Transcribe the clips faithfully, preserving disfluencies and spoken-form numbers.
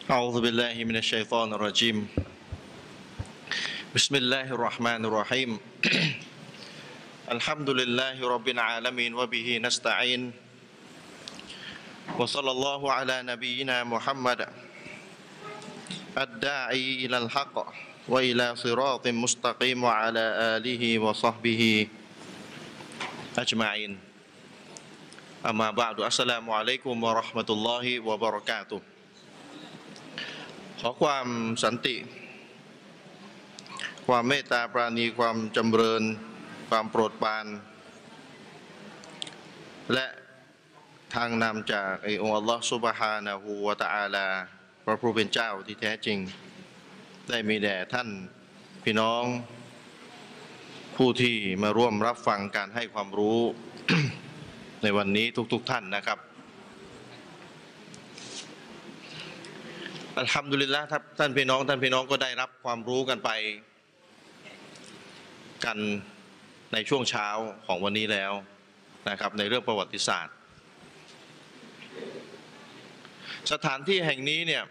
أعوذ بالله من الشيطان الرجيم بسم الله الرحمن الرحيم الحمد لله رب العالمين وبه نستعين وصلى الله على نبينا محمد الداعي إلى الحق وإلى صراط مستقيم وعلى آله وصحبه أجمعين أما بعد السلام عليكم ورحمة الله وبركاته ขอความสันติความเมตตาปราณีความจำเริญความโปรดปรานและทางนำจากองค์อัลลอฮฺซุบฮานะฮูวะตะอาลาพระผู้เป็นเจ้าที่แท้จริงได้มีแด่ท่านพี่น้องผู้ที่มาร่วมรับฟังการให้ความรู้ ในวันนี้ทุกๆท่านนะครับอัลฮัมดุลิลละห์ท่านพี่น้องท่านพี่น้องก็ได้รับความรู้กันไปกันในช่วงเช้าของวันนี้แล้วนะครับในเรื่องประวัติศาสตร์สถานที่แห่งนี้เนี่ย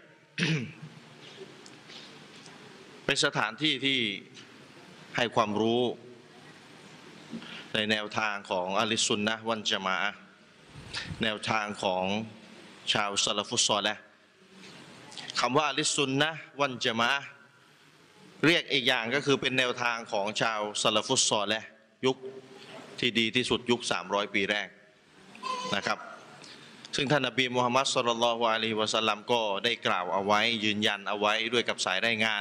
เป็นสถานที่ที่ให้ความรู้ในแนวทางของอะลิซุนนะฮ์วัลญะมาอะห์แนวทางของชาวซะละฟุศศอลิฮ์คำว่าอะลิซุนนะฮ์วัลญะมาอะห์เรียกอีกอย่างก็คือเป็นแนวทางของชาวซะละฟุศศอลิฮ์ยุคที่ดีที่สุดยุคสามร้อยปีแรกนะครับซึ่งท่านนบีมุฮัมมัดศ็อลลัลลอฮุอะลัยฮิวะซัลลัมก็ได้กล่าวเอาไว้ยืนยันเอาไว้ด้วยกับสายรายงาน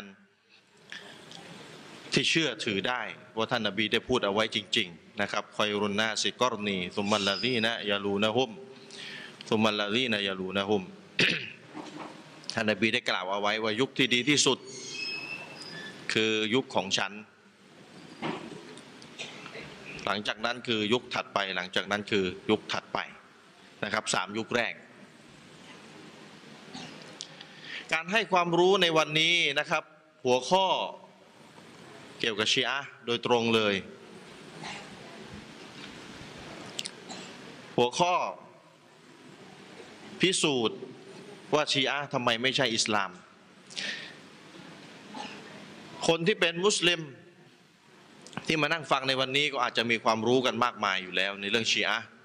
ที่เชื่อถือได้ว่าท่านนบีได้พูดเอาไว้จริงๆนะครับคอยรุนนาซิกอรนีซุมมัลลาซีนะยาลูนะฮุมซุมมัลลาซีนะยาลูนะฮุม ท่านนบีได้กล่าวเอาไว้ว่ายุคที่ดีที่สุดคือยุคของฉันหลังจากนั้นคือยุคถัดไปหลังจากนั้นคือยุคถัดไปนะครับสามยุคแรกการให้ความรู้ในวันนี้นะครับหัวข้อเกี่ยวกับชีอะห์โดยตรงเลยหัวข้อพิสูจน์ว่าชีอะห์ทำไมไม่ใช่อิสลามคนที่เป็นมุสลิมที่มานั่งฟังในวันนี้ก็อาจจะมีความรู้กันมากมายอยู่แล้วในเรื่องชีอะห์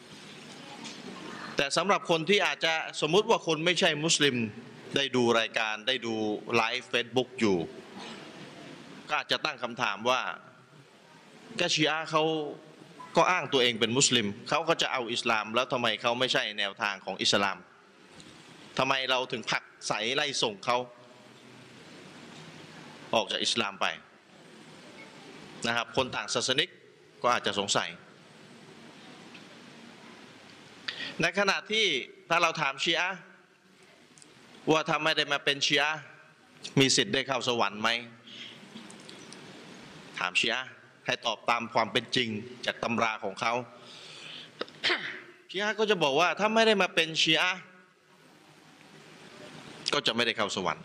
แต่สำหรับคนที่อาจจะสมมุติว่าคนไม่ใช่มุสลิมได้ดูรายการได้ดูไลฟ์เฟซบุ๊กอยู่ก็อาจจะตั้งคำถามว่าก็ชีอะห์เขาก็อ้างตัวเองเป็นมุสลิมเขาก็จะเอาอิสลามแล้วทำไมเขาไม่ใช่แนวทางของอิสลามทำไมเราถึงผลักไสไล่ส่งเขาออกจากอิสลามไปนะครับคนต่างศาสนิกก็อาจจะสงสัยในขณะที่ถ้าเราถามชีอะห์ว่าทำไมได้มาเป็นชีอะห์มีสิทธิ์ได้เข้าสวรรค์ไหมถามชีอะห์ให้ตอบตามความเป็นจริงจากตำราของเขา ชีอะห์ก็จะบอกว่าถ้าไม่ได้มาเป็นชีอะห์ก็จะไม่ได้เข้าสวรรค์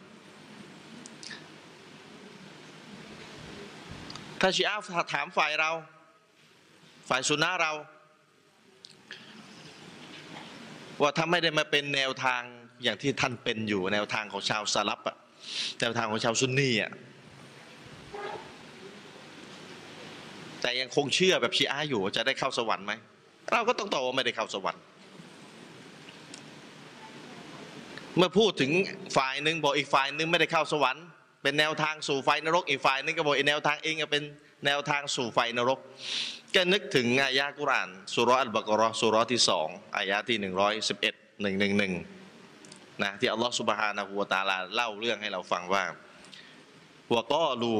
ถ้าชีอะห์ถามฝ่ายเราฝ่ายซุนนะห์เราว่าถ้าไม่ได้มาเป็นแนวทางอย่างที่ท่านเป็นอยู่แนวทางของชาวซะลัฟอะแนวทางของชาวซุนนีอะแต่ยังคงเชื่อแบบชีอะห์อยู่จะได้เข้าสวรรค์ไหมเราก็ต้องตอบว่าไม่ได้เข้าสวรรค์เมื่อพูดถึงฝ่ายหนึ่งบอกอีกฝ่ายหนึ่งไม่ได้เข้าสวรรค์เป็นแนวทางสู่ไฟนรกอีกฝ่ายหนึ่งก็บอกอีกแนวทางเองก็เป็นแนวทางสู่ไฟนรกก็นึกถึงอายะห์กุรอานซูเราะห์อัลบะเกาะฮ์ซูเราะห์ที่สองอายะห์ที่หนึ่งร้อยสิบเอ็ด หนึ่งร้อยสิบเอ็ดนะที่อัลลอฮฺซุบฮานะฮูวะตะอาลาเล่าเรื่องให้เราฟังว่าวะกอลู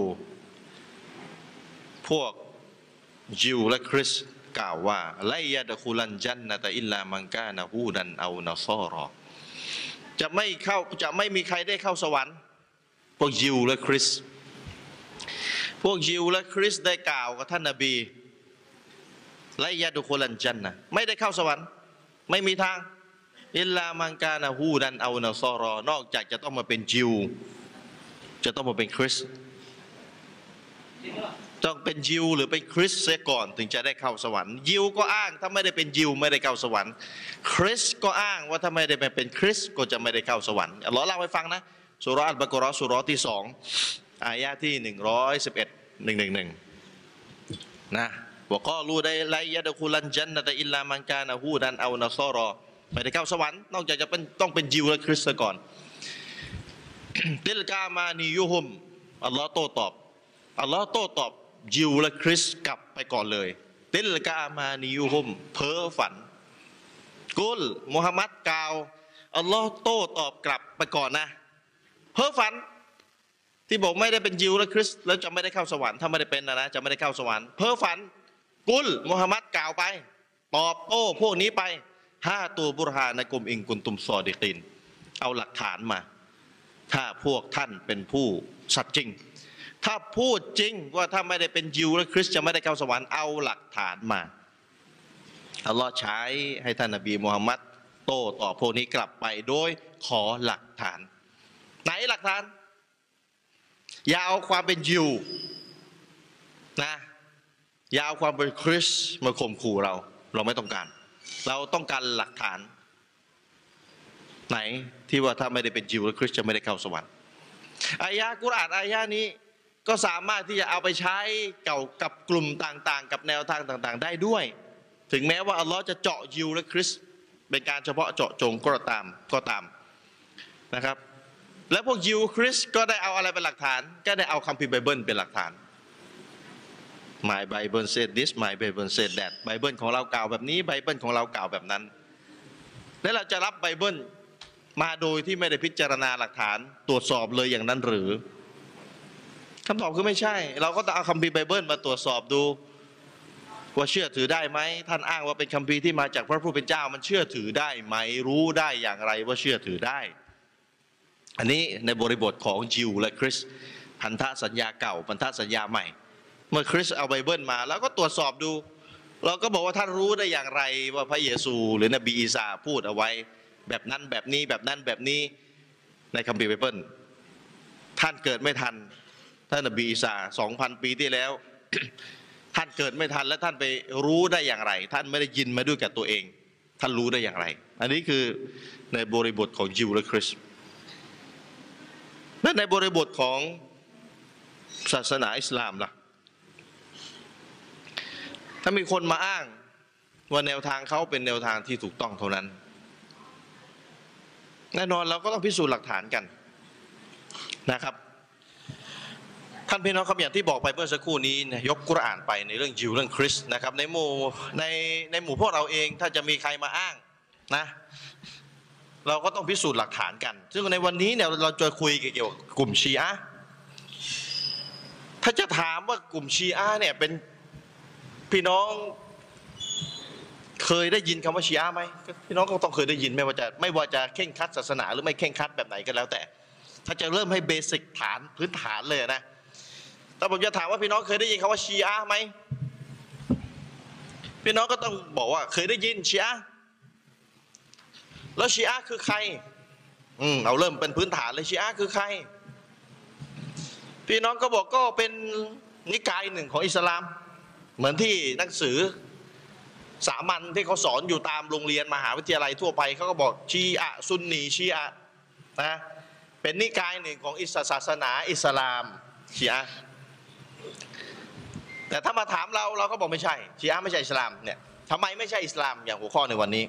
พวกยิวและคริสต์กล่าวว่าไลยะดะคุลันญันนะตะอิลลามันกานะฮูดันเอานะซอรอจะไม่เข้าจะไม่มีใครได้เข้าสวรรค์พวกยิวและคริสต์พวกยิวและคริสต์ได้กล่าวกับท่านนบีไลยะดะคุลันญันนะไม่ได้เข้าสวรรค์ไม่มีทางอิลลามันกานะฮูดันเอานะซอรอนอกจากจะต้องมาเป็นยิวจะต้องมาเป็นคริสต์ต้องเป็นยิวหรือเป็นคริสเสียก่อนถึงจะได้เข้าสวรรค์ยิวก็อ้างถ้าไม่ได้เป็นยิวไม่ได้เข้าสวรรค์คริสก็อ้างว่าถ้าไม่ได้เป็นคริสก็จะไม่ได้เข้าสวรรค์อัลลอฮ์เล่าให้ฟังนะสุเราะห์อัลบะเกาะเราะห์สุเราะห์ที่สองอายะห์ที่หนึ่งร้อยสิบเอ็ดหนึ่งหนึ่งหนึ่งนะวะกอลูไดไลยะดะคุลันญันนะตะอิลลามันกานะฮูดันเอานะซอรอไม่ได้เข้าสวรรค์นอกจากจะเป็นต้องเป็นยิวและคริสต์ก่อนติลกามานียุฮุมอัลลอฮ์โต้ตอบอัลลอฮ์โต้ตอบยิวและคริสต์กลับไปก่อนเลยติลกามานียุฮุมเพ้อฝันกุลมุฮัมมัดกล่าวอัลลอฮ์โต้ตอบกลับไปก่อนนะเพ้อฝันที่บอกไม่ได้เป็นยิวและคริสต์แล้วจะไม่ได้เข้าสวรรค์ถ้าไม่ได้เป็นนะนะจะไม่ได้เข้าสวรรค์เพ้อฝันกุลมุฮัมมัดกล่าวไปตอบโต้พวกนี้ไปห้าตัวบุรหานะกุมอิงกุนตุมซอดิกินเอาหลักฐานมาถ้าพวกท่านเป็นผู้สัตย์จริงถ้าพูดจริงว่าถ้าไม่ได้เป็นยิวและคริสต์จะไม่ได้เข้าสวรรค์เอาหลักฐานมาอัลลอฮ์ใช้ให้ท่านนบีมุฮัมมัดโต้ตอบพวกนี้กลับไปโดยขอหลักฐานไหนหลักฐานอย่าเอาความเป็นยิวนะอย่าเอาความเป็นคริสต์มาข่มขู่เราเราไม่ต้องการเราต้องการหลักฐานไหนที่ว่าถ้าไม่ได้เป็นยิวและคริสต์จะไม่ได้เข้าสวรรค์อายะกุรอานอายะนี้ก็สามารถที่จะเอาไปใช้เกี่ยวกับกลุ่มต่างๆกับแนวทางต่างๆได้ด้วยถึงแม้ว่าอัลลอฮ์จะเจาะยิวและคริสต์เป็นการเฉพาะเจาะจงก็ตามก็ตามนะครับและพวกยิวคริสต์ก็ได้เอาอะไรเป็นหลักฐานก็ได้เอาคัมภีร์ไบเบิลเป็นหลักฐาน My Bible said this My Bible said that ไบเบิลของเรากล่าวแบบนี้ไบเบิลของเรากล่าวแบบนั้นและเราจะรับไบเบิลมาโดยที่ไม่ได้พิจารณาหลักฐานตรวจสอบเลยอย่างนั้นหรือคำตอบคือไม่ใช่เราก็ต้องเอาคัมภีร์ไบเบิลมาตรวจสอบดูว่าเชื่อถือได้ไหมท่านอ้างว่าเป็นคัมภีร์ที่มาจากพระผู้เป็นเจ้ามันเชื่อถือได้ไหมรู้ได้อย่างไรว่าเชื่อถือได้อันนี้ในบริบทของยิวและคริสต์พันธสัญญาเก่าพันธสัญญาใหม่เมื่อคริสต์เอาไบเบิลมาแล้วก็ตรวจสอบดูเราก็บอกว่าท่านรู้ได้อย่างไรว่าพระเยซูหรือนบีอีสาพูดเอาไว้แบบนั้นแบบนี้แบบนั้นแบบนี้ในคัมภีร์ไบเบิลท่านเกิดไม่ทันท่านนบีอีสาสองพันปีที่แล้ว ท่านเกิดไม่ทันและท่านไปรู้ได้อย่างไรท่านไม่ได้ยินมาด้วยกับตัวเองท่านรู้ได้อย่างไรอันนี้คือในบริบทของยิวและคริสต์และในบริบทของศาสนาอิสลามล่ะถ้ามีคนมาอ้างว่าแนวทางเขาเป็นแนวทางที่ถูกต้องเท่านั้นแน่นอนเราก็ต้องพิสูจน์หลักฐานกันนะครับท่านพี่น้องครับอย่างที่บอกไปเมื่อสักครู่นี้ยกกุรอานไปในเรื่องยิวเรื่องคริสต์นะครับในหมู่ในในหมู่พวกเราเองถ้าจะมีใครมาอ้างนะเราก็ต้องพิสูจน์หลักฐานกันซึ่งในวันนี้เนี่ยเราจะคุยเกี่ยวกับกลุ่มชีอะห์ถ้าจะถามว่ากลุ่มชีอะห์เนี่ยเป็นพี่น้องเคยได้ยินคำว่าชีอะห์ไหมพี่น้องก็ต้องเคยได้ยินไม่ว่าจะไม่ว่าจะเข่งคัดศาสนาหรือไม่เข่งคัดแบบไหนก็แล้วแต่ถ้าจะเริ่มให้เบสิกฐานพื้นฐานเลยนะถ้าผมจะถามว่าพี่น้องเคยได้ยินคำว่าชีอะห์ไหมพี่น้องก็ต้องบอกว่าเคยได้ยินชีอะห์แล้วชีอะห์คือใครอืมเอาเริ่มเป็นพื้นฐานเลยชีอะห์คือใครพี่น้องก็บอกก็เป็นนิกายหนึ่งของอิสลามเหมือนที่หนังสือสามัญที่เขาสอนอยู่ตามโรงเรียนมหาวิทยาลัยทั่วไปเขาก็บอกชีอะห์ซุนนีชีอะห์นะเป็นนิกายหนึ่งของอิสศาสนาอิสลามชีอะห์แต่ถ้ามาถามเราเราก็บอกไม่ใช่ชีอะห์ไม่ใช่อิสลามเนี่ยทำไมไม่ใช่อิสลามอย่างหัวข้อในวันนี้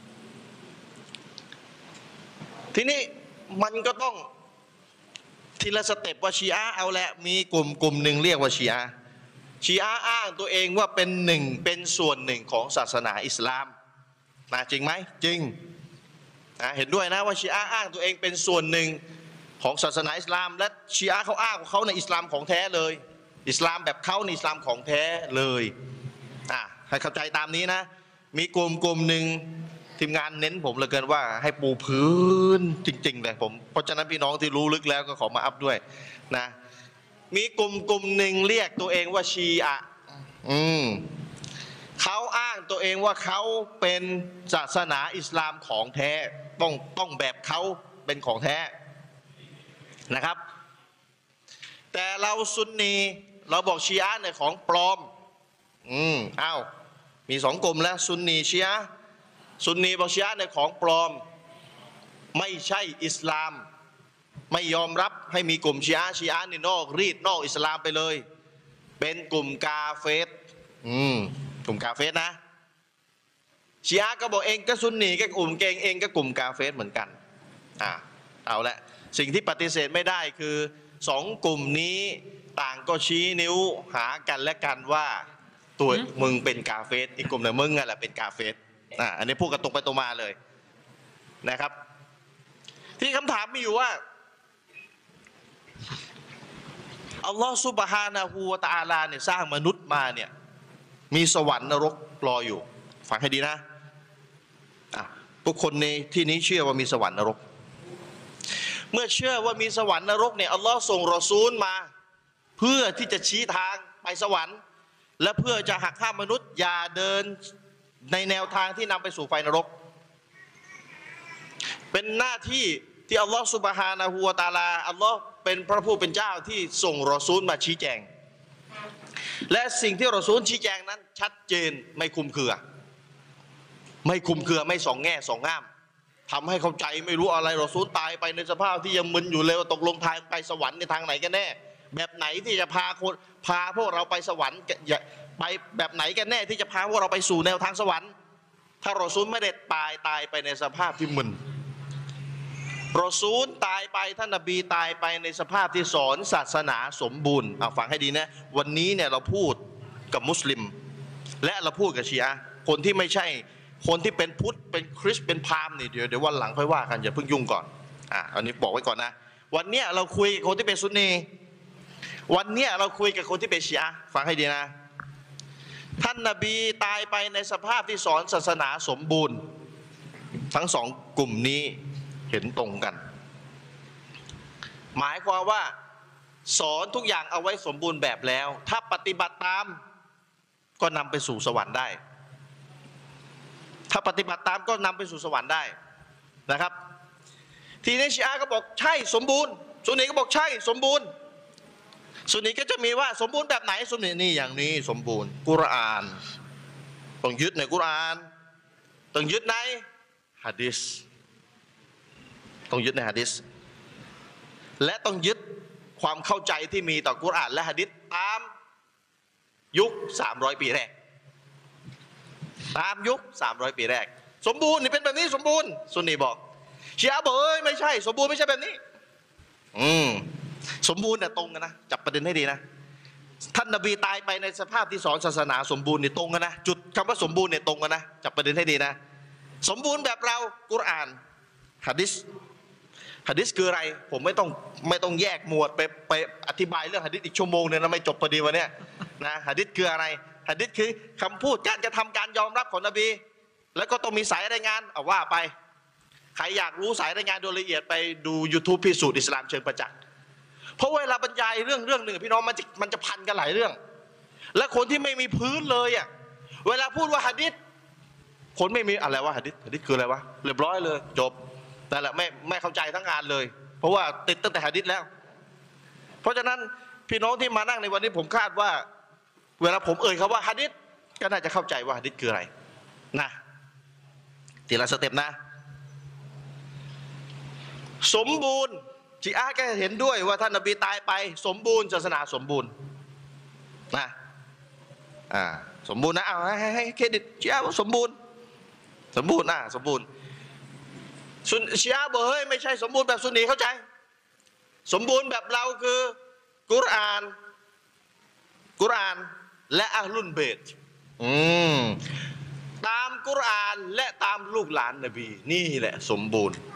ทีนี้มันก็ต้องทีละสเต็ปว่าชีอะห์เอาแหละมีกลุ่มกลุ่มหนึ่งเรียกว่าชีอะห์ชีอะห์อ้างตัวเองว่าเป็นหนึ่งเป็นส่วนหนึ่งของศาสนาอิสลามนะจริงไหมจริงนะเห็นด้วยนะว่าชีอะห์อ้างตัวเองเป็นส่วนหนึ่งของศาสนาอิสลามและชีอะห์เขาอ้างว่าเขาในอิสลามของแท้เลยอิสลามแบบเขาในอิสลามของแท้เลยอ่ะให้เข้าใจตามนี้นะมีกลุ่มกลุ่มหนึ่งทีมงานเน้นผมเหลือเกินว่าให้ปูพื้นจริงๆเลยผมเพราะฉะนั้นพี่น้องที่รู้ลึกแล้วก็ขอมาอัพด้วยนะมีกลุ่มกลุ่มหนึ่งเรียกตัวเองว่าชีอะห์อืมเขาอ้างตัวเองว่าเขาเป็นศาสนาอิสลามของแท้ต้องต้องแบบเขาเป็นของแท้นะครับแต่เราซุนนีเราบอกชีอะห์เนี่ยของปลอมอืมอ้าวมีสองกลุ่มแล้วซุนนีชีอะห์ซุนนีบอกชีอะห์เนี่ยของปลอมไม่ใช่อิสลามไม่ยอมรับให้มีกลุ่มชีอะห์ชีอะห์นี่นอกรีดนอกอิสลามไปเลยเป็นกลุ่มกาเฟรอืมกลุ่มกาเฟรนะชีอะห์ก็บอกเองก็ซุนนีก็กลุ่มเกงเองก็กลุ่มกาเฟรเหมือนกันอ่าเอาละสิ่งที่ปฏิเสธไม่ได้คือสองกลุ่มนี้ต่างก็ชี้นิ้วหากันและกันว่าตัวมึงเป็นกาเฟรอีกกลุ่มหนึ่งมึงอ่ะแหละเป็นกาเฟรอ่าอันนี้พูดกันตรงไปตรงมาเลยนะครับที่คำถามมีอยู่ว่าอัลลอฮฺซุบฮานะฮูวะตะอาลาเนี่ยสร้างมนุษย์มาเนี่ยมีสวรรค์นรกรออยู่ฟังให้ดีนะอ่ะทุกคนในที่นี้เชื่อว่ามีสวรรค์นรกเมื่อเชื่อว่ามีสวรรค์นรกเนี่ยอัลลอฮ์ส่งรอซูลมาเพื่อที่จะชี้ทางไปสวรรค์และเพื่อจะหักห้ามมนุษย์อย่าเดินในแนวทางที่นำไปสู่ไฟนรกเป็นหน้าที่ที่อัลลอฮ์ซุบฮานะฮูวะตะอาลาอัลลอฮ์เป็นพระผู้เป็นเจ้าที่ส่งรอซูลมาชี้แจงและสิ่งที่รอซูลชี้แจงนั้นชัดเจนไม่คลุมเครือไม่คลุมเครือไม่สองแง่สองง่ามทำให้เข้าใจไม่รู้อะไรรอซูลตายไปในสภาพที่ยังมึนอยู่เลยว่าตกลงทางไปสวรรค์ในทางไหนกันแน่แบบไหนที่จะพาคนพาพวกเราไปสวรรค์ไปแบบไหนกันแน่ที่จะพาพวกเราไปสู่แนวทางสวรรค์ถ้ารอซูลไม่ได้ตายตายไปในสภาพที่มึนรอซูลตายไปท่านนบีตายไปในสภาพที่สอนศาสนาสมบูรณ์อ่ะฟังให้ดีนะวันนี้เนี่ยเราพูดกับมุสลิมและเราพูดกับชีอะห์คนที่ไม่ใช่คนที่เป็นพุทธเป็นคริสต์เป็นพราหมณ์นี่เดี๋ยวเดี๋ยววันหลังค่อยว่ากันอย่าเพิ่งยุ่งก่อนอ่ะอันนี้บอกไว้ก่อนนะวันเนี้ยเราคุยกับคนที่เป็นซุนนีวันเนี้ยเราคุยกับคนที่เป็นชีอะห์ฟังให้ดีนะท่านนบีตายไปในสภาพที่สอนศาสนาสมบูรณ์ทั้งสองกลุ่มนี้เห็นตรงกันหมายความว่าสอนทุกอย่างเอาไว้สมบูรณ์แบบแล้วถ้าปฏิบัติตามก็นำไปสู่สวรรค์ได้ถ้าปฏิบัติตามก็นำไปสู่สวรรค์ได้นะครับทีนี้ชีอะห์ก็บอกใช่สมบูรณ์ซุนนีก็บอกใช่สมบูรณ์ซุนนีก็จะมีว่าสมบูรณ์แบบไหนซุนนีนี่อย่างนี้สมบูรณ์กุรอานต้องยึดในกุรอานต้องยึดในหะดีษต้องยึดในหะดีษและต้องยึดความเข้าใจที่มีต่อกุรอานและหะดีษตามยุคสามร้อยปีแรกตามยุคสามร้อยปีแรกสมบูรณ์นี่เป็นแบบนี้สมบูรณ์ซุนนีบอกชีอะห์บอกเอ้ยไม่ใช่สมบูรณ์ไม่ใช่แบบนี้อืมสมบูรณ์เนี่ยตรงกันนะจับประเด็นให้ดีนะท่านนบีตายไปในสภาพที่สอนศาสนาสมบูรณ์นี่ตรงกันนะจุดคำว่าสมบูรณ์เนี่ยตรงกันนะจับประเด็นให้ดีนะสมบูรณ์แบบเรากุรอานหะดีษหะดีษคืออะไรผมไม่ต้องไม่ต้องแยกหมวดไปไปอธิบายเรื่องหะดีษอีกชั่วโมงเนี่ยนะไม่จบพอดีวันเนี้ยนะหะดีษคืออะไรหะดีษคือคำพูดการกระทำการยอมรับของนบีแล้วก็ต้องมีสายรายงานเอาว่าไปใครอยากรู้สายรายงานโดยละเอียดไปดู YouTube พิสูจน์อิสลามเชิงประจักษ์เพราะเวลาบรรยายเรื่องเรื่องหนึ่งพี่น้องมันจะมันจะพันกันหลายเรื่องและคนที่ไม่มีพื้นเลยอ่ะเวลาพูดว่าหะดีษคนไม่มีอะไรวะหะดีษหะดีษคืออะไรวะเรียบร้อยเลยจบแต่ละไม่ไม่เข้าใจทั้งงานเลยเพราะว่าติดตั้งแต่หะดีษแล้วเพราะฉะนั้นพี่น้องที่มานั่งในวันนี้ผมคาดว่าเวลาผมเอ่ยคำว่าหะดีษก็น่าจะเข้าใจว่าหะดีษคืออะไรนะทีละสเต็ปนะสมบูรณ์ชีอะห์ก็เห็นด้วยว่าท่านนบีตายไปสมบูรณ์ศาสนาสมบูรณ์นะอ่าสมบูรณ์นะเอาให้ให้เครดิตชีอะห์ว่าสมบูรณ์สมบูรณ์นะสมบูรณ์ซุนชีอะห์บอกเฮ้ยไม่ใช่สมบูรณ์แบบซุนนีเข้าใจสมบูรณ์แบบเราคือกุรอานกุรอานและอะห์ลุลเบตอืมตามกุรอานและตามลูกหลานนบีนี่แหละสมบูรณ์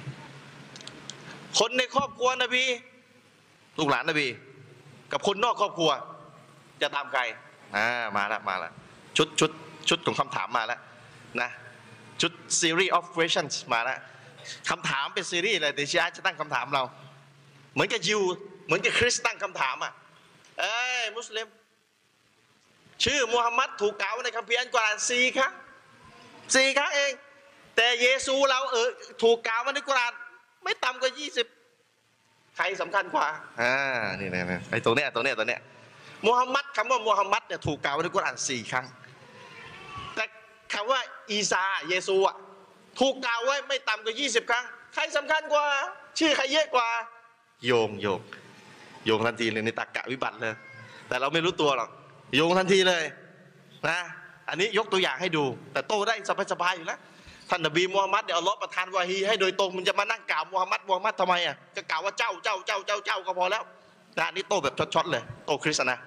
คนในครอบครัวนบีลูกหลานนบีกับคนนอกครอบครัวจะตามใครอ่ามาแล้วมาแล้วชุดชุดชุดของคำถามมาแล้วนะชุด series of questions มาแล้วคำถามเป็นซีรีส์เลยเดี๋ยวชีอะห์จะตั้งคำถามเราเหมือนกับยิวเหมือนกับคริสต์ตั้งคำถามอ่ะเอ้ยมุสลิมชื่อมูฮัมหมัดถูกกล่าวในคัมภีร์อัลกุรอานสี่ครั้งสี่ครั้งเองแต่เยซูเราเออถูกกล่าวในกุรอานไม่ต่ำกว่ายี่สิบใครสำคัญกว่าอ่านี่นี่ไอ้ตัวเนี้ยตัวเนี้ยตัวเนี้ยมูฮัมมัดคำว่ามูฮัมมัดเนี่ยถูกกล่าวไว้ในกุรอานสี่ครั้งแต่คำว่าอีซาเยซูอ่ะถูกกล่าวไว้ไม่ต่ำกว่ายี่สิบครั้งใครสำคัญกว่าชื่อใครเยอะกว่าโยงโยงโยงทันทีเลยในตรรกะวิบัติเลยแต่เราไม่รู้ตัวหรอกโยงทันทีเลยนะอันนี้ยกตัวอย่างให้ดูแต่โตได้สบายๆอยู่แล้วท่านนบีมูฮัมมัดเดี๋ยวอัลลอฮ์ประทานวะฮีให้โดยตรงมันจะมานั่งกล่าวมูฮัมมัดมูฮัมมัดทำไมอ่ะก็กล่าวว่าเจ้าเจ้าเจ้าเจ้าเจ้าก็พอแล้วนะนี่โตแบบช็อตๆเลยโตคริสต์นะ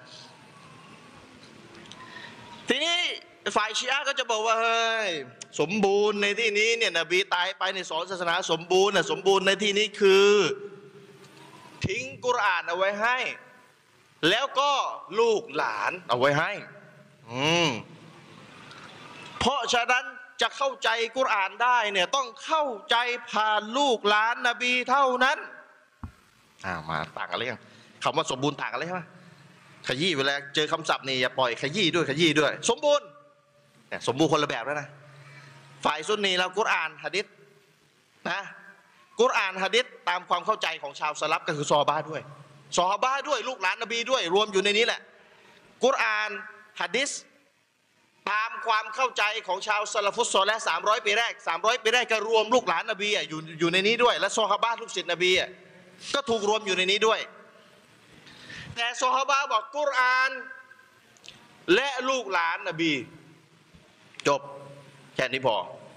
ทีนี้ฝ่ายชีอะห์ก็จะบอกว่าเฮ้ยสมบูรณ์ในที่นี้เนี่ยนบีตายไปในสอนศาสนาสมบูรณ์นะสมบูรณ์ในที่นี้คือทิ้งกุรอานเอาไว้ให้แล้วก็ลูกหลานเอาไว้ให้อืมเพราะฉะนั้นจะเข้าใจกุรอานได้เนี่ยต้องเข้าใจผ่านลูกหลานนบีเท่านั้นอ่ามาต่างกันเลยยังคำว่าสมบูรณ์ต่างกันเลยใช่ไหมขยี้เวลาเจอคำศัพท์นี่อย่าปล่อยขยี้ด้วยขยี้ด้วยสมบูรณ์เนี่ยสมบูรณ์คนละแบบแล้วนะฝ่ายซุนนีเรากุรอานหะดีษนะกุรอานหะดีษตามความเข้าใจของชาวสลับก็คือซอฮาบะห์ด้วยซอฮาบะห์ด้วยลูกหลานนบีด้วยรวมอยู่ในนี้แหละกุรอานหะดีษตามความเข้าใจของชาวซะลาฟุสซอลิห์สามร้อยปีแรกสามร้อยปีแรกก็รวมลูกหลานนบีอ่ะอยู่อยู่ในนี้ด้วยและซอฮาบะห์ลูกศิษย์นบีอ่ะก็ถูกรวมอยู่ในนี้ด้วยแต่ซอฮาบะห์บอกกุรอานและลูกหลานนบีจบแค่นี้พอ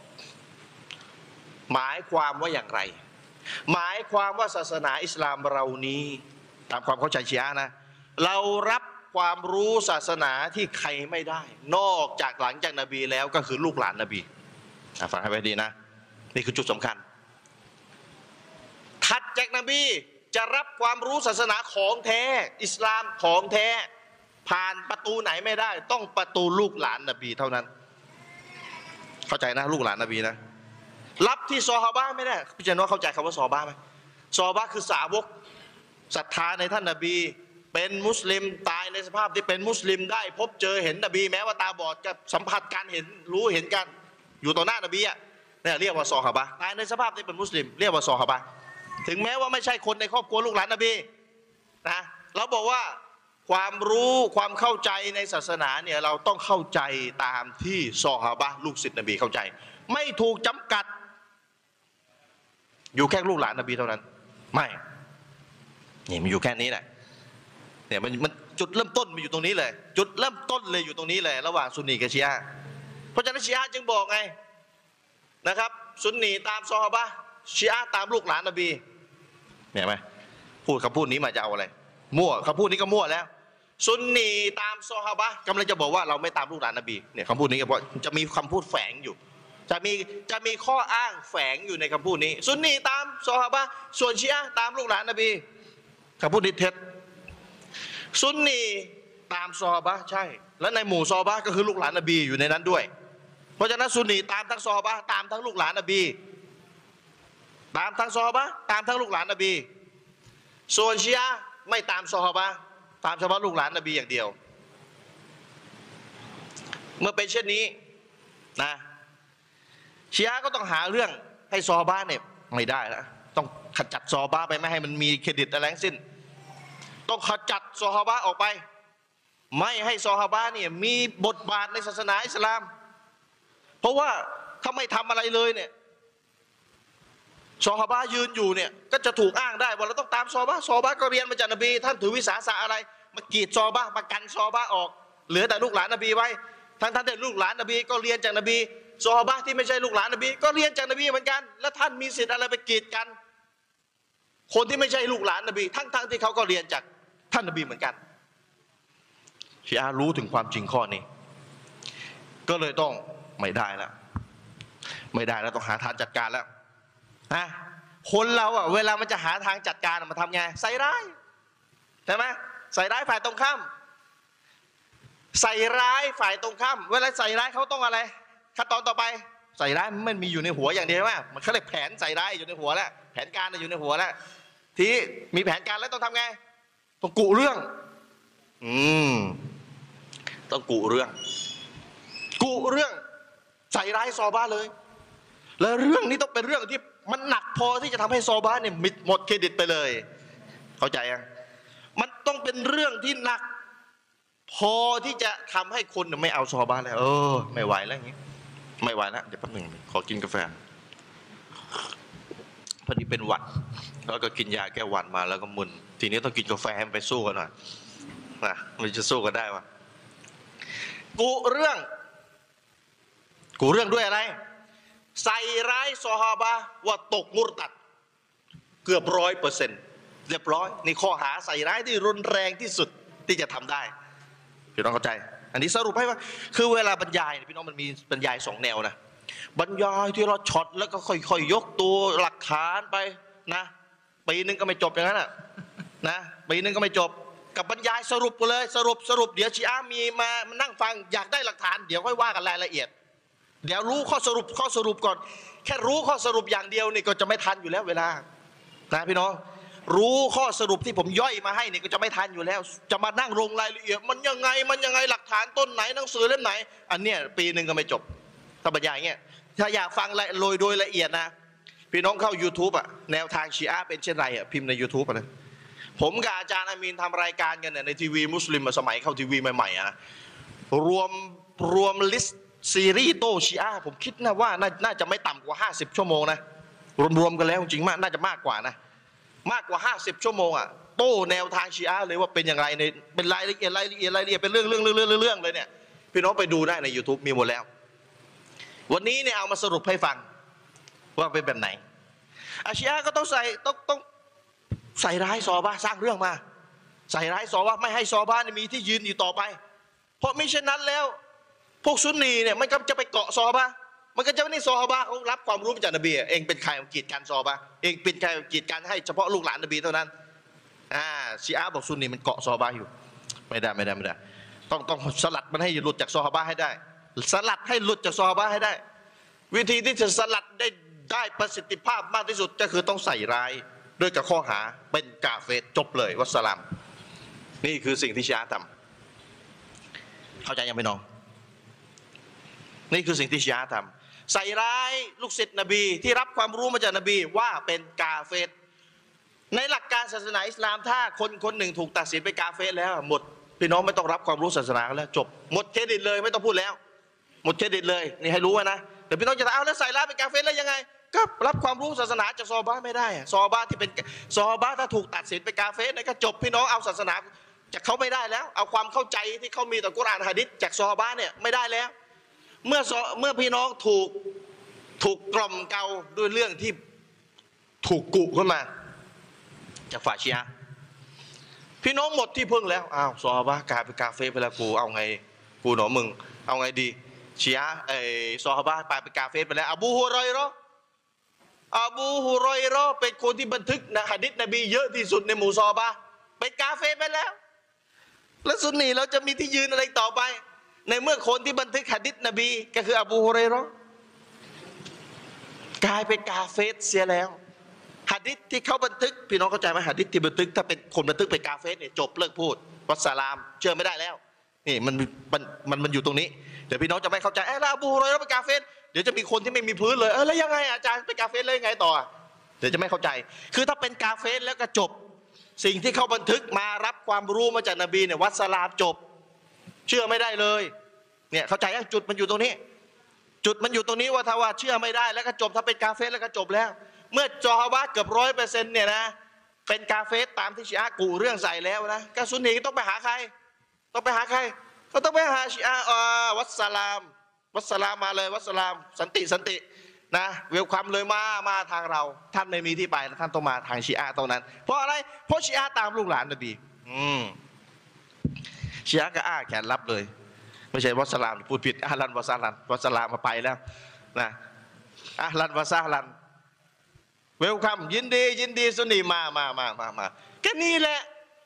หมายความว่าอย่างไรหมายความว่าศาสนาอิสลามเรานี้ตามความเข้าใจชีอะห์นะเรารับความรู้ศาสนาที่ใครไม่ได้นอกจากหลังจากนบีแล้วก็คือลูกหลานนบีฟังให้ไว้ดีนะนี่คือจุดสำคัญถัดจากนบีจะรับความรู้ศาสนาของแท้อิสลามของแท้ผ่านประตูไหนไม่ได้ต้องประตูลูกหลานนบีเท่านั้นเข้าใจนะลูกหลานนบีนะรับที่ซอฮาบะห์ไม่ได้พี่เจนว่าเข้าใจคำว่าซอฮาบะห์ไหมซอฮาบะห์คือสาวกศรัทธาในท่านนบีเป็นมุสลิมตายในสภาพที่เป็นมุสลิมได้พบเจอเห็นนบีแม้ว่าตาบอดจะสัมผัสการเห็นรู้เห็นกันอยู่ต่อหน้านบีอ่ะเนี่ยเรียกว่าซอฮาบะห์ตายในสภาพที่เป็นมุสลิมเรียกว่าซอฮาบะห์ถึงแม้ว่าไม่ใช่คนในครอบครัวลูกหลานนบีนะเราบอกว่าความรู้ความเข้าใจในศาสนาเนี่ยเราต้องเข้าใจตามที่ซอฮาบะห์ลูกศิษย์นบีเข้าใจไม่ถูกจำกัดอยู่แค่ลูกหลานนบีเท่านั้นไม่นี่มันอยู่แค่นี้แหละเนี่ยมันมันจุดเริ่มต้นมันอยู่ตรงนี้เลยจุดเริ่มต้นเลยอยู่ตรงนี้เลยระหว่างซุนนีกับชีอะห์เพราะฉะนั้นชีอะห์จึงบอกไงนะครับซุนนีตามซอฮาบะห์ชีอะห์ตามลูกหลานนบีเห็นไหมพูดคำพูดนี้มาจะเอาอะไรมั่วคำพูดนี้ก็มั่วแล้วซุนนีตามซอฮาบะห์กำลังจะบอกว่าเราไม่ตามลูกหลานนบีเนี่ยคำพูดนี้ก็เพราะจะมีคำพูดแฝงอยู่จะมีจะมีข้ออ้างแฝงอยู่ในคำพูดนี้ซุนนีตามซอฮาบะห์ส่วนชีอะห์ตามลูกหลานนบีคำพูดนี้เท็จซุนนีตามซอฮาบะห์ใช่และในหมู่ซอฮาบะห์ก็คือลูกหลานนบีอยู่ในนั้นด้วยเพราะฉะนั้นซุนนีตามทั้งซอฮาบะห์ตามทั้งลูกหลานนบีตามทั้งซอฮาบะห์ตามทั้งลูกหลานนบีส่วนชีอะห์ไม่ตามซอฮาบะห์ตามเฉพาะลูกหลานนบีอย่างเดียวเมื่อเป็นเช่นนี้นะชีอะห์ก็ต้องหาเรื่องให้ซอฮาบะห์เนี่ยไม่ได้แล้วต้องขจัดซอฮาบะห์ไปไม่ให้มันมีเครดิตอะไรทั้งสิ้นต้องขจัดซอฮาบะห์ออกไปไม่ให้ซอฮาบะห์เนี่ยมีบทบาทในศาสนาอิสลามเพราะว่าถ้าไม่ทำอะไรเลยเนี่ยซอฮาบะห์ยืนอยู่เนี่ยก็จะถูกอ้างได้ว่าเราต้องตามซอฮาบะห์ซอฮาบะห์ก็เรียนมาจากนบีท่านถือวิสาสะอะไรมากีดซอฮาบะห์มากันซอฮาบะห์ออกเหลือแต่ลูกหลานนบีไว้ทั้งท่านที่ลูกหลานนบีก็เรียนจากนบีซอฮาบะห์ที่ไม่ใช่ลูกหลานนบีก็เรียนจากนบีเหมือนกันแล้วท่านมีสิทธิ์อะไรไปกีดกันคนที่ไม่ใช่ลูกหลานนบีทั้งๆ ท, ที่เขาก็เรียนจากท่านนบีเหมือนกันชีอะห์รู้ถึงความจริงข้อนี้ก็เลยต้องไม่ได้แล้วไม่ได้แล้วต้องหาทางจัดการแล้วนะคนเราอ่ะเวลามันจะหาทางจัดการมันทำไงใส่ร้ายใช่ไหมใส่ร้ายฝ่ายตรงข้ามใส่ร้ายฝ่ายตรงข้ามเวลาใส่ร้ายเขาต้องอะไรขั้นตอนต่อไปใส่ร้ายมันมีอยู่ในหัวอย่างเดียวว่ามันเขาเรียกแผนใส่ร้ายอยู่ในหัวแล้วแผนการอยู่ในหัวแล้วทีมีแผนการแล้วต้องทำไงต้องกุเรื่องอืมต้องกุเรื่องกุเรื่องใส่ร้ายซอฮาบะห์เลยแล้วเรื่องนี้ต้องเป็นเรื่องที่มันหนักพอที่จะทำให้ซอฮาบะห์เนี่ยหมดเครดิตไปเลยเข้าใจยังมันต้องเป็นเรื่องที่หนักพอที่จะทำให้คนไม่เอาซอฮาบะห์แล้วเออไม่ไหวแล้วอย่างนี้ไม่ไหวแล้วเดี๋ยวแป๊บหนึ่งขอกินกาแฟพอดีเป็นหวัดแล้วก็กินยาแก้หวัดมาแล้วก็มึนทีนี้ต้องกินกาแฟให้มันไปสู้กันหน่อยนะมันจะสู้กันได้วะกูเรื่องกูเรื่องด้วยอะไรใส่ร้ายซอฮาบะห์ว่าตกมุรตัดเกือบร้อยเปอร์เซ็นต์เรียบร้อยนี่ข้อหาใส่ร้ายที่รุนแรงที่สุดที่จะทำได้พี่น้องเข้าใจอันนี้สรุปให้ว่าคือเวลาบรรยายพี่น้องมันมีบรรยายสองแนวนะบรรยายที่เราช็อตแล้วก็ค่อยๆยกตัวหลักฐานไปนะปีนึงก็ไม่จบอย่างนั้นอ่ะนะปีนึงก็ไม่จบกับบรรยายสรุปเลยสรุปสรุปเดี๋ยวชีอะห์มีมานั่งฟังอยากได้หลักฐานเดี๋ยวค่อยว่ากันรายละเอียดเดี๋ยวรู้ข้อสรุปข้อสรุปก่อนแค่รู้ข้อสรุปอย่างเดียวนี่ก็จะไม่ทันอยู่แล้วเวลานะพี่น้องรู้ข้อสรุปที่ผมย่อยมาให้นี่ก็จะไม่ทันอยู่แล้วจะมานั่งลงรายละเอียดมันยังไงมันยังไงหลักฐานต้นไหนหนังสือเล่มไหนอันเนี้ยปีหนึ่งก็ไม่จบถ้าบรรยายเงี้ยถ้าอยากฟังโดยโดยละเอียดนะพี่น้องเข้า YouTube อ่ะแนวทางชีอะห์เป็นเช่นไรอ่ะพิมพ์ใน YouTube อ่ะนะผมกับอาจารย์อามีนทำรายการกันเนี่ยในทีวีมุสลิมสมัยเข้าทีวีใหม่ๆอ่ะรวมรวมลิสต์ซีรีส์โตชีอะห์ผมคิดนะว่าน่าจะไม่ต่ำกว่าห้าสิบชั่วโมงนะรวมๆกันแล้วจริงๆมากน่าจะมากกว่านะมากกว่าห้าสิบชั่วโมงอ่ะโต้แนวทางชีอะห์เลยว่าเป็นอย่างไรในเป็นรายละเอียดรายละเอียดรายละเอียดเป็นเรื่องเรื่องเรื่องเรื่องเรื่องเลยเนี่ยพี่น้องไปดูได้ใน YouTube มีหมดแล้ววันนี้เนี่ยเอามาสรุปให้ฟังว่าเป็นแบบไหนอาชีอะห์ก็ต้องใส่ต้องต้องใส่ร้ายซอฮาบะห์สร้างเรื่องมาใส่ร้ายซอฮาบะห์ไม่ให้ซอฮาบะห์มีที่ยืนอยู่ต่อไปเพราะมิฉะนั้นแล้วพวกซุนนีเนี่ยมันก็จะไปเกาะซอฮาบะห์มันก็จะไม่ได้ซอฮาบะห์เขารับความรู้มาจากนบีเองเป็นใครกีดกันซอฮาบะห์เองเป็นใครกีดกันให้เฉพาะลูกหลานนบีเท่านั้นอ่าชีอะห์บอกซุนนีมันเกาะซอฮาบะห์อยู่ไม่ได้ไม่ได้ไม่ได้ต้องต้องสลัดมันให้หลุดจากซอฮาบะห์ให้ได้สลัดให้หลุดจากซอฮาบะห์ให้ได้วิธีที่จะสลัดได้ได้ประสิทธิภาพมากที่สุดก็คือต้องใส่ร้ายด้วยกับข้อหาเป็นกาเฟรจบเลยวัสสลามนี่คือสิ่งที่ชีอะห์ทำเข้าใจยังไม่น้องนี่คือสิ่งที่ชีอะห์ทำใส่ร้ายลูกศิษย์นบีที่รับความรู้มาจากนบีว่าเป็นกาเฟรในหลักการศาสนาอิสลามถ้าคนคนหนึ่งถูกตัดสินเป็นกาเฟรแล้วหมดพี่น้องไม่ต้องรับความรู้ศาสนาแล้วจบหมดเครดิตเลยไม่ต้องพูดแล้วหมดเครดิตเลยนี่ให้รู้ไว้นะแต่พี่น้องจะเอาแล้วใส่ร้ายเป็นกาเฟรแล้วยังไงก็รับความรู้ศาสนาจากซอฮาบะห์ไม่ได้ซอฮาบะห์ที่เป็นซอฮาบะห์ถ้าถูกตัดสินเป็นกาเฟรเนี่ยก็จบพี่น้องเอาศาสนาจากเขาไม่ได้แล้วเอาความเข้าใจที่เขามีต่อกุรอานหะดีษจากซอฮาบะห์เนี่ยไม่ได้แล้วเมื่อเมื่อพี่น้องถูกถูกกล่อมเกลาด้วยเรื่องที่ถูกกุขึ้นมาจากฝ่ายชีอะห์พี่น้องหมดที่พึ่งแล้วอ้าวซอฮาบะห์กลายเป็นกาเฟรไปแล้วกูเอาไงกูหนอมึงเอาไงดีชีอะห์ไอซอฮาบะห์กลายเป็นกาเฟรไปแล้วอบูฮุรอยเราะห์อบูฮุรอยเราะห์เป็นคนที่บันทึกนะหะดีษนบีเยอะที่สุดในหมู่ซอฮาบะห์เป็นกาเฟรไปแล้วแล้วซุนนีเราจะมีที่ยืนอะไรต่อไปในเมื่อคนที่บันทึกหะดีษนบีก็คืออบูฮุรอยเราะห์กลายเป็นกาเฟรเสียแล้วหะดีษที่เขาบันทึกพี่น้องเข้าใจไหมหะดีษที่บันทึกถ้าเป็นคนบันทึกเป็นกาเฟรเนี่ยจบเลิกพูดวัสสลามเชื่อไม่ได้แล้วนี่มันมันมันมันอยู่ตรงนี้เดี๋ยวพี่น้องจะไม่เข้าใจเอออบูฮุรอยเราะห์เป็นกาเฟรเดี๋ยวจะมีคนที่ไม่มีพื้นเลยเออแล้วยังไงอาจารย์เป็นกาเฟรเลยยังไงต่อเดี๋ยวจะไม่เข้าใจคือถ้าเป็นกาเฟรแล้วก็จบสิ่งที่เขาบันทึกมารับความรู้มาจากนบีเนี่ยวัสสลามจบเชื่อไม่ได้เลยเนี่ยเข้าใจยังจุดมันอยู่ตรงนี้จุดมันอยู่ตรงนี้ว่าถ้าว่าเชื่อไม่ได้แล้วก็จบถ้าเป็นกาเฟรแล้วก็จบแล้วเมื่อซอฮาบะห์เกือบร้อยเปอร์เซ็นต์เนี่ยนะเป็นกาเฟรตามที่ชีอะห์กุเรื่องใส่แล้วนะก็ซุนนีต้องไปหาใครต้องไปหาใครก็ต้องไปหาชีอะห์วัสสลามวัสสลามมาเลยวัสสลามสันติสันตินะเวลคัมเลยมามาทางเราท่านไม่มีที่ไปท่านต้องมาทางชีอะห์เท่านั้นเพราะอะไรเพราะชีอะห์ตามลูกหลานนบีอืมชีอะห์ก็อ้าแขนรับเลยไม่ใช่วัสสลามพูดผิดอาลันวัสลันวัสลามมาไปแล้วนะอาลันวัสลันเวลคัมยินดียินดีซุนนีมามามามามาแค่นี้แหละ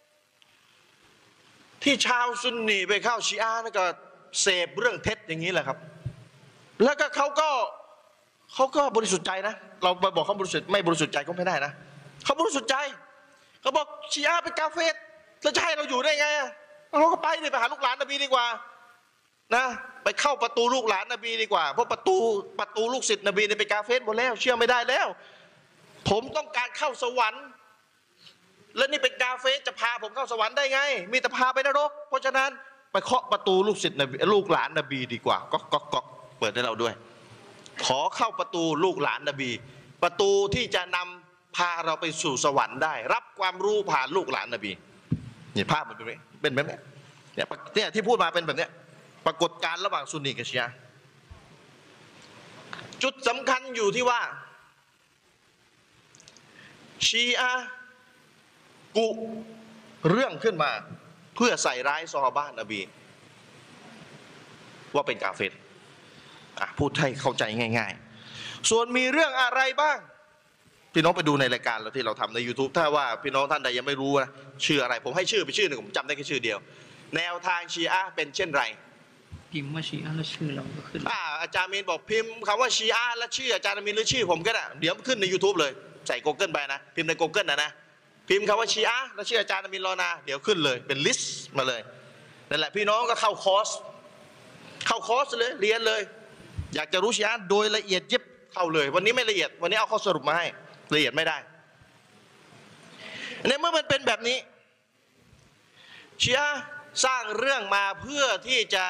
ที่ชาวซุนนีไปเข้าชีอะห์นั่นก็เสพเรื่องเท็จอย่างนี้แหละครับแล้วก็เขาก็เขาก็บริสุทธิ์ใจนะเราไปบอกเขาบริสุทธิ์ไม่บริสุทธิ์ใจก็ไม่ได้นะเขาบริสุทธิ์ใจเขาบอกชีอะห์เป็นกาเฟรแล้วจะให้เราอยู่ได้ไงเราก็ไปเลยไปหาลูกหลานนบีดีกว่านะไปเข้าประตูลูกหลานนบีดีกว่าเพราะประตูประตูลูกศิษย์นบีเนี่ยเป็นกาเฟรหมดแล้วเชื่อไม่ได้แล้วผมต้องการเข้าสวรรค์แล้วนี่เป็นกาเฟรจะพาผมเข้าสวรรค์ได้ไงมีแต่พาไปนรกเพราะฉะนั้นไปเคาะประตูลูกศิษย์นบีลูกหลานนบีดีกว่าก็ก็ก็เปิดให้เราด้วยขอเข้าประตูลูกหลานนบีประตูที่จะนำพาเราไปสู่สวรรค์ได้รับความรู้ผ่านลูกหลานนบีนี่ภาพมันเป็นแบบนี้เป็นแบบนี้เนี่ยเนี่ยที่พูดมาเป็นแบบนี้ปรากฏการณ์ระหว่างซุนนีกับชีอะห์จุดสำคัญอยู่ที่ว่าชีอะห์กุเรื่องขึ้นมาเพื่อใส่ร้ายซอฮาบะห์นบีว่าเป็นกาเฟรอ่ะพูดให้เข้าใจง่ายๆส่วนมีเรื่องอะไรบ้างพี่น้องไปดูในรายการเราที่เราทำใน YouTube ถ้าว่าพี่น้องท่านใดยังไม่รู้นะชื่ออะไรผมให้ชื่อไปชื่อหนึ่งผมจำได้แค่ชื่อเดียวแนวทางชีอะห์เป็นเช่นไรพิมพ์ว่าชีอะห์แล้วชื่อเราก็ขึ้นอ่าอาจารย์มีนบอกพิมพ์คำว่าชีอะห์และชื่ออาจารย์มีนหรือชื่อผมก็ได้เดี๋ยวขึ้นใน YouTube เลยใส่ Google ไปนะพิมพ์ใน Google นะนะพิมพ์คำว่าชีอะห์และชื่ออาจารย์มีนรอนาเดี๋ยวขึ้นเลยเป็นลิสต์มาเลยนั่นแหละพี่น้องก็เข้าคอร์สเข้าคอร์สเลยเรียนเลยอยากจะรู้ชีอะห์โดยละเอียดยิบเข้าเลยวันนี้ไม่ละเอียดวันนี้เอาข้อสรุปมาให้ละเอียดไม่ได้ในเมื่อมันเป็นแบบนี้ชีอะห์สร้างเรื่องมาเพื่อที่จะ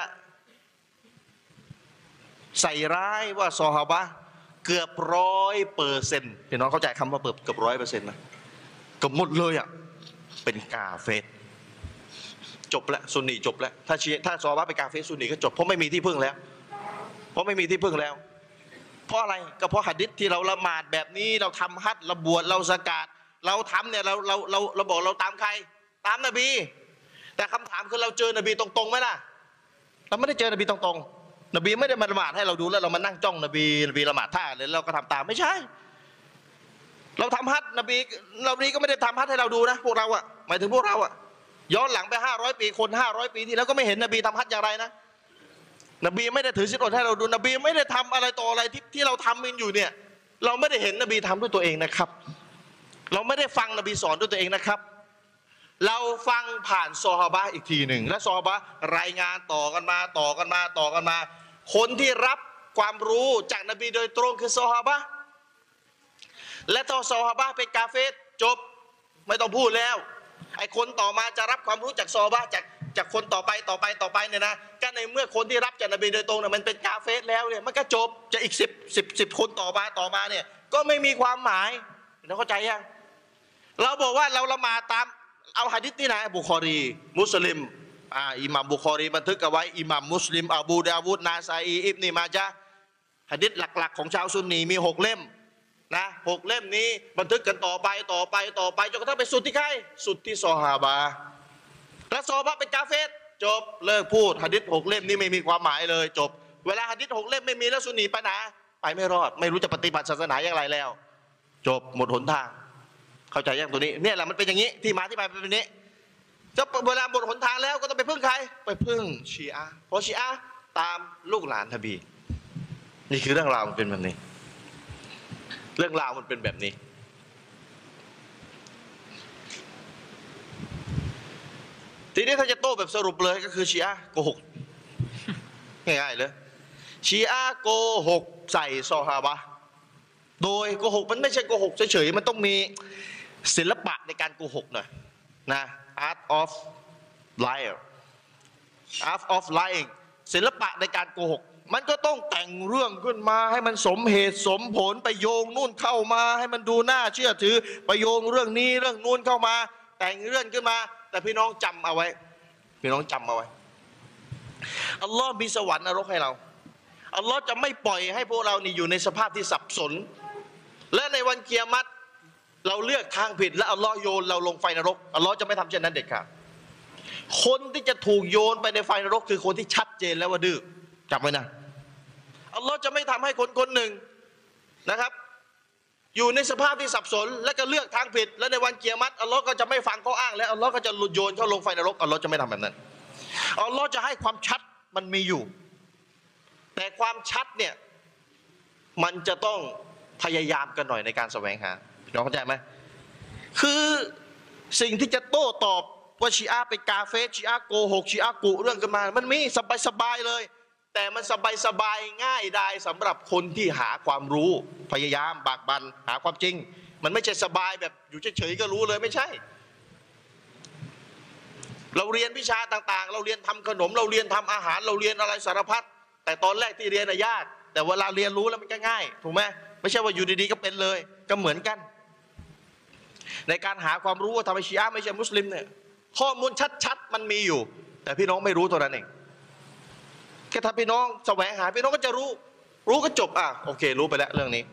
ใส่ร้ายว่าซอฮาบะห์เกือบร้อยเปอร์เซ็นต์พี่น้องเข้าใจคำว่าเกือบร้อยเปอร์เซ็นต์ไหมเกือบหมดเลยอ่ะเป็นกาเฟรจบแล้วซุนนีจบแล้วถ้าชีถ้าซอฮาบะห์เป็นกาเฟรซุนนีก็จบเพราะไม่มีที่พึ่งแล้วเพราะไม่มีที่พึ่งแล้วเพราะอะไรก็เพราะหะดีษที่เราละหมาดแบบนี้เราทำฮัจญ์เราบวชเราซะกาตเราทำเนี่ยเราเราเราเราบอกเราตามใครตามนบีแต่คำถามคือเราเจอนบีตรงๆไหมล่ะเราไม่ได้เจอนบีตรงๆนบีไม่ได้มาละหมาดให้เราดูแล้วเรามานั่งจ้องนบีนบีละหมาดท่าเลยเราก็ทำตามไม่ใช่เราทำฮัจญ์นบีนบีก็ไม่ได้ทำฮัจญ์ให้เราดูนะพวกเราอะหมายถึงพวกเราอะย้อนหลังไปห้าร้อยปีคนห้าร้อยปีที่แล้วก็ไม่เห็นนบีทำฮัจญ์อย่างไรนะนบีไม่ได้ถือศีลอดให้เราดูนบีไม่ได้ทำอะไรต่ออะไรที่ที่เราทำกันอยู่เนี่ยเราไม่ได้เห็นนบีทำด้วยตัวเองนะครับเราไม่ได้ฟังนบีสอนด้วยตัวเองนะครับเราฟังผ่านซอฮาบะห์อีกทีหนึ่งและซอฮาบะห์รายงานต่อกันมาต่อกันมาต่อกันมาคนที่รับความรู้จากนบีโดยตรงคือซอฮาบะห์และถ้าซอฮาบะห์เป็นกาเฟรจบไม่ต้องพูดแล้วไอ้คนต่อมาจะรับความรู้จากซอฮาบะห์จากจากคนต่อไปต่อไปต่อไปเนี่ยนะก็ในเมื่อคนที่รับจากนบีโดยตรงเนี่ยมันเป็นกาเฟรแล้วเนี่ยมันก็จบจะอีกสิบสิบสิบคนต่อมาต่อมาเนี่ยก็ไม่มีความหมายเราเข้าใจยังเราบอกว่าเราละหมาดตามเอาหะดีษที่ไหนบุคอรีมุสลิมอ่าอิหม่ามบุคอรีบันทึกเอาไว้อิหม่ามมุสลิมอบูดาวูดนาซาอีอิบนีมาญะห์หะดีษหลักๆของชาวซุนนีมีหกเล่มนะหกเล่มนี้บันทึกกันต่อไปต่อไปต่อไปจนกระทั่งไปสุดที่ใครสุดที่ซอฮาบะห์และซอฮาบะห์เป็นกาเฟรจบเลิกพูดหะดีษหกเล่มนี้ไม่มีความหมายเลยจบเวลาหะดีษหกเล่มไม่มีแล้วซุนนีไปไหนไปไม่รอดไม่รู้จะปฏิบัติศาสนาอย่างไรแล้วจบหมดหนทางเข้าใจยังตัวนี้เนี่ยแหละมันเป็นอย่างนี้ที่มาที่ไปเป็นแบบนี้จะเวลาหมดหนทางแล้วก็ต้องไปพึ่งใครไปพึ่งชีอะห์เพราะชีอะห์ตามลูกหลานนบีนี่คือเรื่องราวมันเป็นแบบนี้เรื่องราวมันเป็นแบบนี้ทีนี้ถ้าจะโต้แบบสรุปเลยก็คือชีอะห์โกหกง่ายๆเลยชีอะห์โกหกใส่ซอฮาบะห์โดยโกหกมันไม่ใช่โกหกเฉยๆมันต้องมีศิลปะในการโกหกหน่อยนะ art of liar art of lying ศิลปะในการโกหกมันก็ต้องแต่งเรื่องขึ้นมาให้มันสมเหตุสมผลไปโยงนู่นเข้ามาให้มันดูน่าเชื่อถือไปโยงเรื่องนี้เรื่องนู่นเข้ามาแต่งเรื่องขึ้นมาแต่พี่น้องจำเอาไว้พี่น้องจำเอาไว้อัลลอฮ์มีสวรรค์นรกให้เราอัลลอฮ์จะไม่ปล่อยให้พวกเรานี่อยู่ในสภาพที่สับสนและในวันกิยามะฮ์เราเลือกทางผิดและอัลลอฮ์โยนเราลงไฟนรกอัลลอฮ์จะไม่ทำเช่นนั้นเด็ดขาดคนที่จะถูกโยนไปในไฟนรกคือคนที่ชัดเจนแล้วว่าดื้อจำไว้นะอัลลอฮ์จะไม่ทำให้คนคนหนึ่งนะครับอยู่ในสภาพที่สับสนและก็เลือกทางผิดและในวันกิยามะฮ์อัลลอฮ์ก็จะไม่ฟังข้ออ้างและอัลลอฮ์ก็จะโยนเขาลงไฟนรกอัลลอฮ์จะไม่ทำแบบนั้นอัลลอฮ์จะให้ความชัดมันมีอยู่แต่ความชัดเนี่ยมันจะต้องพยายามกันหน่อยในการแสวงหาน้องเข้าใจไหมคือสิ่งที่จะโต้ตอบว่าชีอะห์เป็นกาเฟรชีอะห์โกหกชีอะห์กุเรื่องกันมามันมีสบายๆเลยแต่มันสบายๆง่ายได้สำหรับคนที่หาความรู้พยายามบากบั่นหาความจริงมันไม่ใช่สบายแบบอยู่เฉยๆก็รู้เลยไม่ใช่เราเรียนวิชาต่างๆเราเรียนทำขนมเราเรียนทำอาหารเราเรียนอะไรสารพัดแต่ตอนแรกที่เรียนน่ะยากแต่เวลาเรียนรู้แล้วมันก็ง่ายถูกไหมไม่ใช่ว่าอยู่ดีๆก็เป็นเลยก็เหมือนกันในการหาความรู้ว่าทำไมชีอะห์ไม่ใช่มุสลิมเนี่ยข้อมูลชัดๆมันมีอยู่แต่พี่น้องไม่รู้ตัวนั้นเองแค่ถ้าพี่น้องแสวงหาพี่น้องก็จะรู้รู้ก็จบอ่ะโอเครู้ไปแล้วเรื่องนี้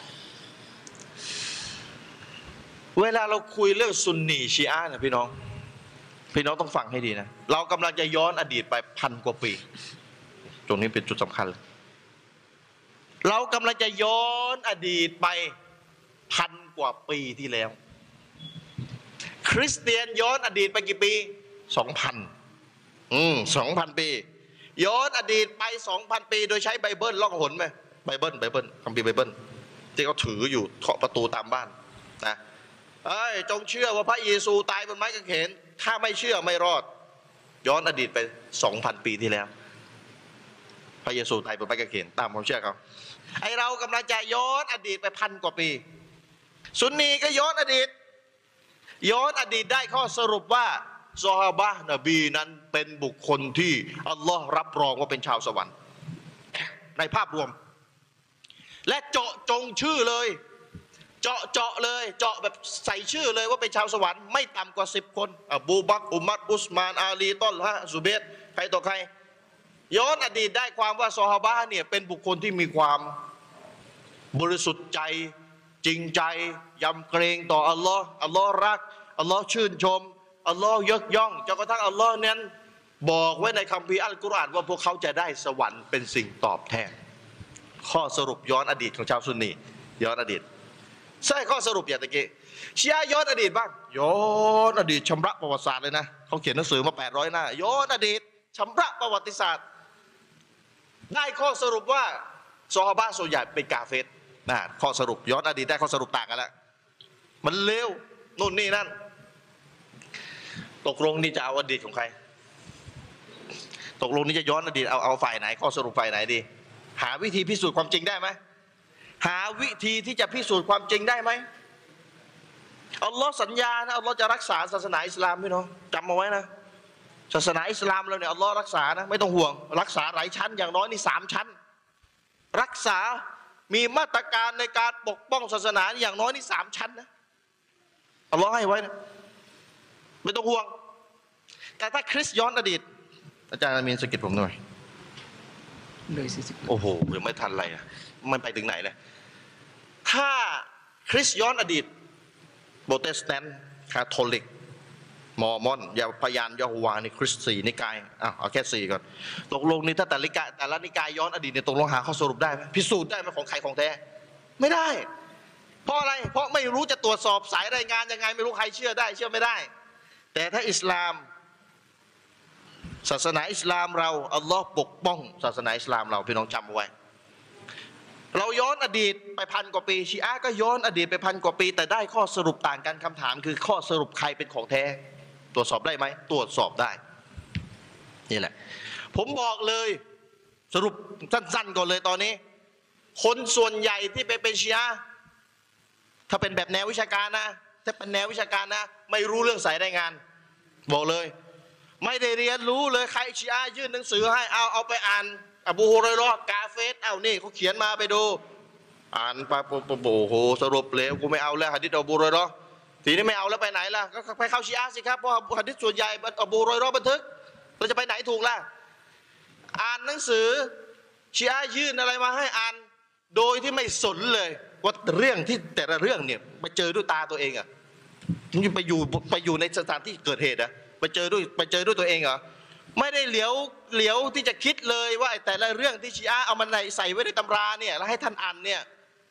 เวลาเราคุยเรื่องซุนนีชีอะห์นะพี่น้องพี่น้องต้องฟังให้ดีนะเรากำลังจะย้อนอดีตไปพันกว่าปีตรงนี้เป็นจุดสำคัญเลยเรากำลังจะย้อนอดีตไปพันกว่าปีที่แล้วคริสเตียนย้อนอดีตไปกี่ปีสองพันอืมสองพันปีย้อนอดีตไปสองพันปีโดยใช้ไบเบิลล่องหนไหมไบเบิลไบเบิลคัมภีร์ไบเบิลที่เขาถืออยู่เคาะประตูตามบ้านนะเอ้ยจงเชื่อว่าพระเยซูตายบนไม้กางเขนถ้าไม่เชื่อไม่รอดย้อนอดีตไปสองพันปีที่แล้วพระเยซูตายบนไม้กางเขนตามความเชื่อเขาไอเรากำลังจะย้อนอดีตไปพันกว่าปีซุนนีก็ย้อนอดีตย้อนอดีตได้ข้อสรุปว่าซอฮาบะห์นบีนั้นเป็นบุคคลที่อัลลอฮ์รับรองว่าเป็นชาวสวรรค์ในภาพรวมและเจาะจงชื่อเลยเจาะเจาะเลยเจาะแบบใส่ชื่อเลยว่าเป็นชาวสวรรค์ไม่ต่ำกว่าสิบคนอบูบักรอุมัรอุสมานอาลีตอลฮะซุเบตใครต่อใครย้อนอดีตได้ความว่าซอฮาบะห์เนี่ยเป็นบุคคลที่มีความบริสุทธิ์ใจจริงใจยำเกรงต่ออัลลอฮ์อัลลอฮ์รักอัลลอฮ์ชื่นชมอัลลอฮ์ยกย่องจนกระทั่งอัลลอฮ์นั้นบอกไว้ในคัมภีร์อัลกุรอานว่าพวกเขาจะได้สวรรค์เป็นสิ่งตอบแทนข้อสรุปย้อนอดีตของชาวซุนนีย้อนอดีตใช่ข้อสรุปอย่างตะกี้ชีอะห์ย้อนอดีตบ้างย้อนอดีตชำระประวัติศาสตร์เลยนะเขาเขียนหนังสือมาแปดร้อยหน้าย้อนอดีตชำระประวัติศาสตร์ได้ข้อสรุปว่าซอฮาบะห์ส่วนใหญ่เป็นกาเฟรนะข้อสรุปย้อนอดีตได้ข้อสรุปต่างกันแล้วมันเลวนู่นนี่นั่นตกลงนี่จะเอาอดีตของใครตกลงนี่จะย้อนอดีตเอาเอาฝ่ายไหนข้อสรุปฝ่ายไหนดีหาวิธีพิสูจน์ความจริงได้ไหมหาวิธีที่จะพิสูจน์ความจริงได้ไหมอัลลอฮ์สัญญานะอัลลอฮ์จะรักษาศาสนาอิสลามพี่น้องจำเอาไว้นะศาสนาอิสลามเราเนี่ยอัลลอฮ์รักษานะไม่ต้องห่วงรักษาหลายชั้นอย่างน้อยนี่สามชั้นรักษามีมาตรการในการปกป้องศาสนาอย่างน้อยนี่สามชั้นนะอัลลอฮ์ให้ไว้นะไม่ต้องห่วงแต่ถ้าคริสย้อนอดีตอาจารย์อามีนสะกิดผมหน่อยเลยสี่สิบโอ้โหยังไม่ทันอะไรอ่ะมันไปถึงไหนเลยถ้าคริสย้อนอดีตโปรเตสแตนต์คาทอลิกมอร์มอนยาพยานยะโฮวานี่คริสต์สี่นิกายอ่ะเอาแค่สี่ก่อนตกลงนี่ถ้าแต่ละนิกายแต่ละนิกายย้อนอดีตเนี่ยตกลงหาข้อสรุปได้ไหมพิสูจน์ได้ไหมของใครของแท้ไม่ได้เพราะอะไรเพราะไม่รู้จะตรวจสอบสายรายงานยังไงไม่รู้ใครเชื่อได้เชื่อไม่ได้แต่ถ้าอิสลามศาสนาอิสลามเราอัลลอฮ์ปกป้องศาสนาอิสลามเราพี่น้องจำเอาไว้เราย้อนอดีตไปพันกว่าปีชีอะห์ก็ย้อนอดีตไปพันกว่าปีแต่ได้ข้อสรุปต่างกันคำถามคือข้อสรุปใครเป็นของแท้ตรวจสอบได้ไหมตรวจสอบได้นี่แหละผมบอกเลยสรุปสั้นๆก่อนเลยตอนนี้คนส่วนใหญ่ที่ไปเป็นชีอะห์ถ้าเป็นแบบแนววิชาการนะถ้าเป็นแนววิชาการนะไม่รู้เรื่องสายรายงานบอกเลยไม่ได้เรียนรู้เลยใครชีอะห์ยื่นหนังสือให้เอาเอาไปอ่านอบูฮุรอยเราะห์กาเฟสเอานี่เขาเขียนมาไปดูอ่านไปโอ้โหสรุปเลยกูไม่เอาแล้วหะดีษอบูฮุรอยเราะห์ทีนี้ไม่เอาแล้วไปไหนล่ะก็ไปเข้าชีอะห์สิครับเพราะหะดีษส่วนใหญ่อบูฮุรอยเราะห์บันทึกเราจะไปไหนถูกล่ะอ่านหนังสือชีอะห์ยื่นอะไรมาให้อ่านโดยที่ไม่สนเลยว่าเรื่องที่แต่ละเรื่องเนี่ยไปเจอด้วยตาตัวเองอ่ะมึงไปอยู่ไปอยู่ในสถานที่เกิดเหตุอ่ะไปเจอด้วยไปเจอด้วยตัวเองเหรอไม่ได้เหลียวเหลียวที่จะคิดเลยว่าแต่ละเรื่องที่ชีอะห์เอามันใส่ไว้ในตำราเนี่ยแล้วให้ท่านอ่านเนี่ย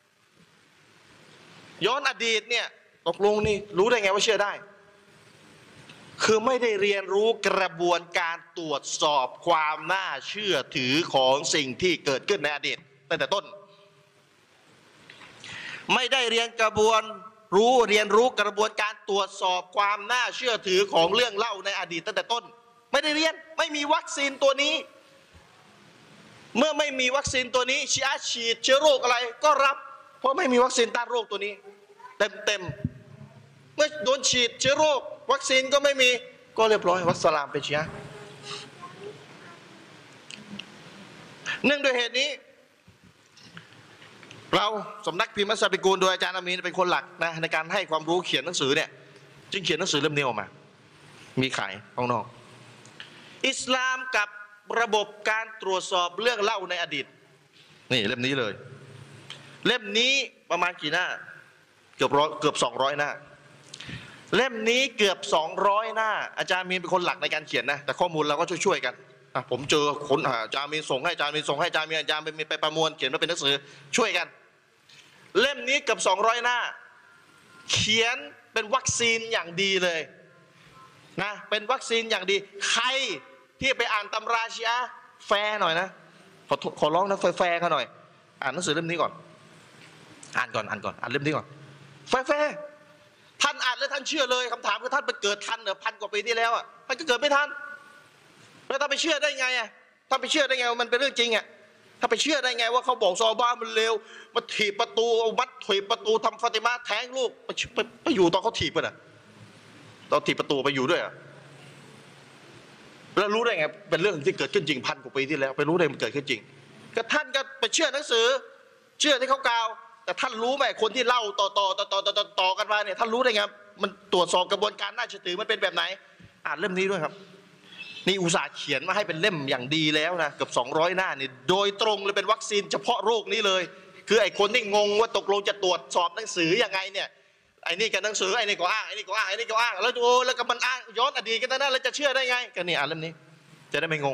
ย้อนอดีตเนี่ยตกลงนี่รู้ได้ไงว่าเชื่อได้คือไม่ได้เรียนรู้กระบวนการตรวจสอบความน่าเชื่อถือของสิ่งที่เกิดขึ้นในอดีตตั้งแต่ต้นไม่ได้เรียนกระบวนรู้เรียนรู้กระบวนการตรวจสอบความน่าเชื่อถือของเรื่องเล่าในอดีตตั้งแต่ต้นไม่ได้เรียนไม่มีวัคซีนตัวนี้เมื่อไม่มีวัคซีนตัวนี้ชีอะห์ฉีดเชื้อโรคอะไรก็รับเพราะไม่มีวัคซีนต้านโรคตัวนี้เต็มเต็มเมื่อโดนฉีดเชื้อโรควัคซีนก็ไม่มีก็เรียบร้อยวัสสลามเป็นชีอะห์เนื่องด้วยเหตุนี้เราสำนักพิมพ์มัสยิดกูลโดยอาจารย์อามีนเป็นคนหลักนะในการให้ความรู้เขียนหนังสือเนี่ยจึงเขียนหนังสือเล่มนี้ออกมามีขายข้างนอกอิสลามกับระบบการตรวจสอบเรื่องเล่าในอดีตนี่เล่มนี้เลยเล่มนี้ประมาณกี่หน้าเกือบร้อยเกือบสองร้อยหน้าเล่มนี้เกือบสองร้อยหน้าอาจารย์มีนเป็นคนหลักในการเขียนนะแต่ข้อมูลเราก็ช่วยๆกันอ่ะผมเจอคนอาจารย์มีนส่งให้อาจารย์มีนส่งให้อาจารย์มีอาจารย์ไปไปประมวลเขียนมาเป็นหนังสือช่วยกันเล่มนี้เกือบสองร้อยหน้าเขียนเป็นวัคซีนอย่างดีเลยนะเป็นวัคซีนอย่างดีใครที่ไปอ่านตำราชีอะห์แฟร์หน่อยนะขอขอร้องนะแฟร์เขาหน่อยอ่านหนังสือเล่มนี้ก่อนอ่านก่อนอ่านก่อนอ่านเล่มนี้ก่อนแฟร์ท่านอ่านแล้วท่านเชื่อเลยคำถามคือท่านไปเกิดทันเหรอพันกว่าปีที่แล้วอ่ะท่านก็เกิดไม่ทันแล้วท่านไปเชื่อได้ไงอ่ะท่านไปเชื่อได้ไงว่ามันเป็นเรื่องจริงอ่ะถ้าไปเชื่อได้ไงว่าเขาบอกซอฮาบะห์มันเลวมาถีบประตูเอามัดถีบประตูทำฟาติมาแท้งลูกไปไปไปอยู่ตอนเขาถีบกันอ่ะตอนถีบประตูไปอยู่ด้วยอ่ะแล้วรู้ได้ไงเป็นเรื่องที่เกิดขึ้นจริงพันกว่าปีที่แล้วไปรู้ได้มันเกิดขึ้นจริงก็ท่านก็ไปเชื่อหนังสือเชื่อที่เขากล่าวแต่ท่านรู้ไหมคนที่เล่าต่อต่อต่อต่อต่อต่อกันมาเนี่ยท่านรู้ได้ไงมันตรวจสอบกระบวนการน่าเชื่อถือมันเป็นแบบไหนอ่านเล่มนี้ด้วยครับนี่อุตส่าห์เขียนมาให้เป็นเล่มอย่างดีแล้วนะเกือบสองร้อยหน้านี่โดยตรงเลยเป็นวัคซีนเฉพาะโรคนี้เลยคือไอ้คนที่งงว่าตกลงจะตรวจสอบหนังสือยังไงเนี่ยไอ้นี่กับหนังสือไอ้นี่ก็อ้างไอ้นี่ก็อ้างไอ้นี่ก็อ้างแล้วโอ้แล้วก็มันอ้างย้อนอดีตกันนะแล้วจะเชื่อได้ไงก็นี่อ่านเล่มนี้จะได้ไม่งง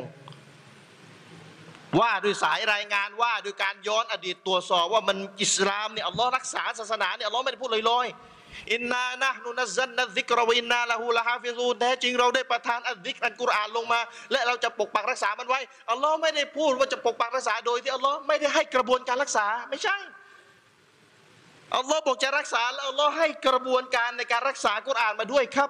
ว่าด้วยสายรายงานว่าด้วยการย้อนอดีตตรวจสอบว่ามันอิสลามเนี่ยอัลลอฮ์รักษาศาสนาเนี่ยอัลลอฮ์ไม่ได้พูดลอยๆอินนานะห์นุนัซซัลนัซซิกรวะอินนาละฮูละฮาฟิซูนแท้จริงเราได้ประทานอัซซิกอัลกุรอานลงมาและเราจะปกปักรักษามันไว้อัลลอฮ์ไม่ได้พูดว่าจะปกปักรักษาโดยที่อัลลอฮ์ไม่ได้ให้กระบวนการรักษาไม่ใช่อัลลอฮ์บอกจะรักษาแล้วอัลลอฮ์ให้กระบวนการในการรักษากุรอานมาด้วยครับ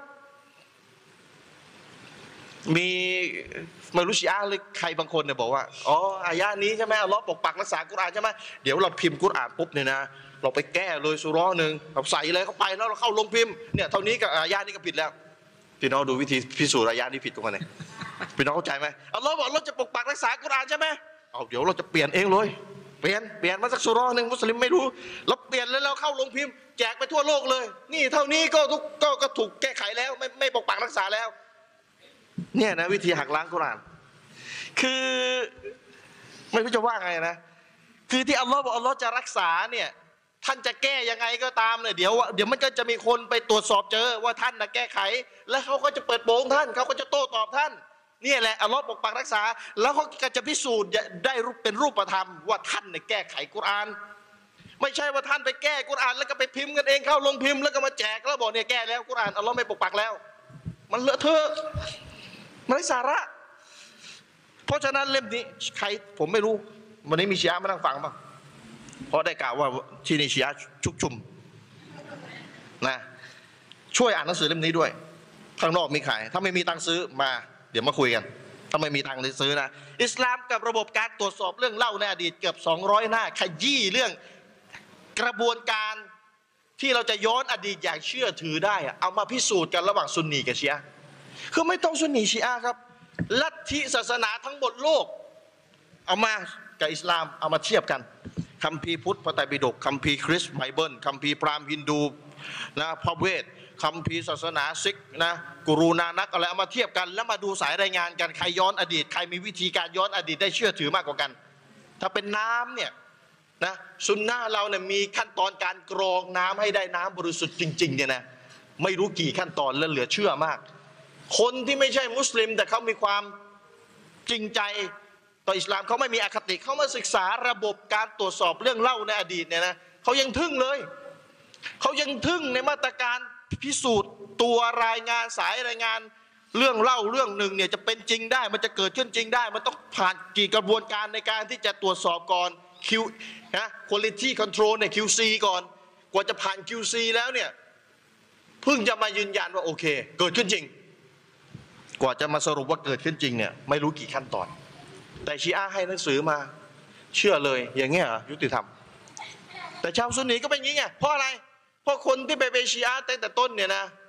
มีไม่รู้ชีอะห์หรือใครบางคนเนี่ยบอกว่าอ๋ออายะนี้ใช่ไหมอัลลอฮ์ปกปักรักษากุรอานใช่ไหมเดี๋ยวเราพิมพ์กุรอานปุ๊บเนี่ยนะเราไปแก้เลยสุเราะห์หนึ่งเราใส่เลยเข้าไปแล้วเราเข้าลงพิมพ์เนี่ยเท่านี้กับอายะนี้ก็ผิดแล้วพี่น้องดูวิธีพิสูจน์อายะนี้ผิดตรงไหนพี่น้องเข้าใจไหมอัลลอฮ์บอกเราจะปกปักรักษากุรอานใช่ไหมเอาเดี๋ยวเราจะเปลี่ยนเองเลยเปลี่ยนเปลี่ยนมาสักสุเราะห์หนึ่งมุสลิมไม่รู้เราเปลี่ยนแล้วเราเข้าลงพิมพ์แจกไปทั่วโลกเลยนี่เท่านี้ก็ทุกก็ก็ถูกแก้ไขแล้วไม่ไม่ปกปักรักษาแล้วเนี่ยนะวิธีหักล้างกุรอานคือไม่รู้จะว่าไงนะคือที่อัลลอฮ์บอกอัลลอฮ์จะรักษาเนี่ยท่านจะแก้ยังไงก็ตามเนี่ยเดี๋ยวเดี๋ยวมันก็จะมีคนไปตรวจสอบเจอว่าท่านนะแก้ไขแล้วเขาก็จะเปิดโปงท่านเขาก็จะโต้ตอบท่านนี่แหละอัลลอฮ์ปกปักรักษาแล้วเขาก็จะพิสูจน์ได้รูปเป็นรูปธรรมว่าท่านเนี่ยแก้ไขกุรอานไม่ใช่ว่าท่านไปแก้กุรอานแล้วก็ไปพิมพ์กันเองเข้าลงพิมพ์แล้วก็มาแจกแล้วบอกเนี่ยแก้แล้วกุรอานอัลลอฮ์ไม่ปกปักแล้วมันเลอะเทอะมันไร้สาระเพราะฉะนั้นเล่มนี้ใครผมไม่รู้วันนี้มีชีอะห์มานั่งฟังป่ะเพราะได้กล่าวว่าที่นี่ชีอะห์ชุกชุมนะช่วยอ่านหนังสือเล่มนี้ด้วยข้างนอกมีขายถ้าไม่มีตังค์ซื้อมาเดี๋ยวมาคุยกันถ้าไม่มีตังค์ซื้อนะอิสลามกับระบบการตรวจสอบเรื่องเล่าในอดีตเกือบสองร้อยหน้าขยี้เรื่องกระบวนการที่เราจะย้อนอดีตอย่างเชื่อถือได้เอามาพิสูจน์กันระหว่างซุนนีกับชีอะห์คือไม่ต้องซุนนีชีอะห์ครับลัทธิศาสนาทั้งหมดโลกเอามากับอิสลามเอามาเทียบกันคัมภีร์พุทธพระไตรปิฎกคัมภีร์คริสต์ไบเบิลคัมภีร์พราหมณ์ฮินดูนะพระเวทคัมภีร์ศาสนาซิกนะกุรูนานักอะไรเอามาเทียบกันแล้วมาดูสายรายงานกันใครย้อนอดีตใครมีวิธีการย้อนอดีตได้เชื่อถือมากกว่ากันถ้าเป็นน้ำเนี่ยนะซุนนะห์เราเนี่ยมีขั้นตอนการกรองน้ำให้ได้น้ำบริสุทธิ์จริงๆเนี่ยนะไม่รู้กี่ขั้นตอนและเหลือเชื่อมากคนที่ไม่ใช่มุสลิมแต่เขามีความจริงใจต่ออิสลามเขาไม่มีอคติเขามาศึกษาระบบการตรวจสอบเรื่องเล่าในอดีตเนี่ยนะเขายังทึ่งเลยเขายังทึ่งในมาตรการพิสูจน์ตัวรายงานสายรายงานเรื่องเล่าเรื่องหนึ่งเนี่ยจะเป็นจริงได้มันจะเกิดขึ้นจริงได้มันต้องผ่านกี่กระบวนการในการที่จะตรวจสอบก่อน Q นะ quality control เนี่ย คิว ซี ก่อนกว่าจะผ่าน คิว ซี แล้วเนี่ยเพิ่งจะมายืนยันว่าโอเคเกิดขึ้นจริงกว่าจะมาสรุปว่าเกิดขึ้นจริงเนี่ยไม่รู้กี่ขั้นตอนแต่ชีอะห์ให้หนังสือมาเชื่อเลยอย่างเงี้ยยุติธรรมแต่ชาวซุนนีก็เป็นอย่างงี้ไงเพราะอะไรเพราะคนที่ไปเป็นชีอะห์ตั้งแต่ต้นเนี่ยนะ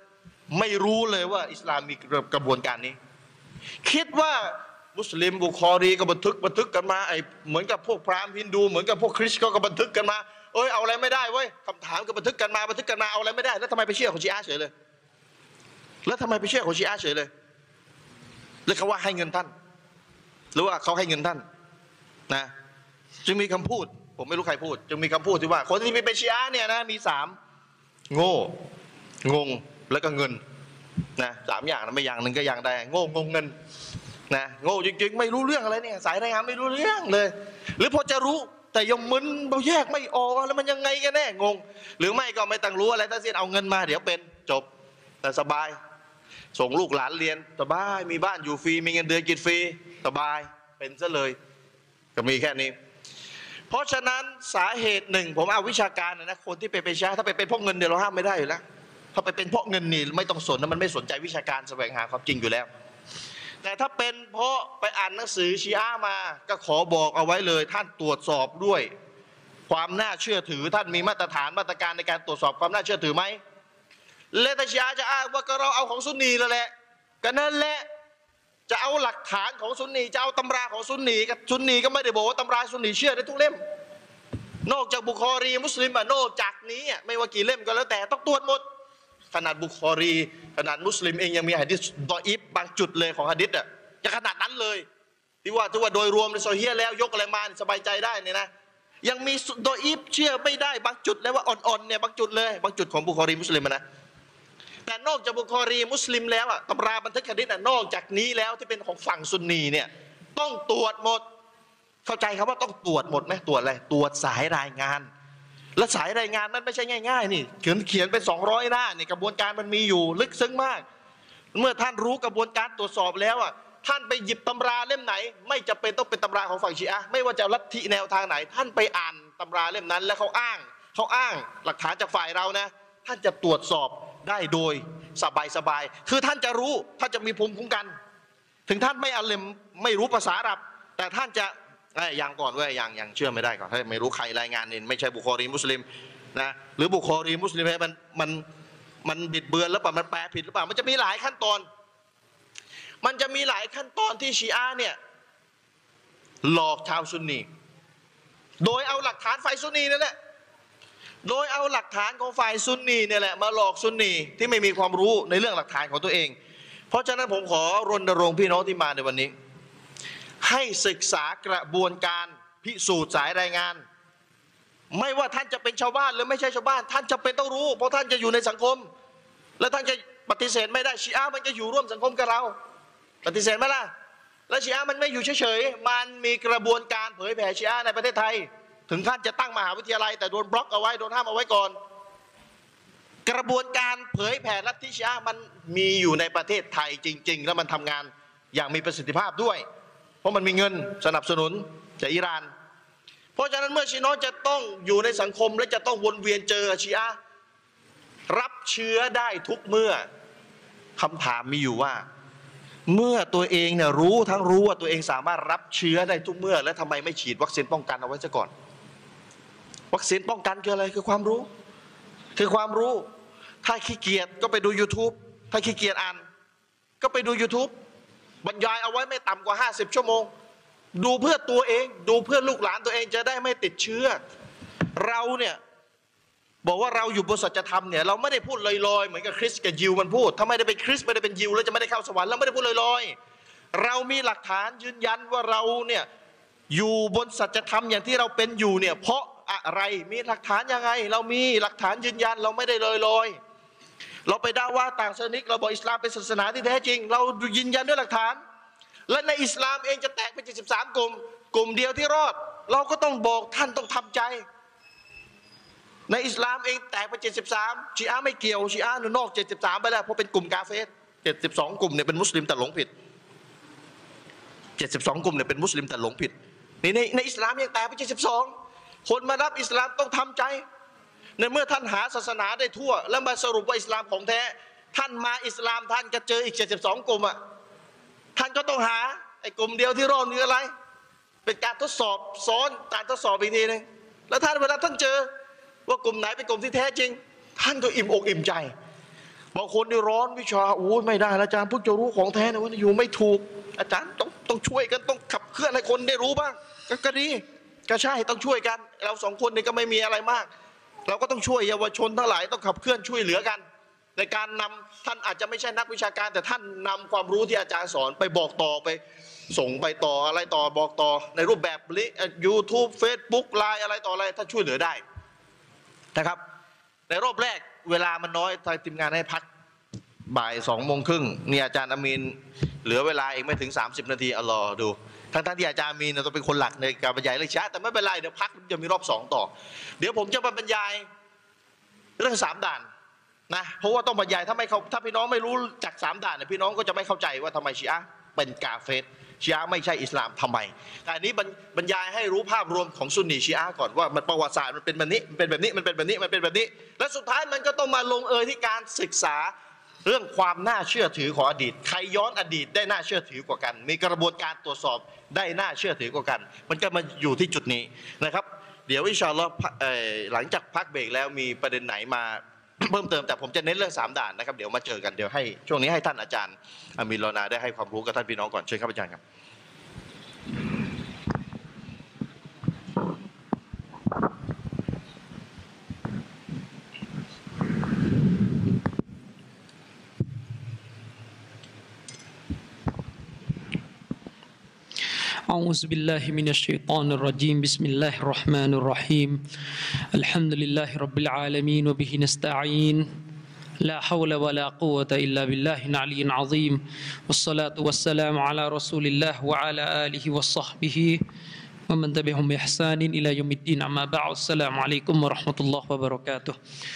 ไม่รู้เลยว่าอิสลามมีกระบวนการนี้คิดว่ามุสลิมบุคอรีก็บันทึกบันทึกกันมาไอ้เหมือนกับพวกพราหมณ์ฮินดูเหมือนกับพวกคริสต์ก็บันทึกกันมาเอ้ยเอาอะไรไม่ได้เว้ยคำถามก็บันทึกกันมาบันทึกกันมาเอาอะไรไม่ได้แล้วทำไมไปเชื่อของชีอะห์เฉยเลยแล้วทำไมไปเชื่อของชีอะห์เฉยเลยแล้วเขาว่าให้เงินท่านหรือว่าเขาให้เงินท่านนะจึงมีคำพูดผมไม่รู้ใครพูดจึงมีคำพูดที่ว่าคนที่เป็นชีอะห์เนี่ยนะมีสามโง่งงแล้วก็เงินนะสามอย่างนะไม่อย่างหนึ่งก็อย่างใดโง่งงเงินนะโง่จริงๆไม่รู้เรื่องอะไรเนี่ยสายรายงานไม่รู้เรื่องเลยหรือพอจะรู้แต่ยังมึนเราแยกไม่ออกแล้วมันยังไงกันแน่งงหรือไม่ก็ไม่ต้องรู้อะไรทั้งสิ้นเอาเงินมาเดี๋ยวเป็นจบแต่สบายส่งลูกหลานเรียนสบายมีบ้านอยู่ฟรีมีเงินเดือนกินฟรีสบายเป็นซะเลยก็มีแค่นี้เพราะฉะนั้นสาเหตุหนึ่งผมเอาวิชาการนะคนที่ไปไปช้าถ้าไปเป็นเพราะเงินเดี๋ยวเราห้ามไม่ได้อยู่แล้วถ้าไปเป็นเพราะเงินนี่ไม่ต้องสนนะมันไม่สนใจวิชาการแสวงหาความจริงอยู่แล้วแต่ถ้าเป็นเพราะไปอ่านหนังสือชีอะห์มาก็ขอบอกเอาไว้เลยท่านตรวจสอบด้วยความน่าเชื่อถือท่านมีมาตรฐานมาตรการในการตรวจสอบความน่าเชื่อถือไหมและถ้าชีอะห์จะอ้างว่าก็เราเอาของซุนนีนั่นแหละก็นั่นแหละจะเอาหลักฐานของซุนนีจะเอาตำราของซุนนีกับซุนนีก็ไม่ได้บอกว่าตำราซุนนีเชื่อได้ทุกเล่มนอกจากบุคอรีมุสลิมอะนอกจากนี้ไม่ว่ากี่เล่มก็แล้วแต่ต้องตรวจหมดขนาดบุคอรีขนาดมุสลิมเองยังมีหะดีษดออีฟบางจุดเลยของหะดีษอ่ะจะขนาดนั้นเลยที่ว่าที่ว่าโดยรวมในโซเฮียแล้วยกอะไรมาสบายใจได้เนี่ยนะยังมีดออีฟเชื่อไม่ได้บางจุดเลยว่าอ่อนๆเนี่ยบางจุดเลยบางจุดของบุคอรีมุสลิมนะแต่นอกจากบุคอรีมุสลิมแล้วอ่ะตำราบันทึกหะดีษอ่ะนอกจากนี้แล้วที่เป็นของฝั่งซุนนีเนี่ยต้องตรวจหมดเข้าใจครับว่าต้องตรวจหมดไหมตรวจอะไรตรวจสายรายงานและสายรายงานนั้นไม่ใช่ง่ายๆนี่เขียนเขียนเป็นสองร้อยหน้านี่กระบวนการมันมีอยู่ลึกซึ้งมากเมื่อท่านรู้กระบวนการตรวจสอบแล้วอ่ะท่านไปหยิบตำราเล่มไหนไม่จำเป็นต้องเป็นตำราของฝั่งชีอะห์ไม่ว่าจะลัทธิแนวทางไหนท่านไปอ่านตำราเล่มนั้นแล้วเขาอ้างเขาอ้างหลักฐานจากฝ่ายเรานะท่านจะตรวจสอบได้โดยสบายๆคือท่านจะรู้ท่านจะมีภูมิคุ้มกันถึงท่านไม่อาเลมไม่รู้ภาษาอาหรับแต่ท่านจะไอ้ยังก่อนเว้ยยังยังเชื่อไม่ได้ก่อนถ้าไม่รู้ใครรายงานเนี่ยไม่ใช่บุคอรีมุสลิมนะหรือบุคอรีมุสลิมมันมันมันบิดเบือนแล้วเปล่ามันแปลผิดหรือเปล่ามันจะมีหลายขั้นตอนมันจะมีหลายขั้นตอนที่ชีอะห์เนี่ยหลอกชาวซุนนีโดยเอาหลักฐานฝ่ายซุนนีนั่นแหละโดยเอาหลักฐานของฝ่ายซุนนีเนี่ยแหละมาหลอกซุนนีที่ไม่มีความรู้ในเรื่องหลักฐานของตัวเองเพราะฉะนั้นผมขอรณรงค์พี่น้องที่มาในวันนี้ให้ศึกษากระบวนการพิสูจน์สายรายงานไม่ว่าท่านจะเป็นชาวบ้านหรือไม่ใช่ชาวบ้านท่านจะเป็นต้องรู้เพราะท่านจะอยู่ในสังคมและท่านจะปฏิเสธไม่ได้ชีอะห์มันจะอยู่ร่วมสังคมกับเราปฏิเสธไหมล่ะและชีอะห์มันไม่อยู่เฉยๆมันมีกระบวนการเผยแผ่ชีอะห์ในประเทศไทยถึงขั้นจะตั้งมหาวิทยาลัยแต่โดนบล็อกเอาไว้โดนห้ามเอาไว้ก่อนกระบวนการเผยแผ่ลัทธิชีอะห์มันมีอยู่ในประเทศไทยจริงๆแล้วมันทำงานอย่างมีประสิทธิภาพด้วยเพราะมันมีเงินสนับสนุนจากอิหร่านเพราะฉะนั้นเมื่อชีน้อยจะต้องอยู่ในสังคมและจะต้องวนเวียนเจอชีอะห์รับเชื้อได้ทุกเมื่อคำถามมีอยู่ว่าเมื่อตัวเองเนี่ยรู้ทั้งรู้ว่าตัวเองสามารถรับเชื้อได้ทุกเมื่อแล้วทำไมไม่ฉีดวัคซีนป้องกันเอาไว้ซะก่อนวัคซีนป้องกันคืออะไรคือความรู้คือความรู้ถ้าขี้เกียจก็ไปดู YouTube ถ้าขี้เกียจอ่านก็ไปดู YouTubeบรรยายเอาไว้ไม่ต่ำกว่าห้าสิบชั่วโมงดูเพื่อตัวเองดูเพื่อลูกหลานตัวเองจะได้ไม่ติดเชื้อเราเนี่ยบอกว่าเราอยู่บนสัจธรรมเนี่ยเราไม่ได้พูดลอยๆเหมือนกับคริสกับยิวมันพูดถ้าไม่ได้เป็นคริสไม่ได้เป็นยิวแล้วจะไม่ได้เข้าสวรรค์เราไม่ได้พูดลอยๆเรามีหลักฐานยืนยันว่าเราเนี่ยอยู่บนสัจธรรมอย่างที่เราเป็นอยู่เนี่ยเพราะอะไรมีหลักฐานยังไงเรามีหลักฐานยืนยันเราไม่ได้ลอยๆเราไปด่าว่าต่างศาสนิกเราบอกอิสลามเป็นศาสนาที่แท้จริงเรายืนยันด้วยหลักฐานและในอิสลามเองจะแตกเป็นเจ็ดสิบสามกลุ่มกลุ่มเดียวที่รอดเราก็ต้องบอกท่านต้องทำใจในอิสลามเองแตกไปเจ็ดสิบสามชีอะห์ไม่เกี่ยวชีอะห์นอกเจ็ดสิบสามไปแล้วเพราะเป็นกลุ่มกาเฟรเจ็ดสิบสองกลุ่มเนี่ยเป็นมุสลิมแต่หลงผิดเจ็ดสิบสองกลุ่มเนี่ยเป็นมุสลิมแต่หลงผิดนี่ในในอิสลามยังแตกไปเจ็ดสิบสองคนมารับอิสลามต้องทำใจในเมื่อท่านหาศาสนาได้ทั่วแล้วมาสรุปว่าอิสลามของแท้ท่านมาอิสลามท่านก็เจออีกเจ็ดสิบสองกลุ่มอ่ะท่านก็ต้องหาไอ้กลุ่มเดียวที่รอดคืออะไรเป็นการทดสอบซ้อนการทดสอบอีกทีนึงแล้วท่านเวลาท่านเจอว่ากลุ่มไหนเป็นกลุ่มที่แท้จริงท่านก็อิ่มอกอิ่มใจบางคนนี่ร้อนวิชาโอ้ยไม่ได้อาจารย์เพิ่งจะรู้ของแท้นะว่าอยู่ไม่ถูกอาจารย์ต้องต้องช่วยกันต้องขับเคลื่อนให้คนได้รู้บ้างก็ก็ดีก็ใช่ต้องช่วยกันเราสองคนนี่ก็ไม่มีอะไรมากเราก็ต้องช่วยเยาวชนทั้งหลายต้องขับเคลื่อนช่วยเหลือกันในการนำท่านอาจจะไม่ใช่นักวิชาการแต่ท่านนำความรู้ที่อาจารย์สอนไปบอกต่อไปส่งไปต่ออะไรต่อบอกต่อในรูปแบบยูทูบเฟซบุ๊กไลน์อะไรต่ออะไรถ้าช่วยเหลือได้นะครับในรอบแรกเวลามันน้อยทางทีมงานให้พักบ่ายสองโมงครึ่งนี่อาจารย์อามีนเหลือเวลาเองไม่ถึงสามสิบนาทีอัลลอฮ์ดูทั้งทั้งที่อาจารย์อามีนต้องเป็นคนหลักในการบรรยายเรื่องช้าแต่ไม่เป็นไรเดี๋ยวพักจะมีรอบสองต่อเดี๋ยวผมจะมาบรรยายเรื่องสามด่านนะเพราะว่าต้องบรรยายถ้าไม่เขาถ้าพี่น้องไม่รู้จากสามด่านเนี่ยพี่น้องก็จะไม่เข้าใจว่าทำไมชีอะห์เป็นกาเฟรชีอะห์ไม่ใช่อิสลามทำไมแต่อันนี้บรรยายให้รู้ภาพรวมของซุนนีชีอะห์ก่อนว่ามันประวัติศาสตร์มันเป็นแบบนี้มันเป็นแบบนี้มันเป็นแบบนี้มันเป็นแบบนี้และสุดท้ายมันก็ต้องมาลงเอยที่การศึกษาเรื่องความน่าเชื่อถือของอดีตใครย้อนอดีตได้น่าเชื่อถือกว่ากันมีกระบวนการตรวจสอบได้น่าเชื่อถือกว่ากันมันก็มาอยู่ที่จุดนี้นะครับเดี๋ยวอินชาอัลลอฮ์หลังจากพักเบรกแล้วมีประเด็นไหนมาเพิ่มเติมแต่ผมจะเน้นเรื่องสามด่านนะครับเดี๋ยวมาเจอกันเดี๋ยวให้ช่วงนี้ให้ท่านอาจารย์อามีน รอนาได้ให้ความรู้กับท่านพี่น้องก่อนเชิญครับอาจารย์ครับ أعوذ بالله من الشيطان الرجيم بسم الله الرحمن الرحيم الحمد لله رب العالمين وبه نستعين لا حول ولا قوة إلا بالله العلي العظيم والصلاة والسلام على رسول الله وعلى آله وصحبه ومن تبعهم بإحسان إلى يوم الدين أما بعد السلام عليكم ورحمة الله وبركاته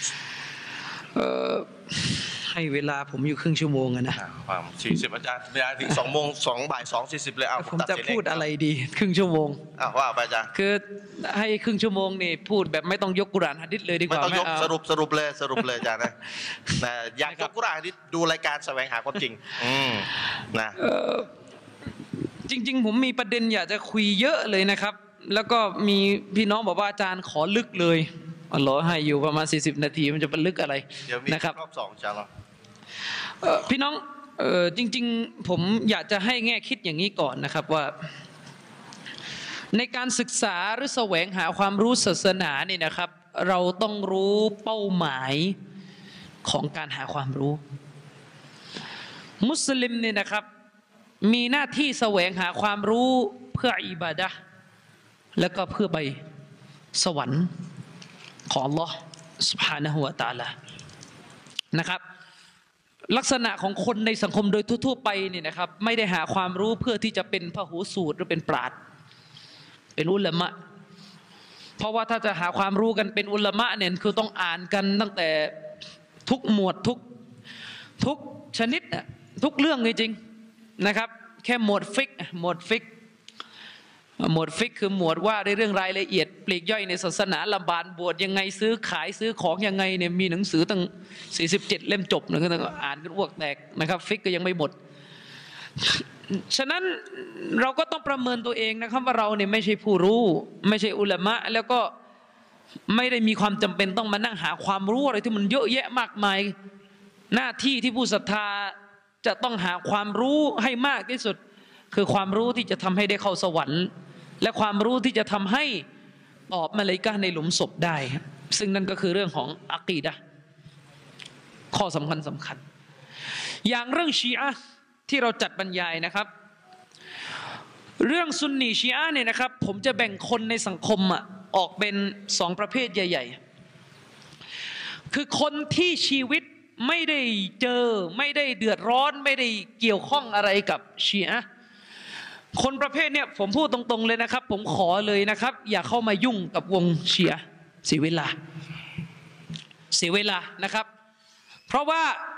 ให้เวลาผมอยู่ครึ่งชั่วโมงนะสี่สิบอาจารย์เวลาถึงสองโมงสองบ่ายสองสี่สิบเลยเอาผมจะพูดอะไรดีครึ่งชั่วโมงอ้าวว่าไปอาจารย์คือให้ครึ่งชั่วโมงนี่พูดแบบไม่ต้องยกกุรอานหะดีษเลยดีกว่าไม่ต้องยกสรุปสรุปเลยสรุปเลยอาจารย์นะนะอยากยกกุรอานหะดีษดูรายการแสวงหาความจริงอืมนะจริงๆผมมีประเด็นอยากจะคุยเยอะเลยนะครับแล้วก็มีพี่น้องบอกว่าอาจารย์ขอลึกเลยอัลลอฮ์ให้อยู่ประมาณสี่สิบนาทีมันจะเป็นลึกอะไรนะครับรอบสองจ้าพี่น้องจริงๆผมอยากจะให้แง่คิดอย่างนี้ก่อนนะครับว่าในการศึกษาหรือแสวงหาความรู้ศาสนานี่นะครับเราต้องรู้เป้าหมายของการหาความรู้มุสลิมเนี่ยนะครับมีหน้าที่แสวงหาความรู้เพื่ออิบาดะห์แล้วก็เพื่อไปสวรรค์ของอัลลอฮ์ซุบฮานะฮูวะตะอาลานะครับลักษณะของคนในสังคมโดยทั่วๆไปเนี่ยนะครับไม่ได้หาความรู้เพื่อที่จะเป็นพหูสูตรหรือเป็นปราชญ์เป็นอุลามะเพราะว่าถ้าจะหาความรู้กันเป็นอุลามะเนี่ยคือต้องอ่านกันตั้งแต่ทุกหมวดทุกทุกชนิดนะทุกเรื่องจริงๆนะครับแค่หมวดฟิกหมวดฟิกหมวดฟิกคือหมวดว่าในเรื่องรายละเอียดปลีกย่อยในศาสนาละบานบวชยังไงซื้อขายซื้อของยังไงเนี่ยมีหนังสือตั้งสี่สิบเจ็ดเล่มจบนะก็ต้องอ่านกันอ้วกแตกนะครับฟิกก็ยังไม่หมดฉะนั้นเราก็ต้องประเมินตัวเองนะครับว่าเราเนี่ยไม่ใช่ผู้รู้ไม่ใช่อุลามะแล้วก็ไม่ได้มีความจำเป็นต้องมานั่งหาความรู้อะไรที่มันเยอะแยะมากมายหน้าที่ที่ผู้ศรัทธาจะต้องหาความรู้ให้มากที่สุดคือความรู้ที่จะทำให้ได้เข้าสวรรค์และความรู้ที่จะทำให้ตอบมาเลาอิกะฮ์ในหลุมศพได้ซึ่งนั่นก็คือเรื่องของอะกีดะห์ข้อสำคัญสำคัญอย่างเรื่องชีอะห์ที่เราจัดบรรยายนะครับเรื่องซุนนีชีอะห์เนี่ยนะครับผมจะแบ่งคนในสังคมอ่ะออกเป็นสองประเภทใหญ่ๆคือคนที่ชีวิตไม่ได้เจอไม่ได้เดือดร้อนไม่ได้เกี่ยวข้องอะไรกับชีอะห์คนประเภทเนี้ยผมพูดตรงๆเลยนะครับผมขอเลยนะครับอย่าเข้ามายุ่งกับวงชีอะห์เสียเวลาเสียเวลานะครับเพราะว่า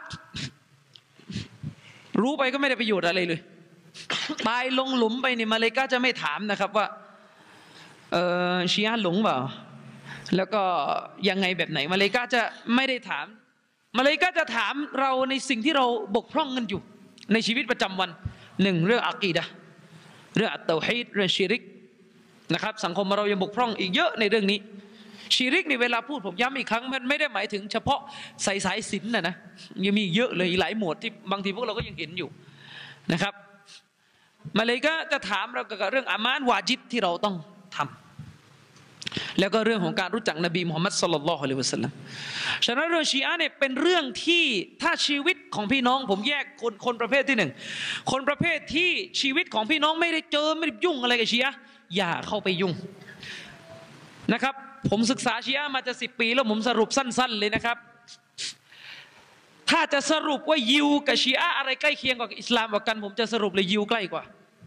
รู้ไปก็ไม่ได้ประโยชน์อะไรเลยตายลงหลุมไปเนี่ยมาเลกาจะไม่ถามนะครับว่าเออชีอะห์หลงเปล่าแล้วก็ยังไงแบบไหนมาเลกาจะไม่ได้ถามมาเลกาจะถามเราในสิ่งที่เราบกพร่องกันอยู่ในชีวิตประจำวันหนึ่งเรื่องอะกีดะห์เรื่องอัตเตาฮีดเรื่องชิริกนะครับสังคมเรายังบกพร่องอีกเยอะในเรื่องนี้ชิริกนี่เวลาพูดผมย้ำอีกครั้งมันไม่ได้หมายถึงเฉพาะใส่สายสิญจน์นะนะยังมีเยอะเลยหลายหมวดที่บางทีพวกเราก็ยังเห็นอยู่นะครับมาเลยก็จะถามเราเกี่ยวกับเรื่องอามานวาญิบที่เราต้องทำแล้วก็เรื่องของการรู้จักนบีมุฮัมมัดศ็อลลัลลอฮุอะลัยฮิวะซัลลัมฉะนั้นเรื่องชีอะห์เนี่ยเป็นเรื่องที่ถ้าชีวิตของพี่น้องผมแยกคนคนประเภทที่หนึ่งคนประเภทที่ชีวิตของพี่น้องไม่ได้เจอไม่ได้ยุ่งอะไรกับชีอะห์อย่าเข้าไปยุ่งนะครับผมศึกษาชีอะห์มาจะสิบปีแล้วผมสรุปสั้นๆเลยนะครับถ้าจะสรุปว่ายิวกับชีอะห์อะไรใกล้เคียงกับอิสลามกว่ากันผมจะสรุปเลยยิวใกล้กว่า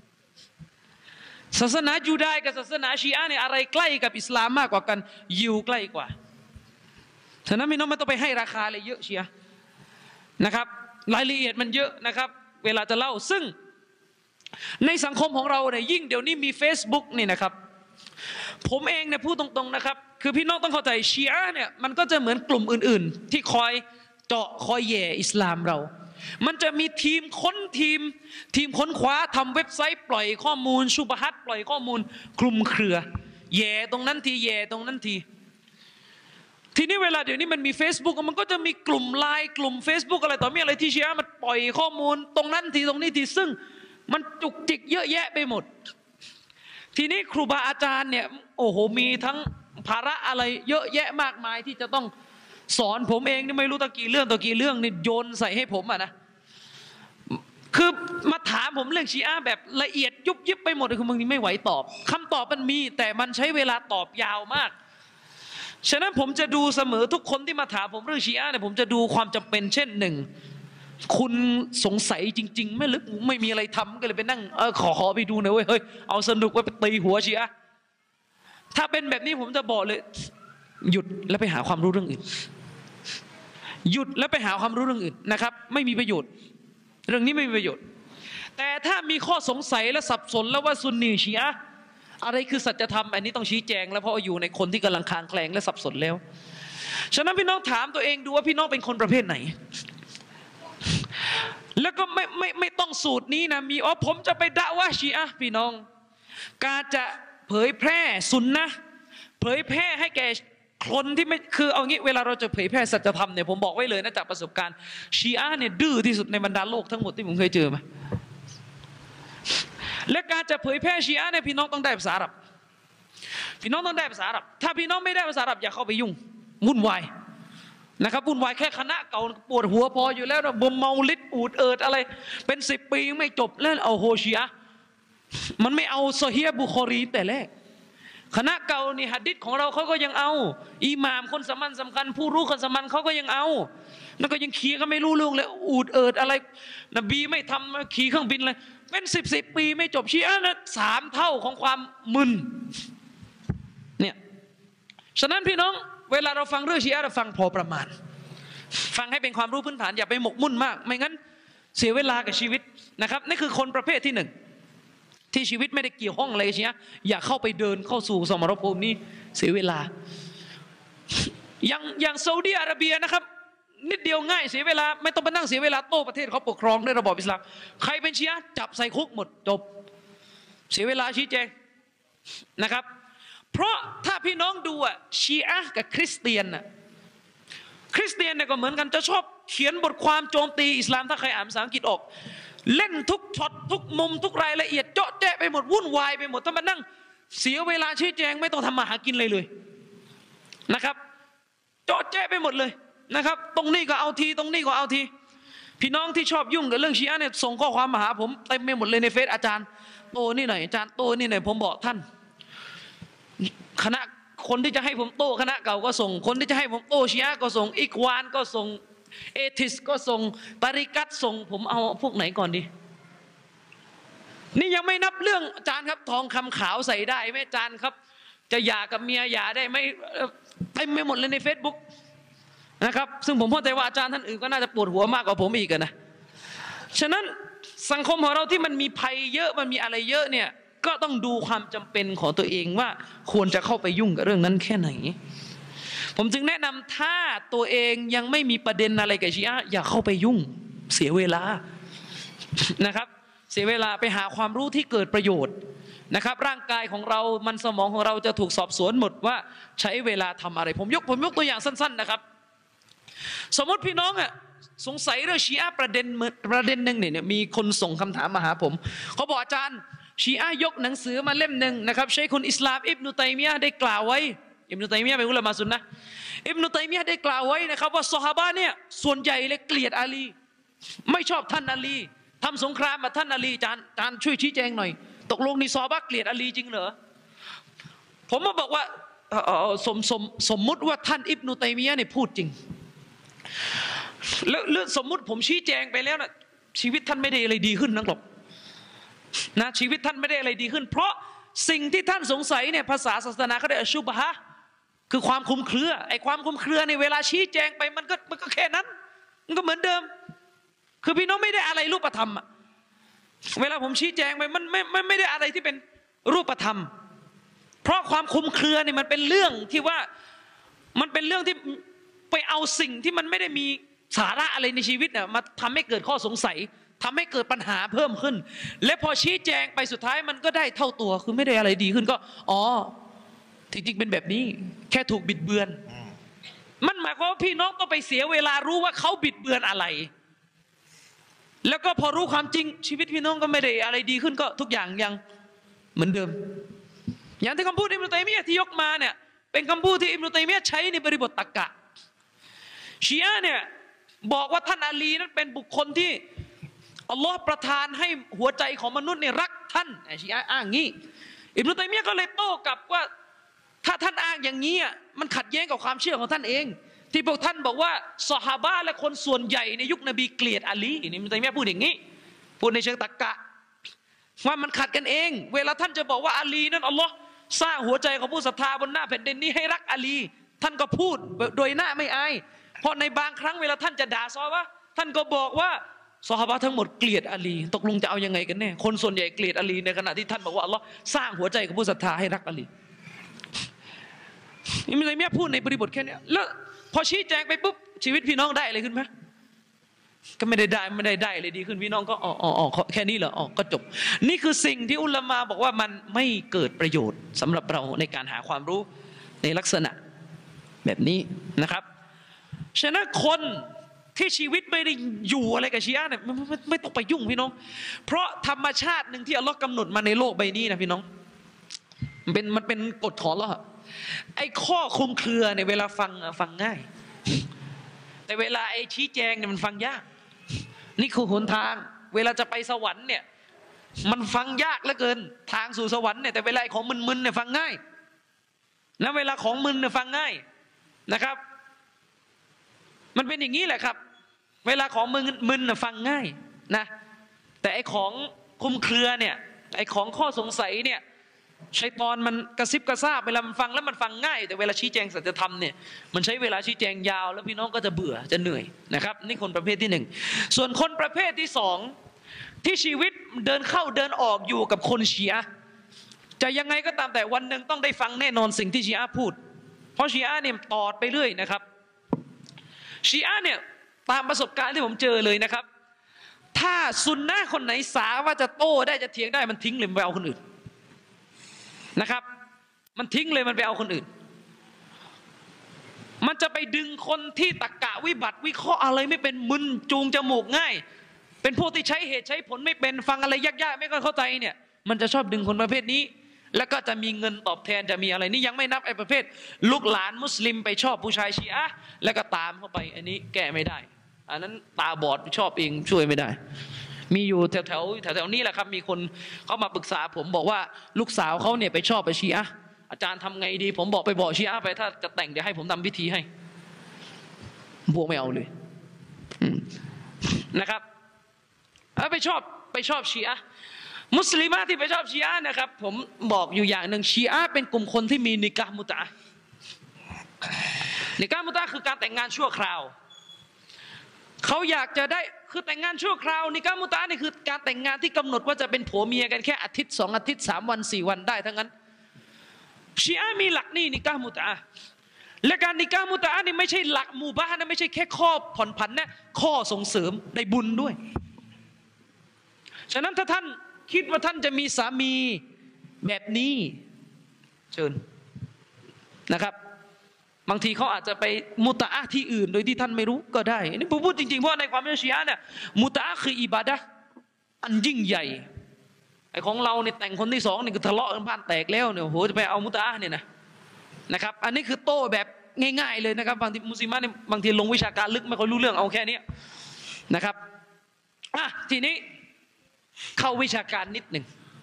ศาสนายูดายกับศาสนาชีอะห์เนี่ยอะไรใกล้กับอิสลามมากกว่ากันยิวใกล้กว่าฉะนั้นพี่น้องไม่ต้องไปให้ราคาเลยเยอะเชียนะครับรายละเอียดมันเยอะนะครับเวลาจะเล่าซึ่งในสังคมของเราเนี่ยยิ่งเดี๋ยวนี้มี Facebook นี่นะครับผมเองเนี่ยพูดตรงๆนะครับคือพี่น้องต้องเข้าใจชีอะห์เนี่ยมันก็จะเหมือนกลุ่มอื่นๆที่คอยเจาะคอยแย่อิสลามเรามันจะมีทีมค้นทีมทีมค้นคว้าทำเว็บไซต์ปล่อยข้อมูลชุบฮัดปล่อยข้อมูลคลุมเครือแย่ตรงนั้นทีแย่ตรงนั้นทีทีนี้เวลาเดี๋ยวนี้มันมี Facebook มันก็จะมีกลุ่มไลน์กลุ่ม Facebook อะไรต่อมีอะไรที่เชียร์มันปล่อยข้อมูลตรงนั้นทีตรงนี้ทีซึ่งมันจุกจิกเยอะแยะไปหมดทีนี้ครูบาอาจารย์เนี่ยโอ้โหมีทั้งภาระอะไรเยอะแยะมากมายที่จะต้องสอนผมเองนี่ไม่รู้ตะกี้เรื่องตะกี้เรื่องนี่โยนใส่ให้ผมอ่ะนะคือมาถามผมเรื่องชีอะห์แบบละเอียดยุบยิบไปหมดเลยคือบางทีไม่ไหวตอบคำตอบมันมีแต่มันใช้เวลาตอบยาวมากฉะนั้นผมจะดูเสมอทุกคนที่มาถามผมเรื่องชีอะห์เนี่ยผมจะดูความจำเป็นเช่นหนึ่งคุณสงสัยจริงๆไม่ลึกไม่มีอะไรทำก็เลยไปนั่งเออขอขอไปดูหน่อยเว้ยเฮ้ยเอาสนุกไว้ไปตีหัวชีอะห์ถ้าเป็นแบบนี้ผมจะบอกเลยหยุดแล้วไปหาความรู้เรื่องอื่นหยุดแล้วไปหาความรู้เรื่องอื่นนะครับไม่มีประโยชน์เรื่องนี้ไม่มีประโยชน์แต่ถ้ามีข้อสงสัยและสับสนแล้วว่าซุนนีชีอะห์อะไรคือสัจธรรมอันนี้ต้องชี้แจงแล้วเพราะอยู่ในคนที่กำลังคลางแคลงและสับสนแล้วฉะนั้นพี่น้องถามตัวเองดูว่าพี่น้องเป็นคนประเภทไหนแล้วก็ไม่ไม่ไม่ต้องสูตรนี้นะมีอ๋อผมจะไปด่าว่าชีอะห์พี่น้องการจะเผยแพร่ซุนนะห์เผยแพร่ให้แก่คนที่ไม่คือเอางี้เวลาเราจะเผยแพร่สัจธรรมเนี่ยผมบอกไว้เลยนะจากประสบการณ์ชีอะห์เนี่ยดื้อที่สุดในบรรดาโลกทั้งหมดที่ผมเคยเจอมาและการจะเผยแพร่ชีอะห์เนี่ยพี่น้องต้องได้ภาษาอาหรับพี่น้องต้องได้ภาษาอาหรับถ้าพี่น้องไม่ได้ภาษาอาหรับอย่าเข้าไปยุ่งวุ่นวายนะครับวุ่นวายแค่คณะเก่าปวดหัวพออยู่แล้วนะบ่มเมาลิดอูดเอิดอะไรเป็นสิบปียังไม่จบแล้วเอาโฮชีอะห์มันไม่เอาซอฮีฮ์บุคอรีแต่แรกคณะเก่านี่หะดีษของเราเขาก็ยังเอาอิหม่ามคนสำคัญสำคัญผู้รู้คนสำคัญเขาก็ยังเอาแล้วก็ยังขี่ก็ไม่รู้เรื่องเลยอูดเอิดอะไรนบีไม่ทำขี่เครื่องบินเลยเป็นสิบสิบปีไม่จบชีอะห์นะสามเท่าของความมึนเนี่ยฉะนั้นพี่น้องเวลาเราฟังเรื่องชีอะห์เราฟังพอประมาณฟังให้เป็นความรู้พื้นฐานอย่าไปหมกมุ่นมากไม่งั้นเสียเวลากับชีวิตนะครับนี่คือคนประเภทที่หนึ่งที่ชีวิตไม่ได้เกี่ยวข้องอะไรกับชีอะห์อย่าเข้าไปเดินเข้าสู่สมรภูมินี้เสียเวลาอย่างอย่างซาอุดิอาระเบียนะครับนิดเดียวง่ายเสียเวลาไม่ต้องไปนั่งเสียเวลาโต้ประเทศเขาปกครองด้วยระบอบอิสลามใครเป็นชีอะห์จับใส่คุกหมดจบเสียเวลาชี้แจงนะครับเพราะถ้าพี่น้องดูอ่ะชีอะห์กับคริสเตียนน่ะคริสเตียนเนี่ยก็เหมือนกันจะชอบเขียนบทความโจมตีอิสลามถ้าใครอ่านภาษาอังกฤษออกเล่นทุกช็อตทุกมุมทุกรายละเอียดเจาะแจ๊ะไปหมดวุ่นวายไปหมดถ้ามานั่งเสียเวลาชี้แจงไม่ต้องทำมาหากินเลยเลยนะครับเจาะแจ๊ะไปหมดเลยนะครับตรงนี้ก็เอาทีตรงนี้ก็เอาทีพี่น้องที่ชอบยุ่งกับเรื่องชีอะห์เนี่ยส่งข้อความมาหาผมเต็มไปหมดเลยในเฟซอาจารย์โตนี่หน่อยอาจารย์โตนี่หน่อยผมบอกท่านคณะคนที่จะให้ผมโตคณะเก่าก็ส่งคนที่จะให้ผมโตชีอะห์ก็ส่งอิควานก็ส่งเอทิสก็ส่งตาริกัตส่งผมเอาพวกไหนก่อนดีนี่ยังไม่นับเรื่องอาจารย์ครับทองคำขาวใส่ได้ไหมอาจารย์ครับจะหย่ากับเมียหย่าได้ไหมเต็มไปหมดเลยใน Facebook นะครับซึ่งผมเข้าใจว่าอาจารย์ท่านอื่นก็น่าจะปวดหัวมากกว่าผมอีกนะฉะนั้นสังคมของเราที่มันมีภัยเยอะมันมีอะไรเยอะเนี่ยก็ต้องดูความจำเป็นของตัวเองว่าควรจะเข้าไปยุ่งกับเรื่องนั้นแค่ไหนผมจึงแนะนำถ้าตัวเองยังไม่มีประเด็นอะไรกับชีอะห์อย่าเข้าไปยุ่งเสียเวลานะครับเสียเวลาไปหาความรู้ที่เกิดประโยชน์นะครับร่างกายของเรามันสมองของเราจะถูกสอบสวนหมดว่าใช้เวลาทำอะไรผมยกผมยกตัวอย่างสั้นๆนะครับสมมติพี่น้องอ่ะสงสัยเรื่องชีอะห์ประเด็นประเด็นหนึ่งเนี่ยมีคนส่งคำถามมาหาผมเขาบอกอาจารย์ชีอะห์ยกหนังสือมาเล่มหนึ่งนะครับชัยคุลอิสลามอิบนุตัยมียะห์ได้กล่าวไว้อิบนุตัยมียะห์เป็นอุลามะซุนนะห์อิบนุตัยมียะห์ได้กล่าวไว้นะครับว่าซอฮาบะห์เนี่ยส่วนใหญ่เลยเกลียดอาลีไม่ชอบท่านอาลีทำสงครามมาท่านอาลีอาจารย์อาจารย์ช่วยชี้แจงหน่อยตกลงนี่ซอฮาบะห์เกลียดอาลีจริงเหรอผมมาบอกว่าสมสมสมมุติว่าท่านอิบนุตัยมียะห์เนี่ยพูดจริงแล้วสมมุติผมชี้แจงไปแล้วนะชีวิตท่านไม่ได้อะไรดีขึ้นนักหรอกนะชีวิตท่านไม่ได้อะไรดีขึ้นเพราะสิ่งที่ท่านสงสัยเนี่ยภาษาศาสนาเขาเรียกอัชชุบฮะห์คือความคลุมเครือไอ้ความคลุมเครือในเวลาชี้แจงไปมันก็มันก็แค่นั้นมันก็เหมือนเดิมคือพี่น้องไม่ได้อะไรรูปธรรมอะเวลาผมชี้แจงไปมันไม่ไม่ไม่ได้อะไรที่เป็นรูปธรรมเพราะความคลุมเครือเนี่ยมันเป็นเรื่องที่ว่ามันเป็นเรื่องที่ไปเอาสิ่งที่มันไม่ได้มีสาระอะไรในชีวิตเนี่ยมาทำให้เกิดข้อสงสัยทำให้เกิดปัญหาเพิ่มขึ้นและพอชี้แจงไปสุดท้ายมันก็ได้เท่าตัวคือไม่ได้อะไรดีขึ้นก็อ๋อที่จริงเป็นแบบนี้แค่ถูกบิดเบือนมันหมายความว่าพี่น้องต้องไปเสียเวลารู้ว่าเขาบิดเบือนอะไรแล้วก็พอรู้ความจริงชีวิตพี่น้องก็ไม่ได้อะไรดีขึ้นก็ทุกอย่างยังเหมือนเดิมอย่างที่คำพูดอิบนุตัยมียะห์ที่ยกมาเนี่ยเป็นคำพูดที่อิบนุตัยมียะห์ใช้ในบริบทตรรกะชีอะห์เนี่ยบอกว่าท่านอาลีนั้นเป็นบุคคลที่อัลลอฮ์ประทานให้หัวใจของมนุษย์เนี่ยรักท่านชีอะห์อ้างงี้อิบนุตัยมียะห์ก็เลยโต้กลับว่าถ้าท่านอ้างอย่างนี้มันขัดแย้งกับความเชื่อของท่านเองที่พวกท่านบอกว่าซอฮาบะห์และคนส่วนใหญ่ในยุคนบีเกลียดอาลีอิบนุตัยมียะห์พูดอย่างนี้พูดในเชิงตรรกะว่ามันขัดกันเองเวลาท่านจะบอกว่าอาลีนั้นอัลลอฮ์สร้างหัวใจของผู้ศรัทธาบนหน้าแผ่นดินนี้ให้รักอาลีท่านก็พูดโดยหน้าไม่อายเพราะในบางครั้งเวลาท่านจะด่าซอฮาบะห์ท่านก็บอกว่าซอฮาบะห์ทั้งหมดเกลียดอาลีตกลงจะเอายังไงกันแน่คนส่วนใหญ่เกลียดอาลีในขณะที่ท่านบอกว่าอัลลอฮ์สร้างหัวใจของผู้ศรัทธาให้รักอาลีอิบนุตัยมียะห์พูดในบริบทแค่นี้แล้วพอชี้แจงไปปุ๊บชีวิตพี่น้องได้อะไรขึ้นไหมก็ไม่ได้ได้ไม่ได้ได้เลยดีขึ้นพี่น้องก็อ๋ออ๋อแค่นี้เหรออ๋อก็จบนี่คือสิ่งที่อุลามะบอกว่ามันไม่เกิดประโยชน์สำหรับเราในการหาความรู้ในลักษณะแบบนี้นะครับฉะนั้นคนที่ชีวิตไม่ได้อยู่อะไรกับชีอะห์เนี่ยไม่ไม่ไม่ต้องไปยุ่งพี่น้องเพราะธรรมชาติหนึ่งที่อัลลอฮ์กำหนดมาในโลกใบนี้นะพี่น้องมันเป็นมันเป็นกฎของอัลลอฮ์ไอ้ข้อคลุมเครือในเวลาฟังฟังง่ายแต่เวลาไอ้ชี้แจงเนี่ยมันฟังยากนี่คือหนทางเวลาจะไปสวรรค์เนี่ยมันฟังยากเหลือเกินทางสู่สวรรค์เนี่ยแต่เวลาของมึนๆเนี่ยฟังง่ายนะเวลาของมึนเนี่ยฟังง่ายนะครับมันเป็นอย่างนี้แหละครับเวลาของมึนมึนเนี่ยฟังง่ายนะแต่ไอ้ของคลุมเครือเนี่ยไอ้ของข้อสงสัยเนี่ยชัยฏอนมันกระซิบกระซาบเวลามันฟังแล้วมันฟังง่ายแต่เวลาชี้แจงสัจธรรมเนี่ยมันใช้เวลาชี้แจงยาวแล้วพี่น้องก็จะเบื่อจะเหนื่อยนะครับนี่คนประเภทที่หนึ่งส่วนคนประเภทที่สองที่ชีวิตเดินเข้าเดินออกอยู่กับคนชีอะห์จะยังไงก็ตามแต่วันหนึ่งต้องได้ฟังแน่นอนสิ่งที่ชีอะห์พูดเพราะชีอะห์เนี่ยตอดไปเรื่อยนะครับชีอะห์เนี่ยตามประสบการณ์ที่ผมเจอเลยนะครับถ้าซุนนะห์คนไหนสาว่าจะโต้ได้จะเถียงได้มันทิ้งเลยไปเอาคนอื่นนะครับมันทิ้งเลยมันไปเอาคนอื่นมันจะไปดึงคนที่ตรรกะวิบัติวิเคราะห์อะไรไม่เป็นมึนจูงจมูกง่ายเป็นพวกที่ใช้เหตุใช้ผลไม่เป็นฟังอะไรยากๆไม่ค่อยเข้าใจเนี่ยมันจะชอบดึงคนประเภทนี้แล้วก็จะมีเงินตอบแทนจะมีอะไรนี่ยังไม่นับไอ้ประเภทลูกหลานมุสลิมไปชอบผู้ชายชีอะห์แล้วก็ตามเข้าไปอันนี้แก้ไม่ได้อันนั้นตาบอดชอบเองช่วยไม่ได้มีอยู่แถวแถวแถวแถวนี้แหละครับมีคนเขามาปรึกษาผมบอกว่าลูกสาวเขาเนี่ยไปชอบไปชีอะห์อาจารย์ทำไงดีผมบอกไปบอกชีอะห์ไปถ้าจะแต่งเดี๋ยวให้ผมทำพิธีให้พวกไม่เอาเลยนะครับไปชอบไปชอบชีอะห์มุสลิมะที่ไปชอบชีอะห์นะครับผมบอกอยู่อย่างหนึ่งชีอะห์เป็นกลุ่มคนที่มีนิกะห์มุตะอะห์นิกะห์มุตะอะห์คือการแต่งงานชั่วคราวเขาอยากจะได้คือแต่งงานชั่วคราวนิกะห์มุตะอะห์นี่คือการแต่งงานที่กำหนดว่าจะเป็นผัวเมียกันแค่อาทิตย์สองอาทิตย์สามวันสี่วันได้ทั้งนั้นชีอะห์มีหลักนี่นิกะห์มุตะอะห์และการนิกะห์มุตะอะห์นี่ไม่ใช่หลักมูบาฮ์นะไม่ใช่แค่ข้อผ่อนผันนะข้อส่งเสริมในบุญด้วยฉะนั้นถ้าท่านคิดว่าท่านจะมีสามีแบบนี้เชิญนะครับบางทีเขาอาจจะไปมุตะอะห์ที่อื่นโดยที่ท่านไม่รู้ก็ได้นี่ผมพูดจริงๆเพราะในความเชื่อชีอะห์เนี่ยมุตะอะห์คืออิบาดะห์อันยิ่งใหญ่ไอ้ของเราเนี่ยแต่งคนที่สองนี่ก็ทะเลาะกันบ้านแตกแล้วเนี่ยโหจะไปเอามุตะอะห์เนี่ยนะนะครับอันนี้คือโต้แบบง่ายๆเลยนะครับบางทีมุสลิมะเนี่ยบางทีลงวิชาการลึกไม่ค่อยรู้เรื่องเอาแค่นี้นะครับอ่ะทีนี้เข้าวิชาการนิดหนึ่ง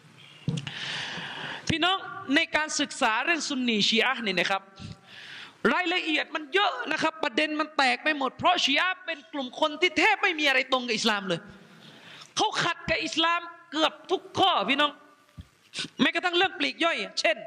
พี่น้องในการศึกษาเรื่องซุนนีชีอะห์นี่นะครับรายละเอียดมันเยอะนะครับประเด็นมันแตกไปหมดเพราะชีอะห์เป็นกลุ่มคนที่แทบไม่มีอะไรตรงกับอิสลามเลยเขาขัดกับอิสลามเกือบทุกข้อพี่น้องแม้กระทั่งเรื่องปลีกย่อยเช่น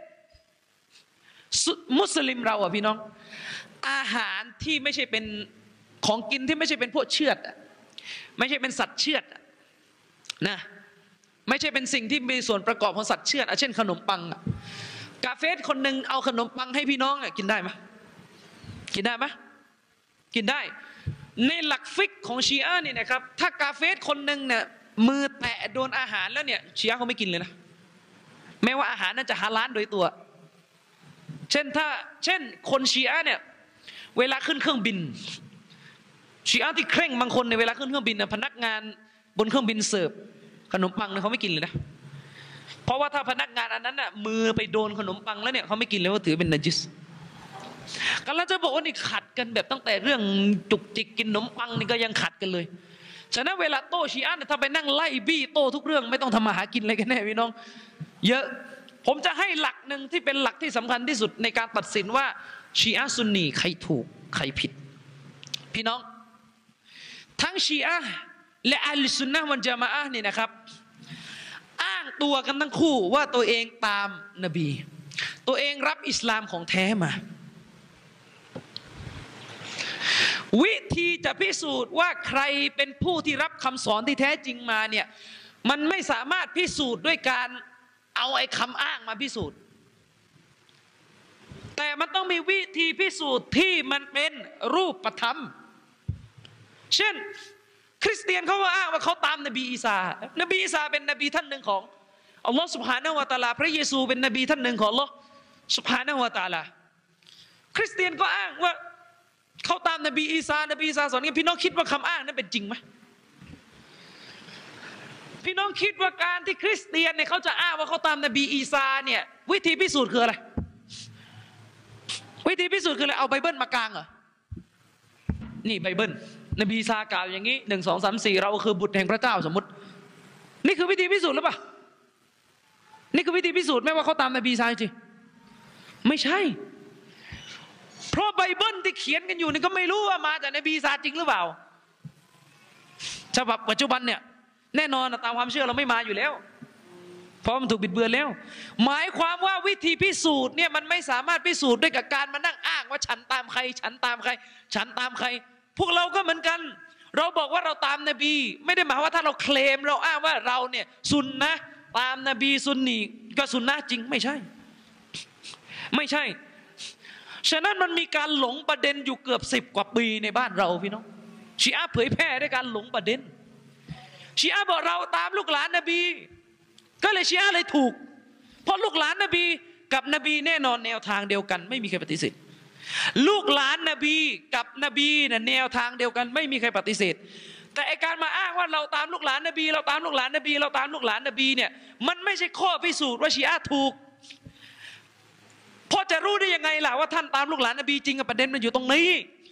มุสลิมเราอ่ะพี่น้องอาหารที่ไม่ใช่เป็นของกินที่ไม่ใช่เป็นพวกเชือดไม่ใช่เป็นสัตว์เชือดนะไม่ใช่เป็นสิ่งที่มีส่วนประกอบของสัตว์เชือดเช่นขนมปังกาเฟสคนหนึ่งเอาขนมปังให้พี่น้องกินได้ไหมกินได้ไหมกินได้ในหลักฟิกของชีอะห์นี่นะครับถ้ากาเฟสคนหนึ่งเนี่ยมือแตะโดนอาหารแล้วเนี่ยชีอะห์เขาไม่กินเลยนะแม้ว่าอาหารนั้นจะฮาลาลโดยตัวเช่นถ้าเช่นคนชีอะห์เนี่ยเวลาขึ้นเครื่องบินชีอะห์ที่เคร่งบางคนในเวลาขึ้นเครื่องบินนะพนักงานบนเครื่องบินเสิร์ฟขนมปังเนี่ยเขาไม่กินเลยนะเพราะว่าถ้าพนักงานอันนั้นน่ะมือไปโดนขนมปังแล้วเนี่ยเขาไม่กินเลยว่าถือเป็นนัจิสกันแล้วจะบอกว่านี่ขัดกันแบบตั้งแต่เรื่องจุกจิกกินขนมปังนี่ก็ยังขัดกันเลยฉะนั้นเวลาโต้ชีอะห์เนี่ยถ้าไปนั่งไล่บี้โต้ทุกเรื่องไม่ต้องทำมาหากินอะไรกันแน่พี่น้องเยอะผมจะให้หลักหนึ่งที่เป็นหลักที่สำคัญที่สุดในการตัดสินว่าชีอะห์ซุนนีใครถูกใครผิดพี่น้องทั้งชีอะห์และอัลซุนนะฮ์วัลญะมาอะห์นี่นะครับอ้างตัวกันทั้งคู่ว่าตัวเองตามนบีตัวเองรับอิสลามของแท้มาวิธีจะพิสูจน์ว่าใครเป็นผู้ที่รับคำสอนที่แท้จริงมาเนี่ยมันไม่สามารถพิสูจน์ด้วยการเอาไอ้คำอ้างมาพิสูจน์แต่มันต้องมีวิธีพิสูจน์ที่มันเป็นรูปธรรมเช่นคริสเตียนเขาก็อ้างว่าเขาตามนบีอีสานบีอีสาเป็นนบีท่านหนึ่งของอัลลอฮ์ซุบฮานะฮูวะตะอาลาพระเยซูเป็นนบีท่านหนึ่งของอัลลอฮ์ซุบฮานะฮูวะตะอาลาคริสเตียนก็อ้างว่าเขาตามนบีอีสานบีอีสาสอนกันพี่น้องคิดว่าคำอ้างนั้นเป็นจริงไหมพี่น้องคิดว่าการที่คริสเตียนเนี่ยเขาจะอ้างว่าเขาตามนบีอีสาเนี่ยวิธีพิสูจน์คืออะไรวิธีพิสูจน์คืออะไรเอาไบเบิลมากางเหรอนี่ไบเบิลนบีอีสากล่าวอย่างนี้หนึ่งสองสามสี่เราคือบุตรแห่งพระเจ้าสมมตินี่คือวิธีพิสูจน์หรือเปล่านี่คือวิธีพิสูจน์ไหมว่าเขาตามนบีอีสาจริงไม่ใช่เพราะไบเบิลที่เขียนกันอยู่นี่ก็ไม่รู้ว่ามาจากนบีอีสาจริงหรือเปล่าฉบับปัจจุบันเนี่ยแน่นอนตามความเชื่อเราไม่มาอยู่แล้วเพราะมันถูกบิดเบือนแล้วหมายความว่าวิธีพิสูจน์เนี่ยมันไม่สามารถพิสูจน์ด้วยกับการมานั่งอ้างว่าฉันตามใครฉันตามใครฉันตามใครพวกเราก็เหมือนกันเราบอกว่าเราตามนบีไม่ได้หมายว่าถ้าเราเคลมเราอ้างว่าเราเนี่ยซุนนะตามนบีซุนนีก็ซุนนะจริงไม่ใช่ไม่ใช่ฉะนั้นมันมีการหลงประเด็นอยู่เกือบสิบกว่าปีในบ้านเราพี่น้องชีอะห์เผยแพร่ด้วยการหลงประเด็นชีอะห์บอกเราตามลูกหลานนบีก็เลยชีอะห์เลยถูกเพราะลูกหลานนบีกับนบีแน่นอนแนวทางเดียวกันไม่มีใครปฏิเสธลูกหลานนบีกับนบีน่ะแนวทางเดียวกันไม่มีใครปฏิเสธแต่ไอการมาอ้างว่าเราตามลูกหลานนบีเราตามลูกหลานนบีเราตามลูกหลานนบีเนี่ยมันไม่ใช่ข้อพิสูจน์ว่าชีอะห์ถูกพอจะรู้ได้ยังไงล่ะว่าท่านตามลูกหลานนบีจริงกับประเด็นมันอยู่ตรงนี้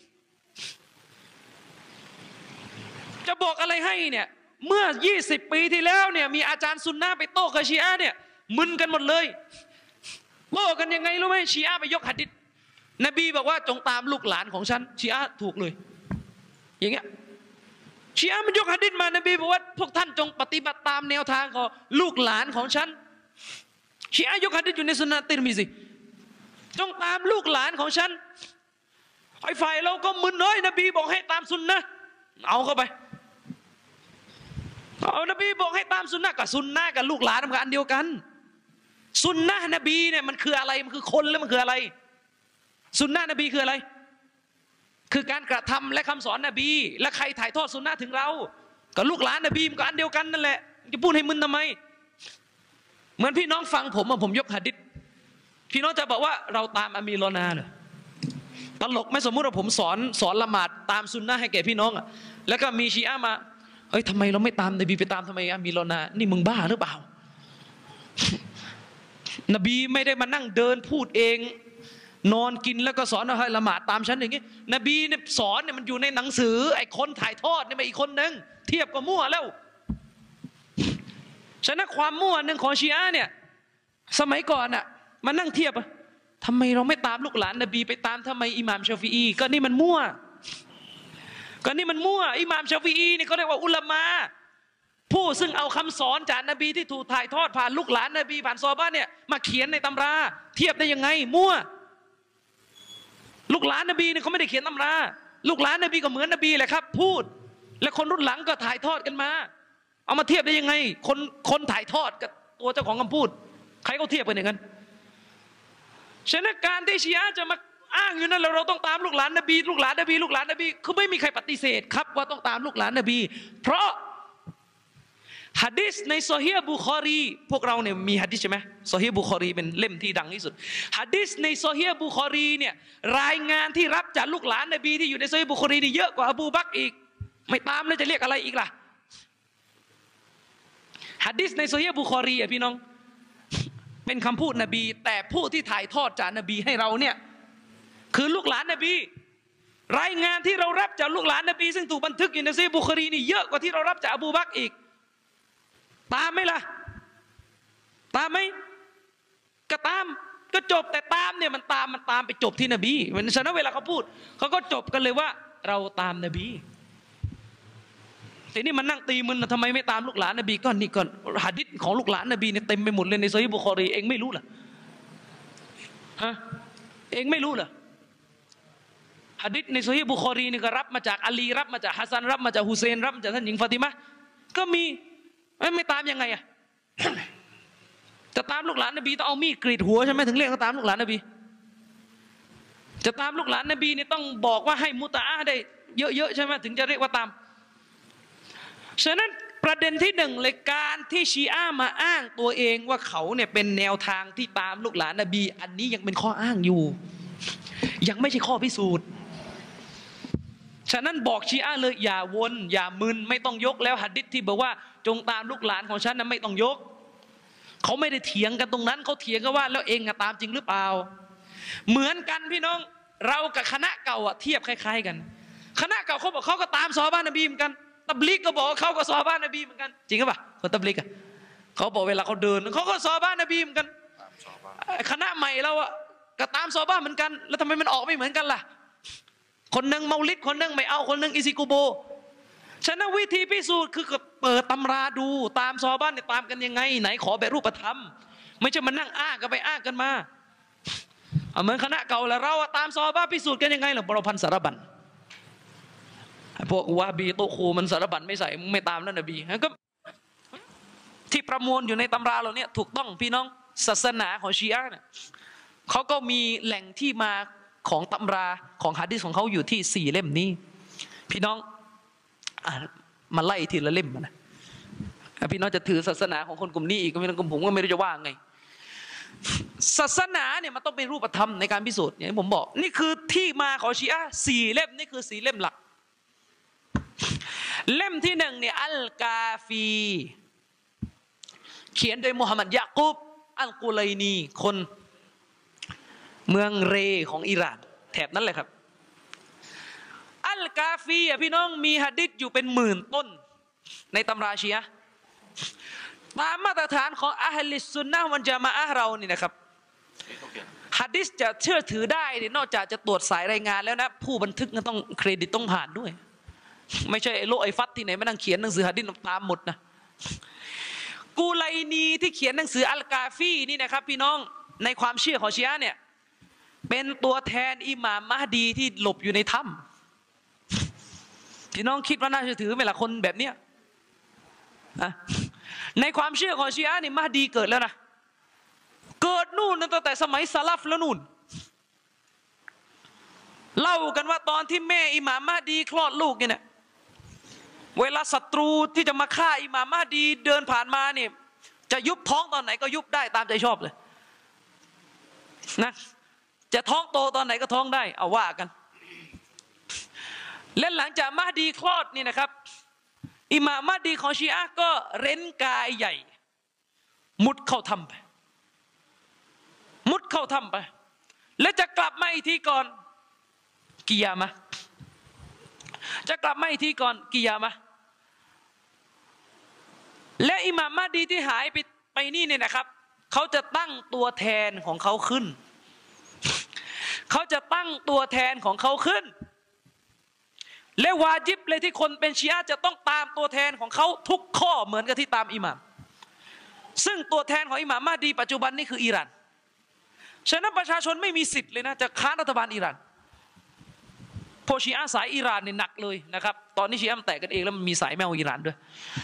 จะบอกอะไรให้เนี่ยเมื่อยี่สิบปีที่แล้วเนี่ยมีอาจารย์ซุนนะห์ไปโต้กับชีอะห์เนี่ยมึนกันหมดเลยโต้กันยังไงรู้ไหมชีอะห์ไปยกหะดีษนบีบอกว่าจงตามลูกหลานของฉันชีอะห์ถูกเลยอย่างเงี้ยชีอะห์มันยกหะดีษมานบีบอกว่าพวกท่านจงปฏิบัติตามแนวทางของลูกหลานของฉันชีอะห์ยกหะดีษอยู่ในสุนันติรมิซีจงตามลูกหลานของฉันไอ้ฝ่ายเราก็มึนน้อยนบีบอกให้ตามสุนนะเอาเข้าไปเอานบีบอกให้ตามสุนนะกับสุนนะกับลูกหลานมันอันเดียวกันสุนนะนบีเนี่ยมันคืออะไรมันคือคนแล้วมันคืออะไรสุนนะนบีคืออะไรคือการกระทำและคำสอนนบีและใครถ่ายทอดสุนนะถึงเรากับลูกหลานนบีมันก็อันเดียวกันนั่นแหละจะพูดให้มึนทำไมเหมือนพี่น้องฟังผมอะผมยกหะดีษพี่น้องจะบอกว่าเราตามอามีรอนาเหรอตลกไหมสมมุติว่าผมสอนสอนละหมาดตามซุนนะห์ให้แก่พี่น้องอะแล้วก็มีชีอะห์มาเฮ้ยทำไมเราไม่ตามนบีไปตามทำไมอามีรอนานี่มึงบ้าหรือเปล่านบีไม่ได้มานั่งเดินพูดเองนอนกินแล้วก็สอนให้ละหมาดตามฉันอย่างงี้นบีเนี่ยสอนเนี่ยมันอยู่ในหนังสือไอ้คนถ่ายทอดเนี่ยมาอีกคนนึงเทียบกับมั่วแล้วฉะนั้นความมั่วหนึ่งของชีอะห์เนี่ยสมัยก่อนอะมานั่งเทียบอะทำไมเราไม่ตามลูกหลานนบีไปตามทำไมอิหม่ามชาฟิอีก็นี่มันมั่วก็นี่มันมั่วอิหม่ามชาฟิอีนี่เขาเรียกว่าอุลามะผู้ซึ่งเอาคำสอนจากนบีที่ถูกถ่ายทอดผ่านลูกหลานนบีผ่านซอฮาบะห์เนี่ยมาเขียนในตำราเทียบได้ยังไงมั่วลูกหลานนบีเนี่ยเขาไม่ได้เขียนตำราลูกหลานนบีก็เหมือนนบีแหละครับพูดและคนรุ่นหลังก็ถ่ายทอดกันมาเอามาเทียบได้ยังไงคนคนถ่ายทอดกับตัวเจ้าของคำพูดใครเขาเทียบกันอย่างนั้นฉะนั้นการที่ชีอะห์จะมาอ้างอยู่นั่นเราเราต้องตามลูกหลานนบีลูกหลานนบีลูกหลานนบีคือไม่มีใครปฏิเสธครับว่าต้องตามลูกหลานนบีเพราะหะดีษในซอฮีฮ์บุคอรีพวกเราเนี่ยมีหะดีษใช่ไหมซอฮีฮ์บุคอรีเป็นเล่มที่ดังที่สุดหะดีษในซอฮีฮ์บุคอรีเนี่ยรายงานที่รับจากลูกหลานนบีที่อยู่ในซอฮีฮ์บุคอรีนี่เยอะกว่าอบูบักรอีกไม่ตามแล้วจะเรียกอะไรอีกล่ะหะดีษในซอฮีฮ์บุคอรีอ่ะพี่น้องเป็นคำพูดนบีแต่ผู้ที่ถ่ายทอดจากนบีให้เราเนี่ยคือลูกหลานนบีรายงานที่เรารับจากลูกหลานนบีซึ่งถูกบันทึกอยู่ในซอฮีฮ์บุคอรีนี่เยอะกว่าที่เรารับจากอบูบักรอีกตามไหมล่ะตามไหมก็ตามก็จบแต่ตามเนี่ยมันตามมันตามไปจบที่นบีเหมือนฉะนั้นเวลาเขาพูดเขาก็จบกันเลยว่าเราตามนบีทีนี้มันนั่งตีมึนทำไมไม่ตามลูกหลานนบีก็นี่ก่อนหะดีษของลูกหลานนบีเนี่ยเต็มไปหมดเลยในซอฮีฮ์บุคอรีเองไม่รู้เหรอฮะเองไม่รู้เหรอหะดีษในซอฮีฮ์บุคอรีนี่ก็รับมาจากอาลีรับมาจากฮัสซันรับมาจากฮุเซนรับมาจากท่านหญิงฟาติมะห์ก็มีไม่ตามยังไงอะจะตามลูกหลานนบีต้องเอามีดกรีดหัวใช่ไหมถึงเรียกว่าตามลูกหลานนบีจะตามลูกหลานนบีนี่ต้องบอกว่าให้มุตะอะห์ได้เยอะๆใช่ไหมถึงจะเรียกว่าตามฉะนั้นประเด็นที่หนึ่งเลยการที่ชีอะห์มาอ้างตัวเองว่าเขาเนี่ยเป็นแนวทางที่ตามลูกหลานนบีอันนี้ยังเป็นข้ออ้างอยู่ยังไม่ใช่ข้อพิสูจน์ฉะนั้นบอกชีอะห์เลยอย่าวนอย่ามึนไม่ต้องยกแล้วหะดีษที่บอกว่าจงตามลูกหลานของฉันนั้นไม่ต้องยกเขาไม่ได้เถียงกันตรงนั้นเขาเถียงกันว่าแล้วเองตามจริงหรือเปล่าเหมือนกันพี่น้องเรากับคณะเก่าอะเทียบคล้ายๆกันคณะเก่าเขาบอกเขาก็ตามซอฮาบะห์นบีเหมือนกันตับลิกก็บอกเขาก็ซอฮาบะห์นบีเหมือนกันจริงหรือเปล่าคนตับลิกอะเขาบอกเวลาเขาเดินเขาก็ซอฮาบะห์นบีเหมือนกันคณะใหม่เราอะก็ตามซอฮาบะห์เหมือนกันแล้วทำไมมันออกไม่เหมือนกันล่ะคนหนึ่งเมาลิดคนหนึ่งไม่เอาคนหนึ่งอิซิกุโบฉะนั้นวิธีพิสูจน์คือเปิดตำราดูตามซอฮาบะห์เนี่ยตามกันยังไงไหนขอแบบรูปธรรมไม่ใช่มานั่งอ้างกันไปอ้างกันมาเหมือนคณะเก่าแล้วเราตามซอฮาบะห์พิสูจน์กันยังไงล่ะบรพันธ์สารบัญพวกวาบีโตคูมันสารบัญไม่ใส่มึงไม่ตามแล้วนบีก็ที่ประมวลอยู่ในตำราเราเนี่ยถูกต้องพี่น้องศาสนาของชีอะห์เนี่ยเขาก็มีแหล่งที่มาของตำราของหะดีษของเขาอยู่ที่สี่เล่มนี้พี่น้องมาไล่ทีละเล่มนะพี่น้องจะถือศาสนาของคนกลุ่มนี้อีกก็ไม่ต้องกลุ่มผมก็ไม่รู้จะว่าไงศาสนาเนี่ยมันต้องเป็นรูปธรรมในการพิสูจน์อย่างที่ผมบอกนี่คือที่มาของชีอะห์สี่เล่มนี่คือสี่เล่มหลักเล่มที่หนึ่งเนี่ยอัลกาฟีเขียนโดยมุฮัมมัดยะกูบอัลกุไลนีคนเมืองเรของอิหร่านแถบนั้นเลยครับอัลกาฟีอ่ะพี่น้องมีหะดีษอยู่เป็นหมื่นต้นในตำราชีอะห์ตามมาตรฐานของอะห์ลิสซุนนะฮ์วัลญะมาอะห์เรานี่นะครับหะดีษจะเชื่อถือได้เนี่ยนอกจากจะตรวจสายรายงานแล้วนะผู้บันทึกก็ต้องเครดิตต้องผ่านด้วยไม่ใช่ไอ้โลกไอ้ฟัดที่ไหนมานั่งเขียนหนังสือหะดีษตามหมดนะกูไลนีที่เขียนหนังสืออัลกาฟีนี่นะครับพี่น้องในความเชื่อของชีอะห์เนี่ยเป็นตัวแทนอิหม่ามมะฮดีที่หลบอยู่ในถ้ำพี่น้องคิดว่าน่าจะถือไหมล่ะคนแบบเนี้ยในความเชื่อของชีอะห์นี่มะฮดีเกิดแล้วนะเกิดนู่นตั้งแต่สมัยซะลัฟแล้วนู่นเล่ากันว่าตอนที่แม่อิหม่ามมะฮดีคลอดลูกเนี่ยเวลาศัตรูที่จะมาฆ่าอิหม่ามมะฮดีเดินผ่านมาเนี่ยจะยุบท้องตอนไหนก็ยุบได้ตามใจชอบเลยนะจะท้องโตตอนไหนก็ท้องได้เอาว่ากันและหลังจากมะฮดีคลอดนี่นะครับอิหม่ามมะฮดีของชีอะห์ก็เร้นกายใหญ่มุดเข้าถ้ำไปมุดเข้าถ้ำไปแล้วจะกลับมาอีกทีก่อนกิยามะห์จะกลับมาอีกทีก่อนกิยามะห์และอิหม่ามมะฮดีที่หายไปไปนี่เนี่ยนะครับเขาจะตั้งตัวแทนของเขาขึ้นเขาจะตั้งตัวแทนของเขาขึ้นและวาญิบเลยที่คนเป็นชีอะห์จะต้องตามตัวแทนของเขาทุกข้อเหมือนกับที่ตามอิหม่ามซึ่งตัวแทนของอิหม่ามมะฮดีปัจจุบันนี่คืออิหร่านฉะนั้นประชาชนไม่มีสิทธิ์เลยนะจะค้านรัฐบาลอิหร่านพวกชีอะห์สายอิหร่านเนี่ยหนักเลยนะครับตอนนี้ชีอะห์มันแตกกันเองแล้วมันมีสายแมวอิหร่านด้วย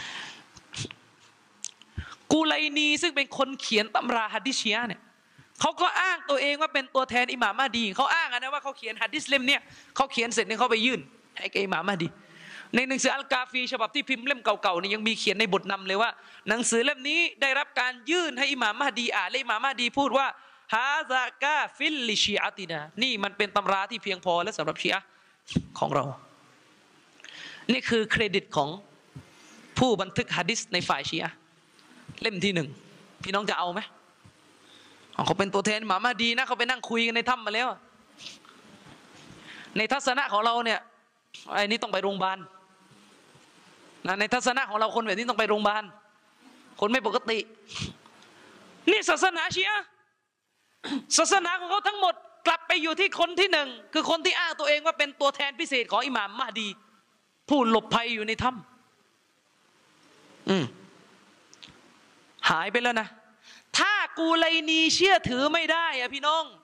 กูไลนีซึ่งเป็นคนเขียนตำราหะดีษชีอะห์เนี่ยเขาก็อ้างตัวเองว่าเป็นตัวแทนอิหม่ามมะฮดีเขาอ้างนะว่าเขาเขียนหะดีษเล่มเนี่ยเขาเขียนเสร็จเนี่ยเขาไปยื่นให้กับอิหม่ามมะฮดีในหนังสืออัลกาฟีฉบับที่พิมพ์เล่มเก่าๆนี่ยังมีเขียนในบทนำเลยว่าหนังสือเล่มนี้ได้รับการยื่นให้อิหม่ามมะฮดีอ่านและอิหม่ามมะฮดีพูดว่าฮาซากาฟิลลิชีอะตินานี่มันเป็นตำราที่เพียงพอและสำหรับชีอะห์ของเรานี่คือเครดิตของผู้บันทึกหะดีษในฝ่ายชีอะห์เล่มที่หนึ่งพี่น้องจะเอาไหมเขาเป็นตัวแทนอิหม่ามมะฮดีนะเขาไปนั่งคุยกันในถ้ำมาแล้วในทัศนะของเราเนี่ยไอ้นี่ต้องไปโรงพยาบาลนะในทัศนะของเราคนแบบนี้ต้องไปโรงพยาบาลคนไม่ปกตินี่ศาสนาชีอะห์ศาสนาของเขาทั้งหมดกลับไปอยู่ที่คนที่หนึ่งคือคนที่อ้างตัวเองว่าเป็นตัวแทนพิเศษของอิหม่ามมะฮดีผู้หลบภัยอยู่ในถ้ำอืมหายไปแล้วนะถ้ากูไลนีเชื่อถือไม่ได้อะพี่น้อง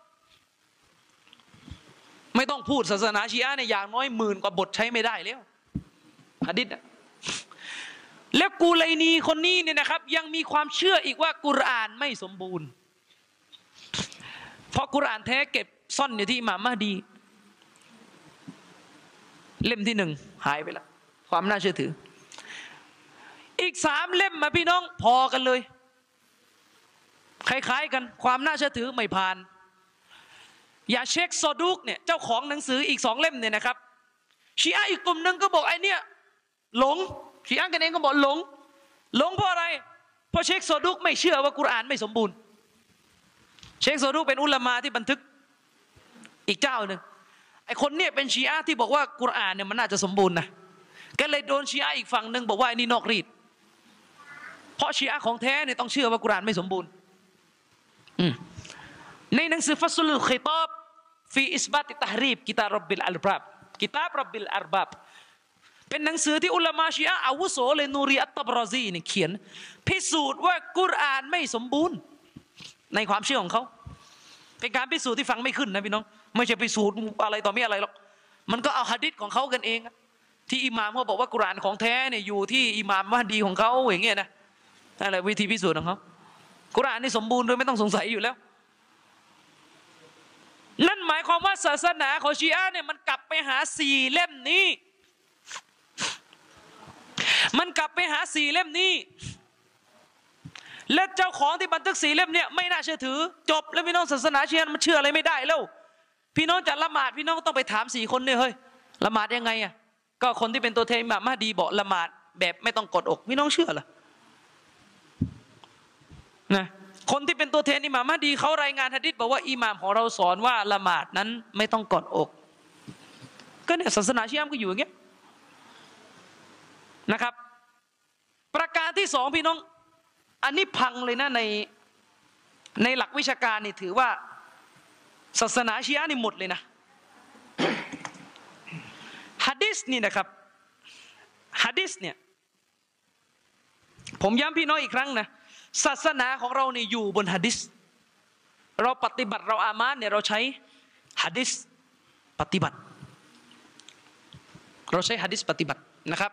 ไม่ต้องพูดศาสนาชีอะห์เนี่ยอย่างน้อยหมื่นกว่าบทใช้ไม่ได้แล้วหะดีษอะแล้วกูไลนีคนนี้เนี่ยนะครับยังมีความเชื่ออีกว่ากุรอานไม่สมบูรณ์เพราะกุรอานแท้เก็บซ่อนอยู่ที่อิหม่ามมะฮดีเล่มที่หนึ่งหายไปแล้วความน่าเชื่อถืออีกสามเล่มมาพี่น้องพอกันเลยคล้ายๆกันความน่าเชื่อถือไม่ผ่านอย่าเช็คซอดูกเนี่ยเจ้าของหนังสืออีกสองเล่มเนี่ยนะครับชีอะห์อีกกลุ่มหนึ่งก็บอกไอ้เนี่ยหลงชีอะห์กันเองก็บอกหลงหลงเพราะอะไรเพราะเช็คซอดูกไม่เชื่อว่ากุรอานไม่สมบูรณ์เชคโซดูเป็นอุลามะที่บันทึกอีกเจ้าหนึ่งไอคนเนี่ยเป็นชีอะห์ที่บอกว่ากุรอานเนี่ยมันน่าจะสมบูรณ์นะก็เลยโดนชีอะห์อีกฝั่งหนึ่งบอกว่าไอ้นี่นอกรีดเพราะชีอะห์ของแท้เนี่ยต้องเชื่อว่ากุรอานไม่สมบูรณ์ในหนังสือฟัสลุลคิตาบฟีอิสบัติตะฮรีบกิตาบร็อบบิลอัลบับกิตาบร็อบบิลอัลบับเป็นหนังสือที่อุลามะชีอะห์อาวุโสเลยนูรีอัตตะบรอซีเนี่ยเขียนพิสูจน์ว่ากุรอานไม่สมบูรณ์ในความเชื่อของเขาเป็นการพิสูจน์ที่ฟังไม่ขึ้นนะพี่น้องไม่ใช่พิสูจน์อะไรต่อไม่อะไรหรอกมันก็เอาหะดีษของเขากันเองที่อิหม่ามเขาบอกว่ากุรอานของแท้เนี่ยอยู่ที่อิหม่ามมะฮดีของเขาอย่างเงี้ยนะนั่นแหละวิธีพิสูจน์ของเขากุรอานนี่สมบูรณ์โดยไม่ต้องสงสัยอยู่แล้วนั่นหมายความว่าศาสนาของชีอะห์เนี่ยมันกลับไปหาสี่เล่มนี้มันกลับไปหาสี่เล่มนี้และเจ้าของที่บันทึกสี่เล่มเนี่ยไม่น่าเชื่อถือจบแล้วพี่น้องศาสนาชีอะห์มันเชื่ออะไรไม่ได้แล้วพี่น้องจะละหมาดพี่น้องต้องไปถามสี่คนเนี่ยเฮ้ยละหมาดยังไงอ่ะก็คนที่เป็นตัวแทนอิหม่ามมะฮดีบอกละหมาดแบบไม่ต้องกดอกพี่น้องเชื่อเหรอนะคนที่เป็นตัวแทนอิหม่ามมะฮดีเขารายงานหะดีษบอกว่าอิหม่ามของเราสอนว่าละหมาดนั้นไม่ต้องกดอกก็เนี่ยศาสนาชีอะห์ก็อยู่อย่างเงี้ยนะครับประการที่สองพี่น้องอันนี้พังเลยนะในในหลักวิชาการนี่ถือว่าศาสนาชีอะห์นี่หมดเลยนะหะดีษนี่นะครับหะดีษเนี่ยผมย้ำพี่น้องอีกครั้งนะศาสนาของเราเนี่ยอยู่บนหะดีษเราปฏิบัติเราอามานเนี่ยเราใช้หะดีษปฏิบัติเราใช้หะดีษปฏิบัตินะครับ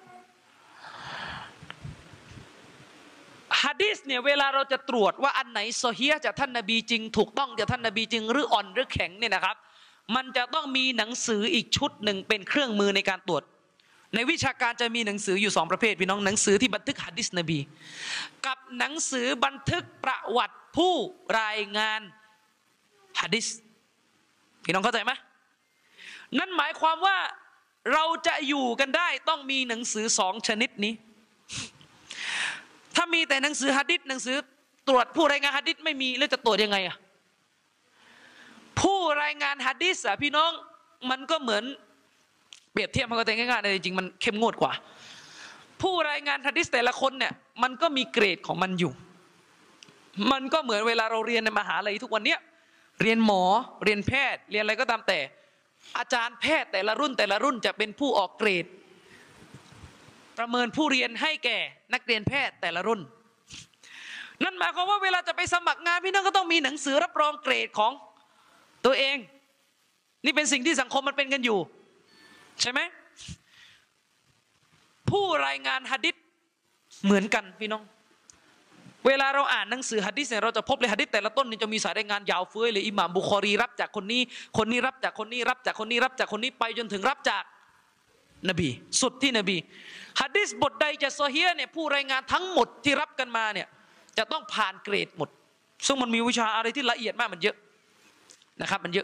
หะดีษเนี่ยเวลาเราจะตรวจว่าอันไหนซอฮีฮ์จากท่านนบีจริงถูกต้องจากท่านนบีจริงหรืออ่อนหรือแข็งเนี่ยนะครับมันจะต้องมีหนังสืออีกชุดหนึ่งเป็นเครื่องมือในการตรวจในวิชาการจะมีหนังสืออยู่สองประเภทพี่น้องหนังสือที่บันทึกหะดีษนบีกับหนังสือบันทึกประวัติผู้รายงานหะดีษพี่น้องเข้าใจไหมนั่นหมายความว่าเราจะอยู่กันได้ต้องมีหนังสือสองชนิดนี้ถ้ามีแต่หนังสือหะดีษหนังสือตรวจผู้รายงานหะดีษไม่มีแล้วจะตรวจยังไงอะผู้รายงานหะดีษอะพี่น้องมันก็เหมือนเปรียบเทียบมันก็แต่ง่ายๆแต่จริงๆมันเข้มงวดกว่าผู้รายงานหะดีษแต่ละคนเนี่ยมันก็มีเกรดของมันอยู่มันก็เหมือนเวลาเราเรียนในมหาลัยทุกวันเนี้ยเรียนหมอเรียนแพทย์เรียนอะไรก็ตามแต่อาจารย์แพทย์แต่ละรุ่นแต่ละรุ่นจะเป็นผู้ออกเกรดประเมินผู้เรียนให้แก่นักเรียนแพทย์แต่ละรุ่นนั่นหมายความว่าเวลาจะไปสมัครงานพี่น้องก็ต้องมีหนังสือรับรองเกรดของตัวเองนี่เป็นสิ่งที่สังคมมันเป็นกันอยู่ใช่ไหมผู้รายงานหะดีษเหมือนกันพี่น้องเวลาเราอ่านหนังสือหะดีษเนี่ยเราจะพบเลยหะดีษแต่ละต้นนี่จะมีสายรายงานยาวเฟ้ยเลยอิหม่ามบุคอรีรับจากคนนี้คนนี้รับจากคนนี้รับจากคนนี้รับจากคนนี้ไปจนถึงรับจากนบีสุดที่นบีหะดีษบทใดจะซอฮีฮ์เนี่ยผู้รายงานทั้งหมดที่รับกันมาเนี่ยจะต้องผ่านเกรดหมดซึ่งมันมีวิชาอะไรที่ละเอียดมากมันเยอะนะครับมันเยอะ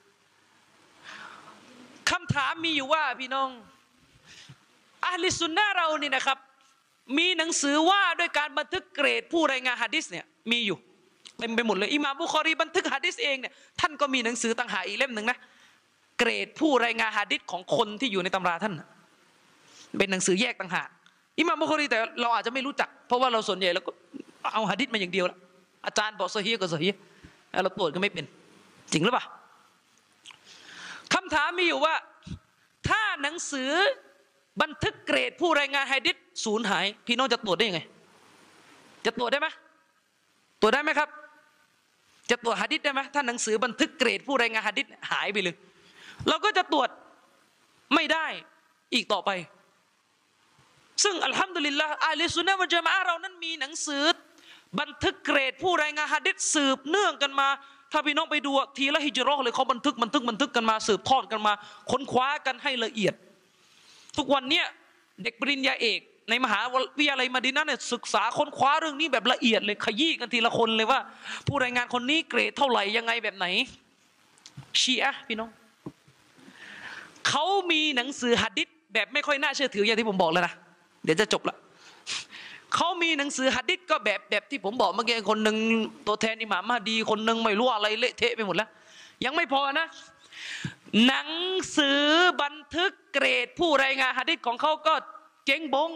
คำถามมีอยู่ว่าพี่น้องอะห์ลิสซุนนะห์เรานี่นะครับมีหนังสือว่าด้วยการบันทึกเกรดผู้รายงานหะดีษเนี่ยมีอยู่เต็มไปหมดเลยอิหม่ามบุคอรีบันทึกหะดีษเองเนี่ยท่านก็มีหนังสือต่างหากอีกเล่มหนึ่งนะเกรดผู้รายงานหะดีษของคนที่อยู่ในตำราท่านเป็นหนังสือแยกต่างหากอิหม่ามบุคอรีแต่เราอาจจะไม่รู้จักเพราะว่าเราส่วนใหญ่เราก็เอาหะดีษมาอย่างเดียวละอาจารย์บอกซอฮีฮ์ก็ซอฮีฮ์เราตรวจก็ไม่เป็นจริงหรือเปล่าคำถามมีอยู่ว่าถ้าหนังสือบันทึกเกรดผู้รายงานหะดีษสูญหายพี่น้องจะตรวจได้ยังไงจะตรวจได้ไหมตรวจได้ไหมครับจะตรวจหะดีษได้ไหมถ้าหนังสือบันทึกเกรดผู้รายงานหะดีษหายไปเลยเราก็จะตรวจไม่ได้อีกต่อไปซึ่งอัลฮัมดุลิลละห์อะห์ลิสซุนนะฮ์วัลญะมาอะฮ์เรานั้นมีหนังสือบันทึกเกรดผู้รายงานหะดีษสืบเนื่องกันมาถ้าพี่น้องไปดูทีละฮิจเราะห์เลยเขาบันทึกบันทึกบันทึกกันมาสืบทอดกันมาค้นคว้ากันให้ละเอียดทุกวันเนี้ยเด็กปริญญาเอกในมหาวิทยาลัยมะดีนะห์เนี่ยศึกษาค้นคว้าเรื่องนี้แบบละเอียดเลยขยี้กันทีละคนเลยว่าผู้รายงานคนนี้เกรดเท่าไหร่ยังไงแบบไหนชีอะห์พี่น้องเขามีหนังสือหะดีษแบบไม่ค่อยน่าเชื่อถืออย่างที่ผมบอกแล้วนะเดี๋ยวจะจบละเขามีหนังสือหะดีษก็แบบแบบที่ผมบอกเมื่อกี้คนหนึ่งตัวแทนอิหม่ามมะฮดีคนหนึ่งไม่รู้อะไรเละเทะไปหมดแล้วยังไม่พอนะหนังสือบันทึกเกรดผู้รายงานหะดีษของเขาก็เจ๊งบง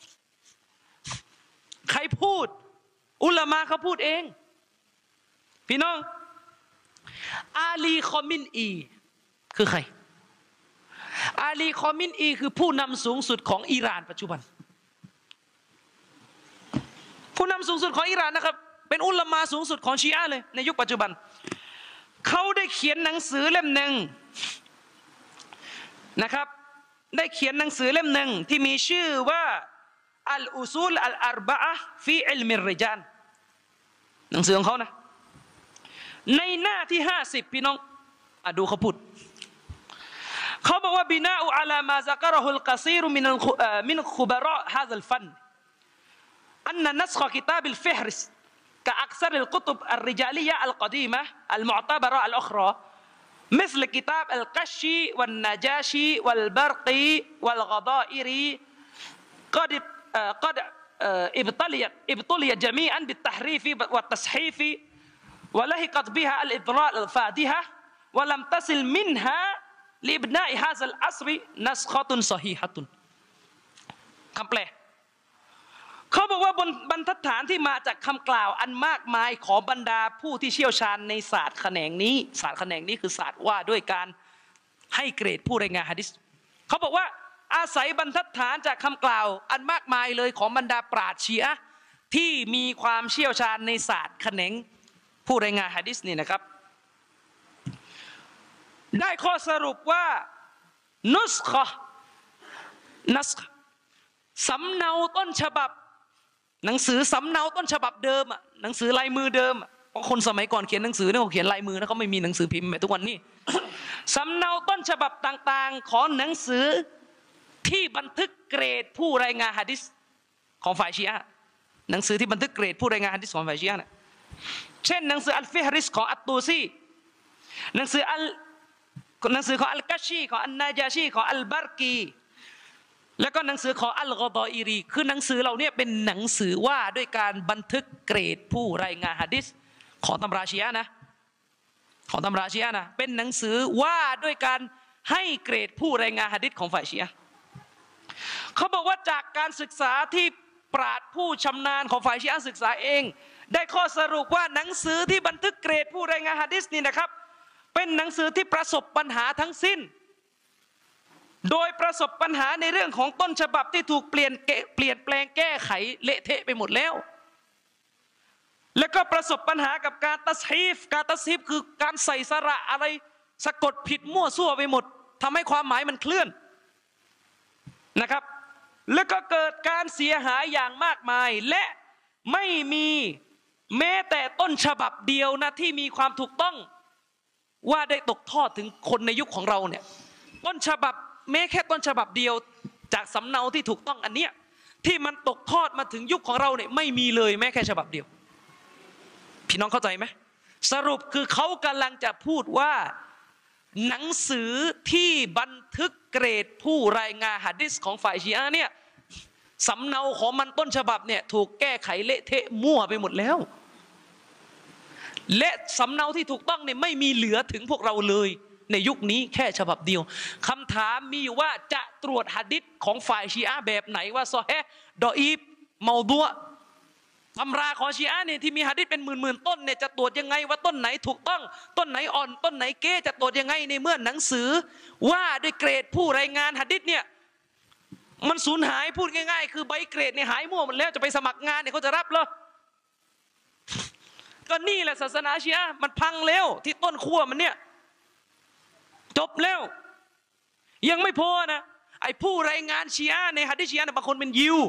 ใครพูดอุลามะเขาพูดเองพี่น้องอาลีคอมินอีคือใครอาลีคอมินอีคือผู้นำสูงสุดของอิหร่านปัจจุบันผู้นำสูงสุดของอิหร่านนะครับเป็นอุลามะสูงสุดของชีอะห์เลยในยุคปัจจุบันเขาได้เขียนหนังสือเล่มหนึ่งนะครับได้เขียนหนังสือเล่มหนึ่งที่มีชื่อว่าอัลอุซูลอัลอาร์บะอะห์ฟีอิลมิรริญาลหนังสือของเขานะในหน้าที่ห้าสิบพี่น้องอ่ะดูเขาพูดเขาบอกว่าบินาอุอะลามาซักะเราะฮุลกะซีรมินมินคุบะเราะฮาซัลฟันอันนัสขะกิตาบิลฟิฮริสكأكثر الكتب الرجالية القديمة المعتبرة الأخرى مثل كتاب القشي والنجاشي والبرقي والغضائري قد قد ابتليت ابتليت جميعا بالتحريف والتصحيف ولهقت بها الإبراء الفادحة ولم تصل منها لإبناء هذا العصر نسخة صحيحة คำแปลเขาบอกว่าบนบรรทัดฐานที่มาจากคำกล่าวอันมากมายของบรรดาผู้ที่เชี่ยวชาญในศาสตร์แขนงนี้ศาสตร์แขนงนี้คือศาสตร์ว่าด้วยการให้เกรดผู้รายงานหะดีษเขาบอกว่าอาศัยบรรทัดฐานจากคำกล่าวอันมากมายเลยของบรรดาปราชญ์ชีอะห์ที่มีความเชี่ยวชาญในศาสตร์แขนงผู้รายงานหะดีษนี่นะครับได้ข้อสรุปว่านุสขะนัสขะสำเนาต้นฉบับหนังสือสำเนาต้นฉบับเดิมอ่ะหนังสือลายมือเดิมเพราะคนสมัยก่อนเขียนหนังสือเนี่ยเขาเขียนลายมือนะเขาไม่มีหนังสือพิมพ์แบบทุกวันนี้สำเนาต้นฉบับต่างๆของหนังสือที่บันทึกเกรดผู้รายงานหะดีษของฝ่ายชีอะห์หนังสือที่บันทึกเกรดผู้รายงานหะดีษของฝ่ายชีอะห์เนี่ยเช่นหนังสืออัลฟิฮริสของอัตตูซีหนังสืออัลหนังสือของอัลกัชชีของอันนาจาชีของอัลบาร์กีแล้วก็หนังสือของอัลกอฎออีรีคือหนังสือเราเนี่ยเป็นหนังสือว่าด้วยการบันทึกเกรดผู้รายงานหะดีษของตำราชีอะห์นะของตำราชีอะห์นะเป็นหนังสือว่าด้วยการให้เกรดผู้รายงานหะดีษของฝ่ายชีอะห์เขาบอกว่าจากการศึกษาที่ปราชญ์ผู้ชำนาญของฝ่ายชีอะห์ศึกษาเองได้ข้อสรุปว่าหนังสือที่บันทึกเกรดผู้รายงานหะดีษนี่นะครับเป็นหนังสือที่ประสบปัญหาทั้งสิ้นโดยประสบปัญหาในเรื่องของต้นฉบับที่ถูกเปลี่ยนเปลี่ยนแปลงแก้ไขเละเทะไปหมดแล้วแล้วก็ประสบปัญหากับการตัสฮีฟการตัสฮีฟคือการใส่สระอะไรสะกดผิดมั่วซั่วไปหมดทำให้ความหมายมันเคลื่อนนะครับแล้วก็เกิดการเสียหายอย่างมากมายและไม่มีแม้แต่ต้นฉบับเดียวนะที่มีความถูกต้องว่าได้ตกทอดถึงคนในยุคของเราเนี่ยต้นฉบับแม้แค่ต้นฉบับเดียวจากสำเนาที่ถูกต้องอันเนี้ยที่มันตกทอดมาถึงยุคของเราเนี่ยไม่มีเลยแม้แค่ฉบับเดียวพี่น้องเข้าใจไหมสรุปคือเขากำลังจะพูดว่าหนังสือที่บันทึกเกรดผู้รายงานหะดีษของฝ่ายชีอะห์เนี่ยสำเนาของมันต้นฉบับเนี่ยถูกแก้ไขเละเทะมั่วไปหมดแล้วและสำเนาที่ถูกต้องเนี่ยไม่มีเหลือถึงพวกเราเลยในยุคนี้แค่ฉบับเดียวคำถามมีว่าจะตรวจหะดีษของฝ่ายชีอะห์แบบไหนว่าซอฮีฮ์ดออีฟเมาดุอ์ตำราของชีอะห์เนี่ยที่มีหะดีษเป็นหมื่นๆต้นเนี่ยจะตรวจยังไงว่าต้นไหนถูกต้องต้นไหนอ่อนต้นไหนเก้จะตรวจยังไงในเมื่อหนังสือว่าด้วยเกรดผู้รายงานหะดีษเนี่ยมันสูญหายพูดง่ายๆคือใบเกรดเนี่ยหายมั่วหมดแล้วจะไปสมัครงานเนี่ยเขาจะรับเหรอก็นี่แหละศาสนาชีอะห์มันพังแล้วที่ต้นขั้วมันเนี่ยจบแล้วยังไม่พอนะไอ้ผู้รายงานชีอะห์ในหะดีษชีอะห์บางคนเป็นยิว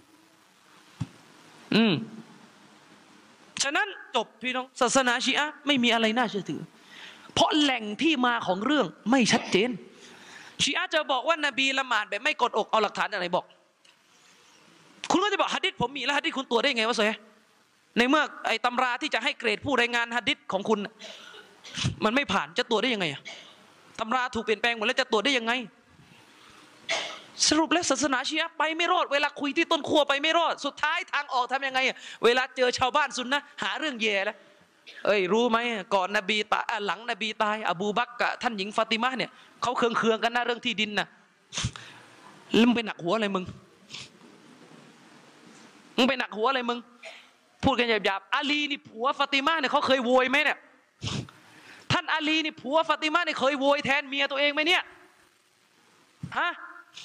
อืมฉะนั้นจบพี่น้องศาสนาชีอะห์ไม่มีอะไรน่าเชื่อถือเพราะแหล่งที่มาของเรื่องไม่ชัดเจนชีอะห์จะบอกว่านบีละหมาดแบบไม่กดอกเอาหลักฐานจากไหนบอกคุณก็จะบอกหะดีษผมมีแล้วหะดีษคุณตรวจได้ไงวะซอฮีฮ์ในเมื่อไอ้ตำราที่จะให้เกรดผู้รายงานหะดีษของคุณมันไม่ผ่านจะตรวจได้ยังไงอะตำราถูกเปลี่ยนแปลงหมดแล้วจะตรวจได้ยังไงสรุปแล้วศาสนาชีอะห์ไปไม่รอดเวลาคุยที่ต้นขั้วไปไม่รอดสุดท้ายทางออกทำยังไงอะเวลาเจอชาวบ้านซุนนะห์หาเรื่องแย่แล้วเอ้ยรู้ไหมก่อนนบีตายหลังนบีตายอบูบักรกับท่านหญิงฟาติมาเนี่ยเขาเคืองเคืองกันนะเรื่องที่ดินนะมึงไปหนักหัวอะไรมึงมึงไปหนักหัวอะไรมึงพูดกันหยาบๆอาลีนี่ผัวฟาติมาเนี่ยเขาเคยโวยไหมเนี่ยท่านอาลีนี่ผัวฟาติมาเนี่ยเคยโวยแทนเมียตัวเองไหมเนี่ยฮะ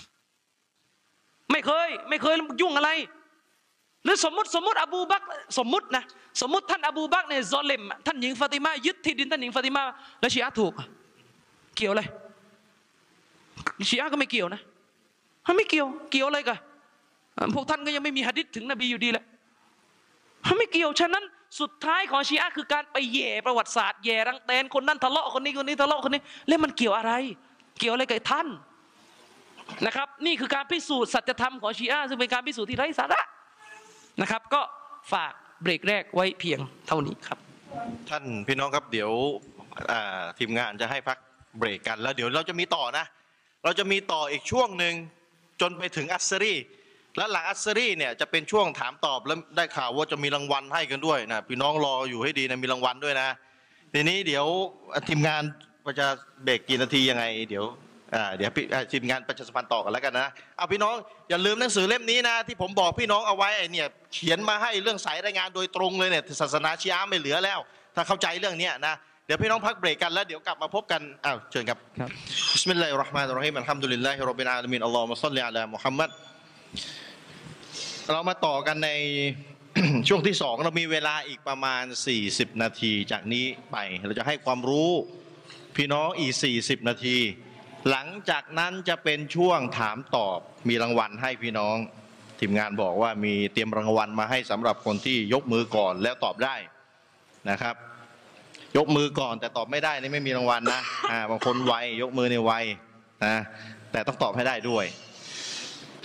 ไม่เคยไม่เคยยุ่งอะไรหรือสมมติสมมติอบูบักรสมมตินะสมมติท่านอบูบักรเนี่ยซอลิมท่านหญิงฟาติมายึดที่ดินท่านหญิงฟาติมาแล้วชีอะห์ถูกเกี่ยวอะไรชีอะห์ก็ไม่เกี่ยวนะไม่เกี่ยวเกี่ยวอะไรกันพวกท่านก็ยังไม่มีหะดีษถึงนบีอยู่ดีแหละไม่เกี่ยวฉะนั้นสุดท้ายของชีอะห์คือการไปแย่ประวัติศาสตร์แย่รังแตนคนนั้นทะเลาะคนนี้คนนี้ทะเลาะคนนี้แล้วมันเกี่ยวอะไรเกี่ยวอะไรกับท่านนะครับนี่คือการพิสูจน์สัจธรรมของชีอะห์ซึ่งเป็นการพิสูจน์ที่ไร้สาระนะครับก็ฝากเบรกแรกไว้เพียงเท่านี้ครับท่านพี่น้องครับเดี๋ยวทีมงานจะให้พักเบรกกันแล้วเดี๋ยวเราจะมีต่อนะเราจะมีต่ออีกช่วงหนึ่งจนไปถึงอัสซรีและหลังอัสซรีเนี่ยจะเป็นช่วงถามตอบแล้วได้ข่าวว่าจะมีรางวัลให้กันด้วยนะพี่น้องรออยู่ให้ดีนะมีรางวัลด้วยนะทีนี้เดี๋ยวทีมงานจะเบรกกี่นาทียังไงเดี๋ยวเดี๋ยวทีมงานประชาสัมพันธ์ต่อกันแล้วกันนะเอาพี่น้องอย่าลืมหนังสือเล่มนี้นะที่ผมบอกพี่น้องเอาไว้ไอ้เนี่ยเขียนมาให้เรื่องสายรายงานโดยตรงเลยเนี่ยศาสนาชีอะห์ไม่เหลือแล้วถ้าเข้าใจเรื่องนี้นะเดี๋ยวพี่น้องพักเบรกกันแล้วเดี๋ยวกลับมาพบกันอ้าวเชิญครับบิสมิลลาฮิรเราะห์มานิรเราะฮีมอัลฮัมดุลิลลาฮิร็อบบิลอาลามีนอัลลอฮุมะศ็อลลิอะลามุฮัมมัดเรามาต่อกันใน ช่วงที่สองเรามีเวลาอีกประมาณสี่สิบนาทีจากนี้ไปเราจะให้ความรู้พี่น้องอีกสี่สิบนาทีหลังจากนั้นจะเป็นช่วงถามตอบมีรางวัลให้พี่น้องทีมงานบอกว่ามีเตรียมรางวัลมาให้สำหรับคนที่ยกมือก่อนแล้วตอบได้นะครับยกมือก่อนแต่ตอบไม่ได้นี่ไม่มีรางวัลนะอ่าบางคนไวยกมือในไวนะแต่ต้องตอบให้ได้ด้วย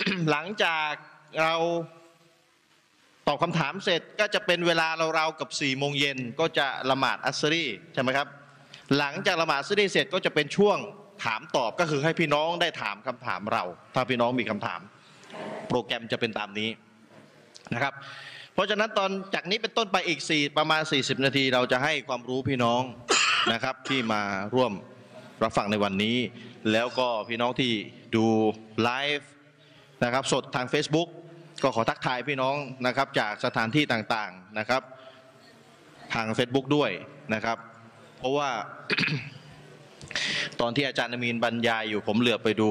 หลังจากเราตอบคำถามเสร็จก็จะเป็นเวลาเราๆกับสี่โมงเย็นก็จะละหมาดอัสรีใช่ไหมครับหลังจากละหมาดอัสรีเสร็จก็จะเป็นช่วงถามตอบก็คือให้พี่น้องได้ถามคำถามเราถ้าพี่น้องมีคำถามโปรแกรมจะเป็นตามนี้นะครับเพราะฉะนั้นตอนจากนี้เป็นต้นไปอีกสี่ประมาณสี่สิบนาทีเราจะให้ความรู้พี่น้องนะครับที่มาร่วมรับฟังในวันนี้แล้วก็พี่น้องที่ดูไลฟ์นะครับสดทาง Facebook ก็ขอทักทายพี่น้องนะครับจากสถานที่ต่างๆนะครับทาง Facebook ด้วยนะครับเพราะว่า ตอนที่อาจารย์อามีนบรรยายอยู่ผมเหลือบไปดู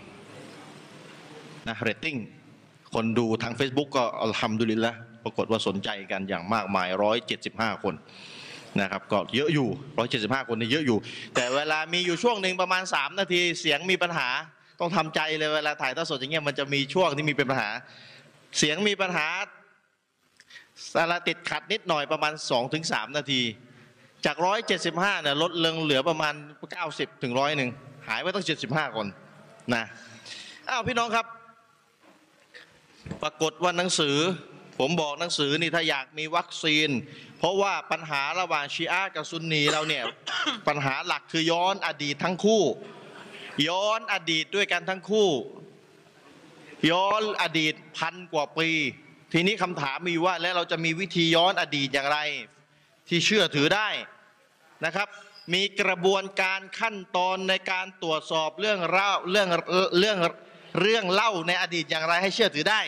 นะเรตติ้งคนดูทาง Facebook ก็อัลฮัมดุลิลละห์ปรากฏว่าสนใจกันอย่างมากมายหนึ่งร้อยเจ็ดสิบห้าคนนะครับก็เยอะอยู่หนึ่งร้อยเจ็ดสิบห้าคนนี่เยอะอยู่แต่เวลามีอยู่ช่วงหนึ่งประมาณสามนาทีเสียงมีปัญหาต้องทำใจเลยเวลาถ่ายทอดสดอย่างเงี้ยมันจะมีช่วงที่มีเป็นปัญหาเสียงมีปัญหาสาระติดขัดนิดหน่อยประมาณ สองถึงสาม นาทีจากหนึ่งร้อยเจ็ดสิบห้าเนี่ยลดลงเหลือประมาณเก้าสิบถึงร้อยหนึ่งหายไปตั้งเจ็ดสิบห้าคนนะอ้าวพี่น้องครับปรากฏว่าหนังสือผมบอกหนังสือนี่ถ้าอยากมีวัคซีนเพราะว่าปัญหาระหว่างชีอะห์กับซุนนีเราเนี่ย ปัญหาหลักคือย้อนอดีตทั้งคู่ย้อนอดีตด้วยกันทั้งคู่ย้อนอดีตพันกว่าปีทีนี้คำถามมีว่าแล้วเราจะมีวิธีย้อนอดีตอย่างไรที่เชื่อถือได้นะครับมีกระบวนการขั้นตอนในการตรวจสอบเรื่องเล่าเรื่องเรื่องเรื่องเล่าในอดีตอย่างไรให้เชื่อถือได้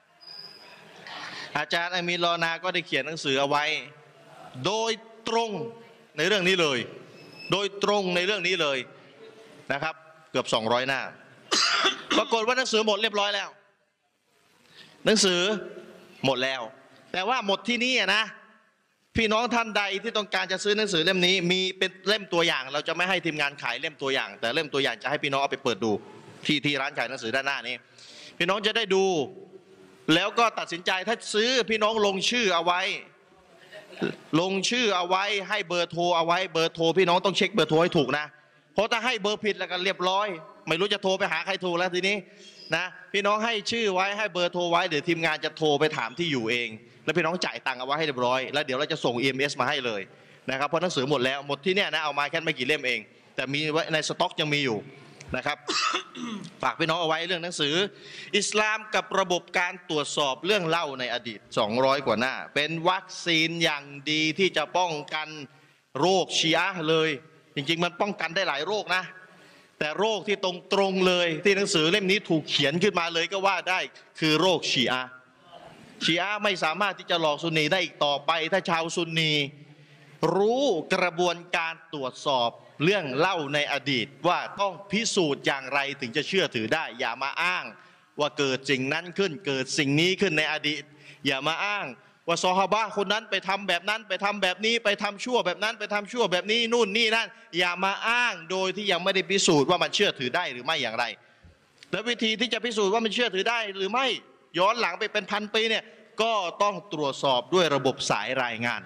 อาจารย์อามีนรอนาก็ได้เขียนหนังสือเอาไว้โดยตรงในเรื่องนี้เลยโดยตรงในเรื่องนี้เลยนะครับเกือบสองร้อยหน้า ปรากฏว่าหนังสือหมดเรียบร้อยแล้วหนังสือหมดแล้วแต่ว่าหมดที่นี่นะพี่น้องท่านใดที่ต้องการจะซื้อหนังสือเล่มนี้มีเป็นเล่มตัวอย่างเราจะไม่ให้ทีมงานขายเล่มตัวอย่างแต่เล่มตัวอย่างจะให้พี่น้องเอาไปเปิดดูที่ที่ร้านขายหนังสือด้านหน้านี้พี่น้องจะได้ดูแล้วก็ตัดสินใจถ้าซื้อพี่น้องลงชื่อเอาไว้ลงชื่อเอาไว้ให้เบอร์โทรเอาไว้เบอร์โทรพี่น้องต้องเช็คเบอร์โทรให้ถูกนะเพราะถ้าให้เบอร์ผิดแล้วก็เรียบร้อยไม่รู้จะโทรไปหาใครถูกแล้วทีนี้นะพี่น้องให้ชื่อไว้ให้เบอร์โทรไว้เดี๋ยวทีมงานจะโทรไปถามที่อยู่เองแล้วพี่น้องจ่ายตังค์เอาไว้ให้เรียบร้อยแล้วเดี๋ยวเราจะส่ง อี เอ็ม เอส มาให้เลยนะครับเพราะหนังสือหมดแล้วหมดที่เนี่ยนะเอามาแค่ไม่กี่เล่มเองแต่มีไว้ในสต็อกยังมีอยู่นะครับ ฝากพี่น้องเอาไว้เรื่องหนังสืออิสลามกับระบบการตรวจสอบเรื่องเล่าในอดีตสองร้อยกว่าหน้าเป็นวัคซีนอย่างดีที่จะป้องกันโรคชีอะห์เลยจริงๆมันป้องกันได้หลายโรคนะแต่โรคที่ตรงตรงเลยที่หนังสือเล่มนี้ถูกเขียนขึ้นมาเลยก็ว่าได้คือโรคชีอะห์ชีอะห์ไม่สามารถที่จะหลอกซุนนีได้อีกต่อไปถ้าชาวซุนนีรู้กระบวนการตรวจสอบเรื่องเล่าในอดีตว่าต้องพิสูจน์อย่างไรถึงจะเชื่อถือได้อย่ามาอ้างว่าเกิดสิ่งนั้นขึ้นเกิดสิ่งนี้ขึ้นในอดีตอย่ามาอ้างว่าซอฮาบะห์คนนั้นไปทำแบบนั้นไปทำแบบนี้ไปทำชั่วแบบนั้นไปทำชั่วแบบนี้นู่นนี่นั่นอย่ามาอ้างโดยที่ยังไม่ได้พิสูจน์ว่ามันเชื่อถือได้หรือไม่อย่างไรและวิธีที่จะพิสูจน์ว่ามันเชื่อถือได้หรือไม่ย้อนหลังไปเป็นพันปีเนี่ยก็ต้องตรวจสอบด้วยระบบสายรายงาน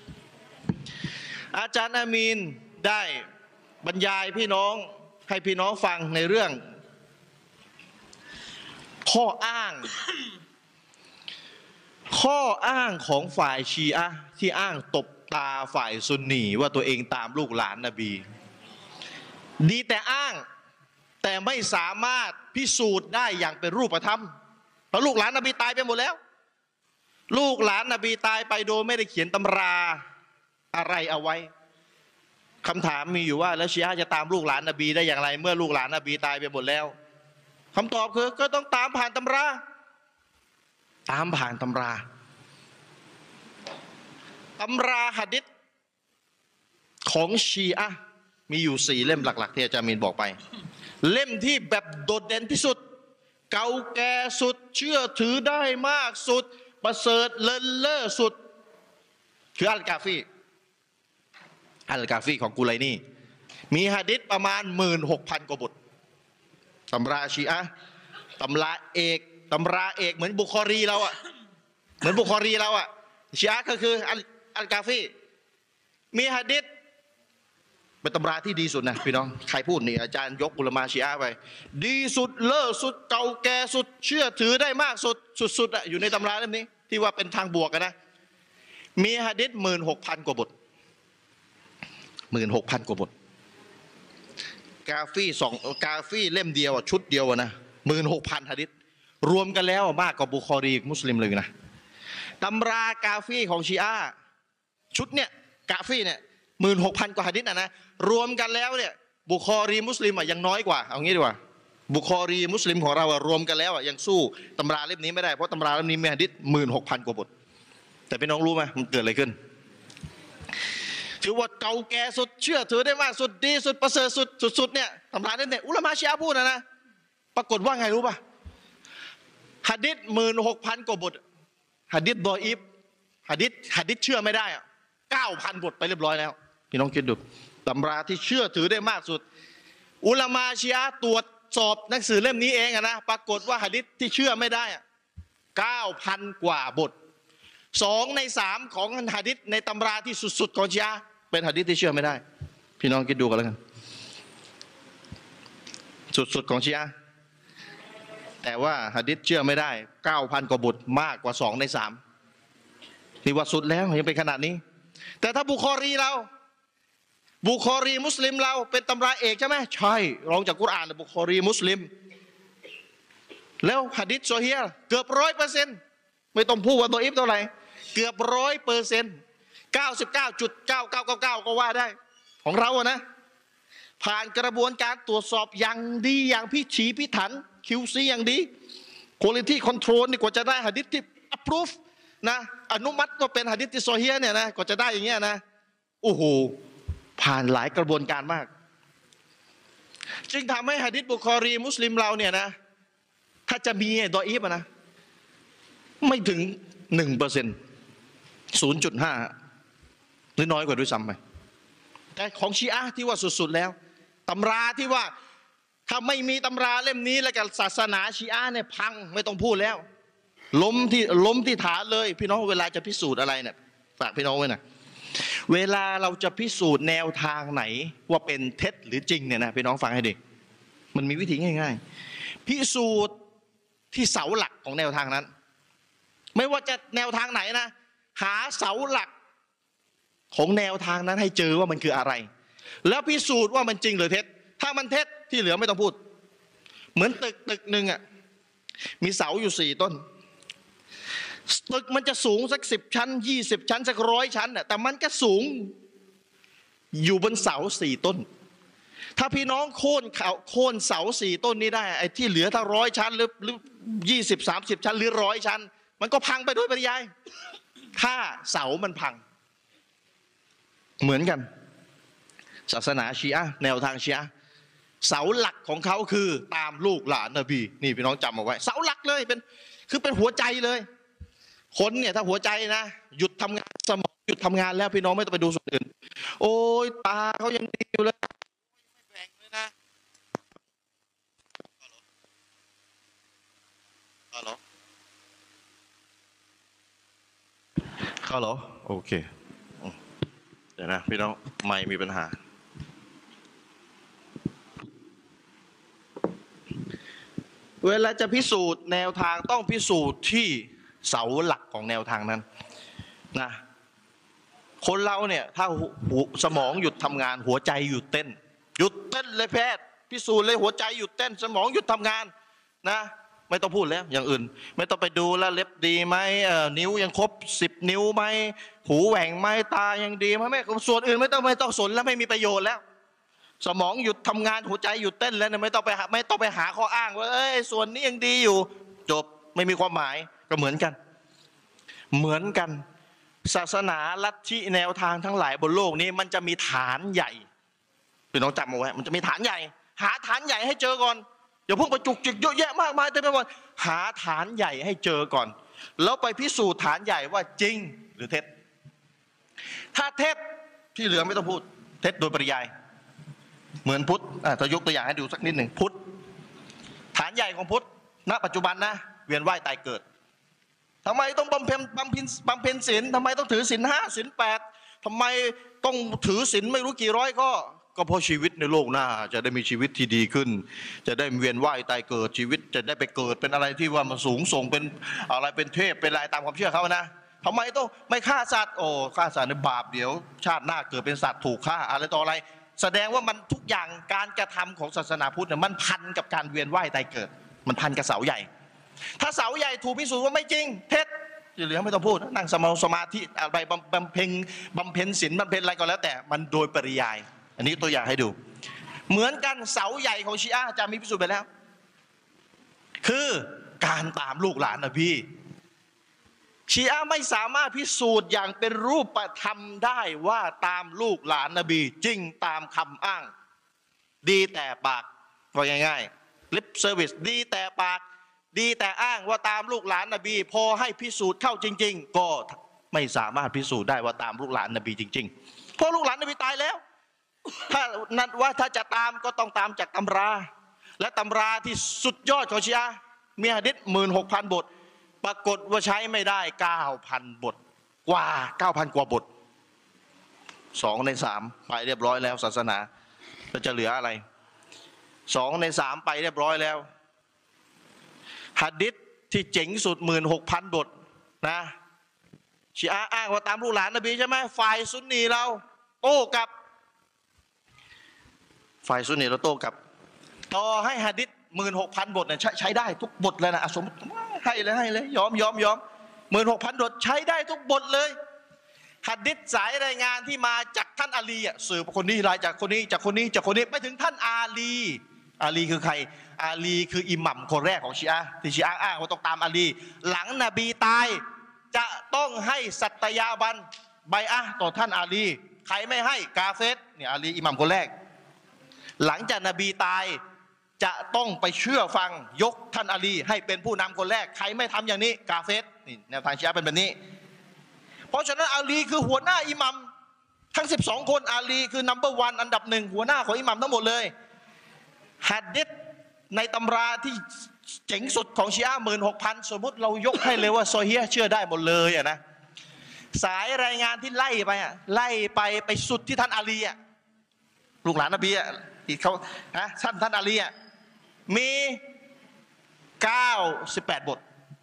อาจารย์อามีนได้บรรยายพี่น้องให้พี่น้องฟังในเรื่องข้ออ้าง ข้ออ้างของฝ่ายชีอะห์ที่อ้างตบตาฝ่ายซุนนีว่าตัวเองตามลูกหลานนบีดีแต่อ้างแต่ไม่สามารถพิสูจน์ได้อย่างเป็นรูปธรรมเพราะลูกหลานนบีตายไปหมดแล้วลูกหลานนบีตายไปโดยไม่ได้เขียนตำราอะไรเอาไว้คำถามมีอยู่ว่าแล้วชีอะห์จะตามลูกหลานนบีได้อย่างไรเมื่อลูกหลานนบีตายไปหมดแล้วคำตอบคือก็ต้องตามผ่านตำราตามผ่านตำราตำราหะดีษของชีอะห์มีอยู่สี่เล่มหลักๆที่อาจารย์มีนบอกไปเล่มที่แบบโดดเด่นที่สุดเก่าแก่สุดเชื่อถือได้มากสุดประเสริฐเลิศเล่อสุดคืออัลกาฟีอัลกาฟีของกุไลนีมีหะดีษประมาณหมื่นหกพันกว่าบทตำราชีอะห์ตำราเอกตำราเอกเหมือนบุคอรีเราอะเหมือนบุคอรีเราอะชีอะห์ก็คืออัลอัลกาฟีมีหะดีษเป็นตำราที่ดีสุดนะพี่น้องใครพูดนี่อาจารย์ยกอุลามะชีอะห์ไปดีสุดเลิศสุดเก่าแก่สุดเชื่อถือได้มากสุดสุดๆอะอยู่ในตำราเล่มนี้ที่ว่าเป็นทางบวกกันนะมีหะดีษหมื่นหกพันกว่าบทหมื่นหกพันกว่าบทกาฟีสองกาฟีเล่มเดียวอะชุดเดียวนะหมื่นหกพันหะดีษรวมกันแล้วมากกว่าบุคอรีมุสลิมเลยนะตำรากาฟีของชีอะห์ชุดเนี่ยกาฟีเนี่ยหมื่นหกพันกว่าหะดีษนะนะรวมกันแล้วเนี่ยบุคอรีมุสลิมอะยังน้อยกว่าเอางี้ดีกว่าบุคอรีมุสลิมของเราอะรวมกันแล้วอะยังสู้ตำราเล่มนี้ไม่ได้เพราะตำราเล่มนี้มีหะดีษหมื่นหกพันกว่าบทแต่พี่น้องรู้ไหมมันเกิดอะไรขึ้นถือว่าเก่าแก่สุดเชื่อถือได้มากสุดดีสุดประเสริฐสุดสุดๆเนี่ยตำราเล่มเนี่ยอุลามะชีอะห์พูดนะนะปรากฏว่าไงรู้ป่ะหะดีษหมื่นหกพันกว่าบทหะดีษดออีฟหะดีษหะดีษเชื่อไม่ได้อะเก้าพันบทไปเรียบร้อยแล้วพี่น้องคิดดูตำราที่เชื่อถือได้มากสุดอุลามะชีอะห์ตรวจสอบหนังสือเล่มนี้เองอะนะปรากฏว่าหะดีษที่เชื่อไม่ได้อะเก้าพันกว่าบทสองในสามของหะดีษในตำราที่สุดๆของชีอะห์เป็นหะดีษที่เชื่อไม่ได้พี่น้องคิดดูกันแล้วกันสุดๆของชีอะห์แต่ว่าหะดีษเชื่อไม่ได้เก้าพันกว่าบทมากกว่าสองในสามนี่ว่าสุดแล้วยังเป็นขนาดนี้แต่ถ้าบุคอรีเราบุคอรีมุสลิมเราเป็นตำราเอกใช่ไหมใช่รองจากกุรอานบุคอรีมุสลิมแล้วหะดีษซอฮีฮ์เกือบร้อยเปอร์เซ็นต์ไม่ต้องพูดว่าตัวอิฟเท่าไหร่เกือบร้อยเปอร์เซ็นต์เก้าสิบเก้าจุดเก้าเก้าเก้าเก้าก็ว่าได้ของเราอะนะผ่านกระบวนการตรวจสอบอย่างดีอย่างพิถีพิถัน คิว ซี อย่างดี Quality Control นี่กว่าจะได้หะดีษที่ approve นะอนุมัติว่าเป็นหะดีษที่ซอฮีฮ์เนี่ยนะกว่าจะได้อย่างเงี้ยนะโอ้โหผ่านหลายกระบวนการมากจึงทำให้หะดีษบุคอรีมุสลิมเราเนี่ยนะถ้าจะมีดออีฟนะไม่ถึงหนึ่งเปอร์เซ็นต์ศูนย์จุดห้าหรือน้อยกว่าด้วยซ้ำไปแต่ของชีอะห์ที่ว่าสุดๆแล้วตำราที่ว่าถ้าไม่มีตำราเล่มนี้แล้วกับศาสนาชีอะห์เนี่ยพังไม่ต้องพูดแล้วล้มที่ล้มที่ฐานเลยพี่น้องเวลาจะพิสูจน์อะไรเนี่ยฝากพี่น้องไว้นะเวลาเราจะพิสูจน์แนวทางไหนว่าเป็นเท็จหรือจริงเนี่ยนะพี่น้องฟังให้ดีมันมีวิธีง่ายๆพิสูจน์ที่เสาหลักของแนวทางนั้นไม่ว่าจะแนวทางไหนนะหาเสาหลักของแนวทางนั้นให้เจอว่ามันคืออะไรแล้วพิสูจน์ว่ามันจริงหรือเท็จถ้ามันเท็จที่เหลือไม่ต้องพูดเหมือนตึกตึกหนึ่งอ่ะมีเสาอยู่สี่ต้นตึกมันจะสูงสักสิบชั้นยี่สิบชั้นสักร้อยชั้นน่ะแต่มันก็สูงอยู่บนเสาสี่ต้นถ้าพี่น้องโค่นเขาโค่นเสาสี่ต้นนี้ได้ไอ้ที่เหลือถ้าร้อยชั้นหรือหรือยี่สิบสามสิบชั้นหรือร้อยชั้นมันก็พังไปด้วยปริยายถ้าเสามันพังเหมือนกันศาสนาชีอะห์แนวทางชีอะห์เสาหลักของเขาคือตามลูกหลานนบีนี่พี่น้องจำเอาไว้เสาหลักเลยเป็นคือเป็นหัวใจเลยคนเนี่ยถ้าหัวใจนะหยุดทำงานสมองหยุดทำงานแล้วพี่น้องไม่ต้องไปดูส่วนอื่นโอ้ยตาเขายังดีอยู่เลยไม่แบ่งเลยนะฮัลโหลฮัลโหลโอเคเดี๋ยวนะพี่น้องไม่มีปัญหาเวลาจะพิสูจน์แนวทางต้องพิสูจน์ที่เสาหลักของแนวทางนั้นนะคนเราเนี่ยถ้าสมองหยุดทำงานหัวใจหยุดเต้นหยุดเต้นเลยแพทย์พิสูจน์เลยหัวใจหยุดเต้นสมองหยุดทำงานนะไม่ต้องพูดแล้วอย่างอื่นไม่ต้องไปดูแลเล็บดีไหมนิ้วยังครบสิบนิ้วไหมหูแหว่งไหมตายังดีไหมไม่ส่วนอื่นไม่ต้องไม่ต้องสนแล้วไม่มีประโยชน์แล้วสมองหยุดทำงานหัวใจหยุดเต้นแล้วเนี่ยไม่ต้องไปหาไม่ต้องไปหาข้ออ้างว่าเอ้ยส่วนนี้ยังดีอยู่จบไม่มีความหมายก็เหมือนกันเหมือนกันศาสนาลัทธิแนวทางทั้งหลายบนโลกนี้มันจะมีฐานใหญ่พี่น้องจำเอาไว้มันจะมีฐานใหญ่หาฐานใหญ่ให้เจอก่อนอย่าเพิ่งไปจุกจิกเยอะแยะมากมายเต็มไปหมดหาฐานใหญ่ให้เจอก่อนแล้วไปพิสูจน์ฐานใหญ่ว่าจริงหรือเท็จถ้าเท็จที่เหลือไม่ต้องพูดเท็จโดยปริยายเหมือนพุทธถ้ายกตัวอย่างให้ดูสักนิดหนึ่งพุทธฐานใหญ่ของพุทธณปัจจุบันนะเวียนว่ายตายเกิดทำไมต้องบำเพ็ญบำเพ็ญบำเพ็ญศีลทำไมต้องถือศีลห้าศีลแปดทำไมต้องถือศีลไม่รู้กี่ร้อยข้อก็เพราะชีวิตในโลกหน้าจะได้มีชีวิตที่ดีขึ้นจะได้เวียนว่ายตายเกิดชีวิตจะได้ไปเกิดเป็นอะไรที่ว่ามันสูงส่งเป็นอะไรเป็นเทพเป็นอะไรตามความเชื่อเขานะทำไมต้องไม่ฆ่าสัตว์โอ้ฆ่าสัตว์ในบาปเดี๋ยวชาติหน้าเกิดเป็นสัตว์ถูกฆ่าอะไรต่ออะไรแสดงว่ามันทุกอย่างการกระทำของศาสนาพุทธเนี่ยมันพันกับการเวียนว่ายตายเกิดมันพันกับเสาใหญ่ถ้าเสาใหญ่ถูกพิสูจน์ว่าไม่จริงเท็จที่เหลือไม่ต้องพูดนั่งสมาสมาธิอะไรบำเพ็ญบำเพ็ญศีลบำเพ็ญอะไรก็แล้วแต่มันโดยปริยายอันนี้ตัวอย่างให้ดูเหมือนกันเสาใหญ่ของชีอะห์จะมีพิสูจน์ไปแล้วคือการตามลูกหลานนบีชีอะห์ไม่สามารถพิสูจน์อย่างเป็นรูปธรรมได้ว่าตามลูกหลานนบีจริงตามคำอ้างดีแต่ปากว่าง่ายๆ lip service ดีแต่ปากดีแต่อ้างว่าตามลูกหลานนบีพอให้พิสูจน์เข้าจริงๆก็ไม่สามารถพิสูจน์ได้ว่าตามลูกหลานนบีจริงๆเพราะลูกหลานนบีตายแล้วถ้านัดว่าถ้าจะตามก็ต้องตามจากตำราและตำราที่สุดยอดของชีอะห์มีหะดีษหมื่นหกพันบทปรากฏว่าใช้ไม่ได้เก้าพันบทกว่าเก้าพันกว่าบทสองในสามไปเรียบร้อยแล้วศาสนาแล้วจะเหลืออะไรสองในสามไปเรียบร้อยแล้วหะดีษที่เจ๋งสุดหมื่นหกพันบทนะชีอะห์อ้างว่าตามลูกหลานนบีใช่ไหมฝ่ายซุนนีเราโต้กับฝ่ายซุนนีเราโต้กับต่อให้หะดีษหมื่นหกพันบทเนี่ยใช้ได้ทุกบทเลยนะสมมติให้เลยให้เลยยอมยอมยอมหมื่นหกพันบทใช้ได้ทุกบทเลยหะดีษสายรายงานที่มาจากท่านอาลีอ่ะสืบคนนี้รายจากคนนี้จากคนนี้จากคนนี้ไปถึงท่านอาลีอาลีคือใครอาลีคืออิหมัมคนแรกของชีอะห์ที่ชีอะห์อ้างว่าต้องตามอาลีหลังนบีตายจะต้องให้สัตยาบันใบอะห์ต่อท่านอาลีใครไม่ให้กาเฟรเนี่ยอาลีอิหมัมคนแรกหลังจากนบีตายจะต้องไปเชื่อฟังยกท่านอาลีให้เป็นผู้นำคนแรกใครไม่ทำอย่างนี้กาเฟรนี่แนวทางชีอะห์เป็นแบบนี้เพราะฉะนั้นอาลีคือหัวหน้าอิหมัมทั้งสิบสองคนอาลีคือนัมเบอร์วันอันดับหนึ่งหัวหน้าของอิหมัมทั้งหมดเลยหะดีษในตำราที่เจ๋งสุดของชีอะห์หมื่นหกพันสมมติเรายกให้เลยว่าซอฮีฮ์เชื่อได้หมดเลยอะนะสายรายงานที่ไล่ไปอะไล่ไปไปสุดที่ท่านอาลีอะลูกหลานนบีอะที่เขาฮะท่านท่านอาลีอะมีเก้าสิบแปดบท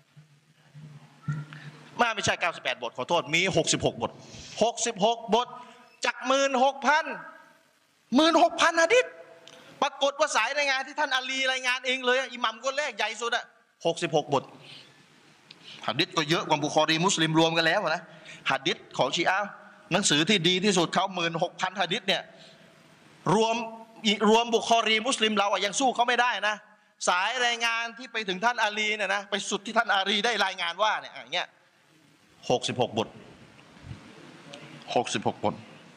ไม่ไม่ใช่เก้าสิบแปดบทขอโทษมีหกสิบหกบทหกสิบหกบทจากหมื่นหกพันหมื่นหกพันหะดีษปรากฏว่าสายรายงานที่ท่านอาลีรายงานเองเลยอิหมัมคนแรกใหญ่สุดอะหกสิบหกบทหะดีษก็เยอะกว่าบุคอรีมุสลิมรวมกันแล้วนะหะดีษของชีอะห์หนังสือที่ดีที่สุดเขาหมื่นหกพันหะดีษเนี่ยรวมรวมบุคอรีมุสลิมเราอะยังสู้เขาไม่ได้นะสายรายงานที่ไปถึงท่านอาลีเนี่ยนะไปสุดที่ท่านอาลีได้รายงานว่าเนี่ยอย่างเงี้ยหกสิบหกบทหกสิบหกบท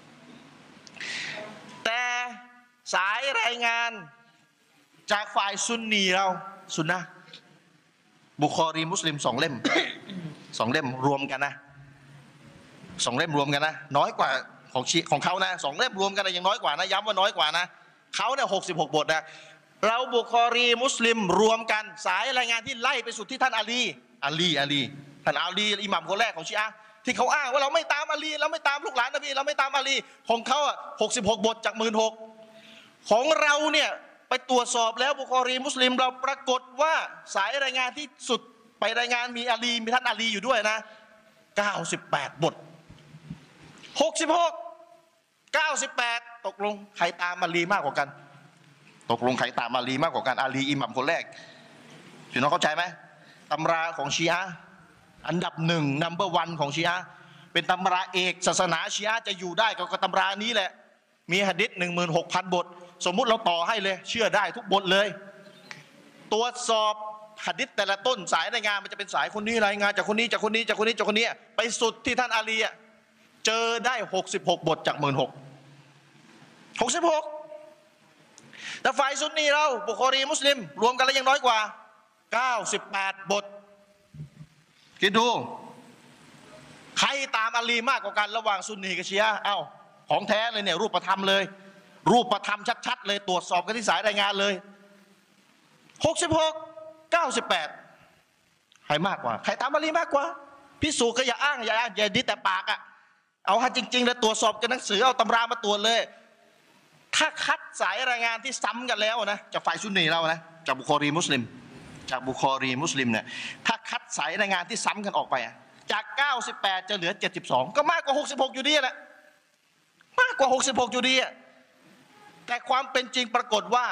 แต่สายรายงานจากฝ่ายซุนนีเราซุนนะบุคอรีมุสลิมสองเล่ม สองเล่มรวมกันนะสองเล่มรวมกันนะน้อยกว่าของชีของเขานะสองเล่มรวมกันนะยังน้อยกว่านะย้ำว่าน้อยกว่านะเขาเนี่ยหกสิบหกบทนะเราบุคอรีมุสลิมรวมกันสายรายงานที่ไล่ไปสุดที่ท่านอาลีอาลีอาลีท่านอาลีอิหมัมคนแรกของชีอะห์ที่เขาอ้างว่าเราไม่ตามอาลีเราไม่ตามลูกหลานนบีเราไม่ตามอาลีของเขาอ่ะหกสิบหกบทจากหมื่นหกของเราเนี่ยไปตรวจสอบแล้วบุคอรีมุสลิมเราปรากฏว่าสายรายงานที่สุดไปรายงานมีอาลีมีท่านอาลีอยู่ด้วยนะเก้าสิบแปดบทหกสิบหก เก้าสิบแปดตกลงใครตามอาลีมากกว่ากันตกลงใครตามอาลีมากกว่ากันอาลีอิหมัมคนแรกพี่น้องเข้าใจไหมตำราของชีอะห์อันดับหนึ่งนัมเบอร์วันของชีอะห์เป็นตำราเอกศาสนาชีอะห์จะอยู่ได้ก็ตำรานี้แหละมีหะดีษหนึ่งหมื่นหกพันบทสมมุติเราต่อให้เลยเชื่อได้ทุกบทเลยตรวจสอบหะดีษแต่ละต้นสายรายงานมันจะเป็นสายคนนี้รายงานจากคนนี้จากคนนี้จากคนนี้จากคนนี้ไปสุดที่ท่านอาลีเจอได้หกสิบหกบทจากหมื่นหกหกสิบหกแต่ฝ่ายซุนนีเราบุคอรีมุสลิมรวมกันแล้วยังน้อยกว่าเก้าสิบแปดบทคิดดูใครตามอาลีมากกว่ากันระหว่างซุนนีกับชีอะห์เอ้าของแท้เลยเนี่ยรูปธรรมเลยรูปธรรมชัดๆเลยตรวจสอบกันที่สายรายงานเลยหกสิบหก เก้าสิบแปดใครมากกว่าใครตามอาลีมากกว่าพิสูจน์ก็อย่าอ้างอย่าอ้างอย่าดีแต่ปากอะเอาให้จริงๆแล้วตรวจสอบกันหนังสือเอาตำรามาตรวจเลยถ้าคัดสายรายงานที่ซ้ำกันแล้วนะจากฝ่ายซุนนีเรานะจากบุคอรีมุสลิมจากบุคอรีมุสลิมเนี่ยถ้าคัดสายรายงานที่ซ้ำกันออกไปจากเก้าสิบแปดจะเหลือเจ็ดสิบสองก็มากกว่าหกสิบหกอยู่ดีแหละมากกว่าหกสิบหกอยู่ดีอ่ะแต่ความเป็นจริงปรากฏว่า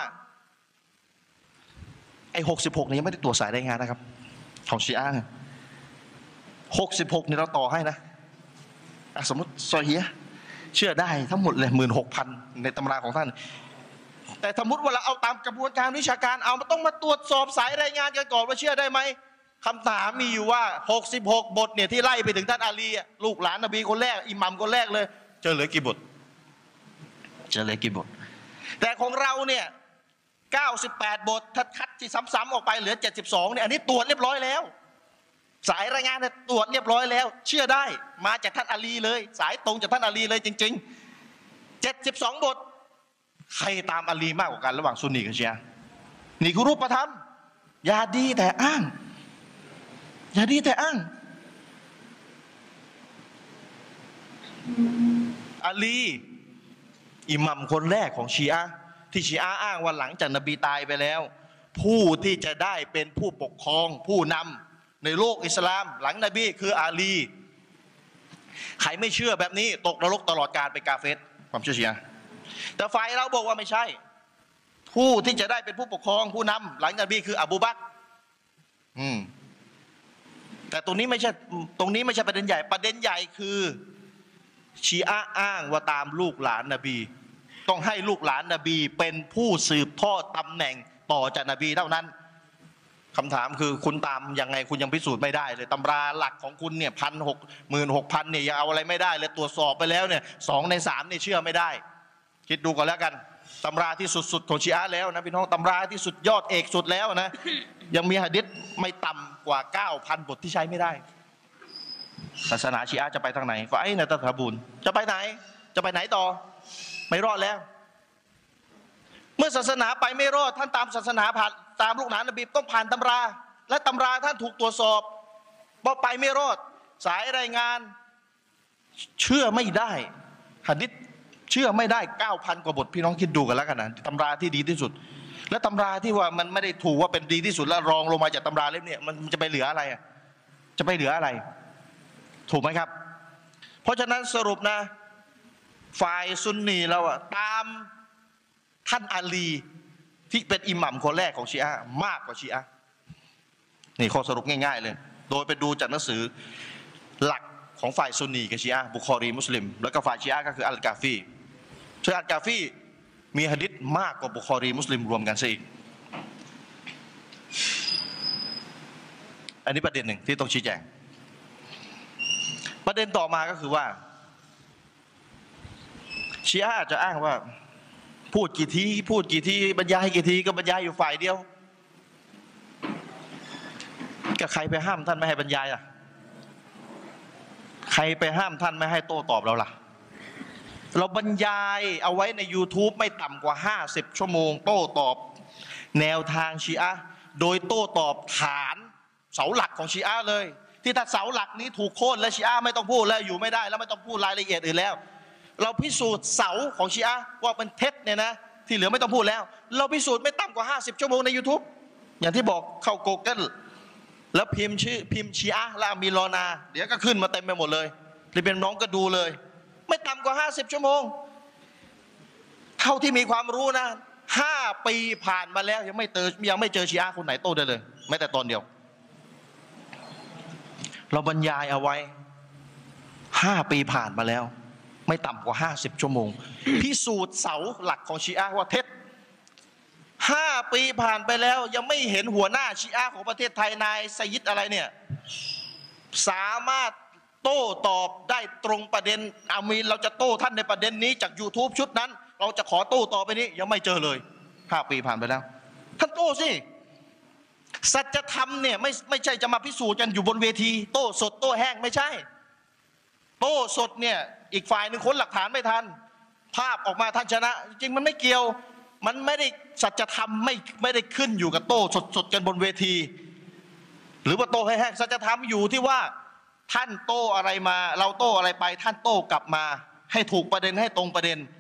ไอ้หกสิบหกนี้ยังไม่ได้ตรวจสายรายงานนะครับของชีอะห์หกสิบหกนี่เราต่อให้นะสมมติซอฮีฮ์เชื่อได้ทั้งหมดเลยหมื่นหกพันในตำราของท่านแต่สมมติว่าเราเอาตามกระบวนการวิชาการเอามันต้องมาตรวจสอบสายรายงานกันก่อนว่าเชื่อได้ไหมคำถามมีอยู่ว่าหกสิบหกบทเนี่ยที่ไล่ไปถึงท่านอาลีลูกหลานนบีคนแรกอิหมัมคนแรกเลยจะเหลือกี่บทจะเหลือกี่บทแต่ของเราเนี่ยเก้าสิบแปดบทถ้าคัดที่ซ้ำๆออกไปเหลือเจ็ดสิบสองเนี่ยอันนี้ตรวจเรียบร้อยแล้วสายรายงานเนี่ยตรวจเรียบร้อยแล้วเชื่อได้มาจากท่านอาลีเลยสายตรงจากท่านอาลีเลยจริงๆเจ็ดสิบสองบทใครตามอาลีมากกว่ากันระหว่างซุนนีกับชีอะห์นี่คือรูปธรรมอย่าดีแต่อ้างอย่าดีแต่อ้างอาลีอิหมัมคนแรกของชีอะห์ที่ชีอะห์อ้างว่าหลังจากนบีตายไปแล้วผู้ที่จะได้เป็นผู้ปกครองผู้นำในโลกอิสลามหลังนบีคืออาลีใครไม่เชื่อแบบนี้ตกนรกตลอดกาลไปกาเฟรความเชื่อชีอะห์แต่ฝ่ายเราบอกว่าไม่ใช่ผู้ที่จะได้เป็นผู้ปกครองผู้นำหลังนบีคืออบูบักรอืมแต่ตรงนี้ไม่ใช่ตรงนี้ไม่ใช่ประเด็นใหญ่ประเด็นใหญ่คือชีอะห์อ้างว่าตามลูกหลานนบีต้องให้ลูกหลานนบีเป็นผู้สืบทอดตำแหน่งต่อจากนบีเท่านั้นคำถามคือคุณตามยังไงคุณยังพิสูจน์ไม่ได้เลยตำราหลักของคุณเนี่ยพันหกหมื่นหกพันเนี่ยยังเอาอะไรไม่ได้เลยตรวจสอบไปแล้วเนี่ยสองในสามเนี่ยเชื่อไม่ได้คิดดูก่อนแล้วกันตำราที่สุดๆของชีอะห์แล้วนะพี่น้องตำราที่สุดยอดเอกสุดแล้วนะยังมีหะดีษไม่ต่ำกว่า เก้าพัน บทที่ใช้ไม่ได้ศาสนาชีอะห์จะไปทางไหนฝ่ายนะตะทะบุญจะไปไหนจะไปไหนต่อไม่รอดแล้วเมื่อศาสนาไปไม่รอดท่านตามศาสนาผ่านตามลูกหลานนบีต้องผ่านตำราและตำราท่านถูกตรวจสอบพอไปไม่รอดสายรายงานเชื่อไม่ได้หะดีษเชื่อไม่ได้ เก้าพัน กว่าบทพี่น้องคิดดูกันแล้วกันนะตำราที่ดีที่สุดและตำราที่ว่ามันไม่ได้ถูกว่าเป็นดีที่สุดแล้วรองลงมาจากตำราเล่มนี้มันจะไปเหลืออะไรอ่ะจะไปเหลืออะไรถูกไหมครับเพราะฉะนั้นสรุปนะฝ่ายซุนนีเราอะตามท่านอาลีที่เป็นอิหมัมคนแรกของชีอะห์มากกว่าชีอะห์นี่ข้อสรุปง่ายๆเลยโดยไปดูจากหนังสือหลักของฝ่ายซุนนีกับชีอะห์บุคอรีมุสลิมแล้วก็ฝ่ายชีอะห์ก็คืออัลกาฟีซึ่งอัลกาฟีมีหะดีษมากกว่าบุคอรีมุสลิมรวมกันซะอีกอันนี้ประเด็นหนึ่งที่ต้องชี้แจงประเด็นต่อมาก็คือว่าชีอะห์อาจจะอ้างว่าพูดกี่ทีพูดกี่ทีบรรยายกี่ทีก็บรรยายอยู่ฝ่ายเดียวก็ใครไปห้ามท่านไม่ให้บรรยายล่ะใครไปห้ามท่านไม่ให้โต้ตอบเราล่ะเราบรรยายเอาไว้ใน YouTube ไม่ต่ำกว่าห้าสิบชั่วโมงโต้ตอบแนวทางชีอะห์โดยโต้ตอบฐานเสาหลักของชีอะห์เลยที่ถ้าเสาหลักนี้ถูกโค่นและชีอะห์ไม่ต้องพูดแล้วอยู่ไม่ได้แล้วไม่ต้องพูดรายละเอียดอื่นแล้วเราพิสูจน์เสาของชีอะห์ว่าเป็นเท็จเนี่ยนะที่เหลือไม่ต้องพูดแล้วเราพิสูจน์ไม่ต่ำกว่าห้าสิบชั่วโมงใน YouTube อย่างที่บอกเข้า Google แล้วพิมพ์ชื่อพิมพ์ชีอะห์และมีรอนาเดี๋ยวก็ขึ้นมาเต็มไปหมดเลยหรือเป็นน้องก็ดูเลยไม่ต่ำกว่าห้าสิบชั่วโมงเท่าที่มีความรู้นะห้าปีผ่านมาแล้วยังไม่เจอยังไม่เจอชีอะห์คนไหนโต้ได้เลยแม้แต่ตอนเดียวเราบรรยายเอาไว้ห้าปีผ่านมาแล้วไม่ต่ำกว่าห้าสิบชั่วโมงพิสูจน์เสาหลักของชีอะห์ว่าเท็จห้าปีผ่านไปแล้วยังไม่เห็นหัวหน้าชีอะห์ของประเทศไทยนายไซยิดอะไรเนี่ยสามารถโต้ตอบได้ตรงประเด็นอามีนเราจะโต้ท่านในประเด็นนี้จาก YouTube ชุดนั้นเราจะขอโต้ต่อไปนี้ยังไม่เจอเลยห้าปีผ่านไปแล้วท่านโต้สิสัจธรรมเนี่ยไม่ไม่ใช่จะมาพิสูจน์กันอยู่บนเวทีโต้สดโต้แห้งไม่ใช่โต้สดเนี่ยอีกฝ่ายหนึ่งค้นหลักฐานไม่ทันภาพออกมาท่านชนะจริงมันไม่เกี่ยวมันไม่ได้สัจธรรมไม่ไม่ได้ขึ้นอยู่กับโต้สดสดกันบนเวทีหรือว่าโต้แห้งสัจธรรมอยู่ที่ว่าท่านโต้อะไรมาเราโต้อะไรไปท่านโต้กลับมาให้ถูกประเด็นให้ตรงประเด็น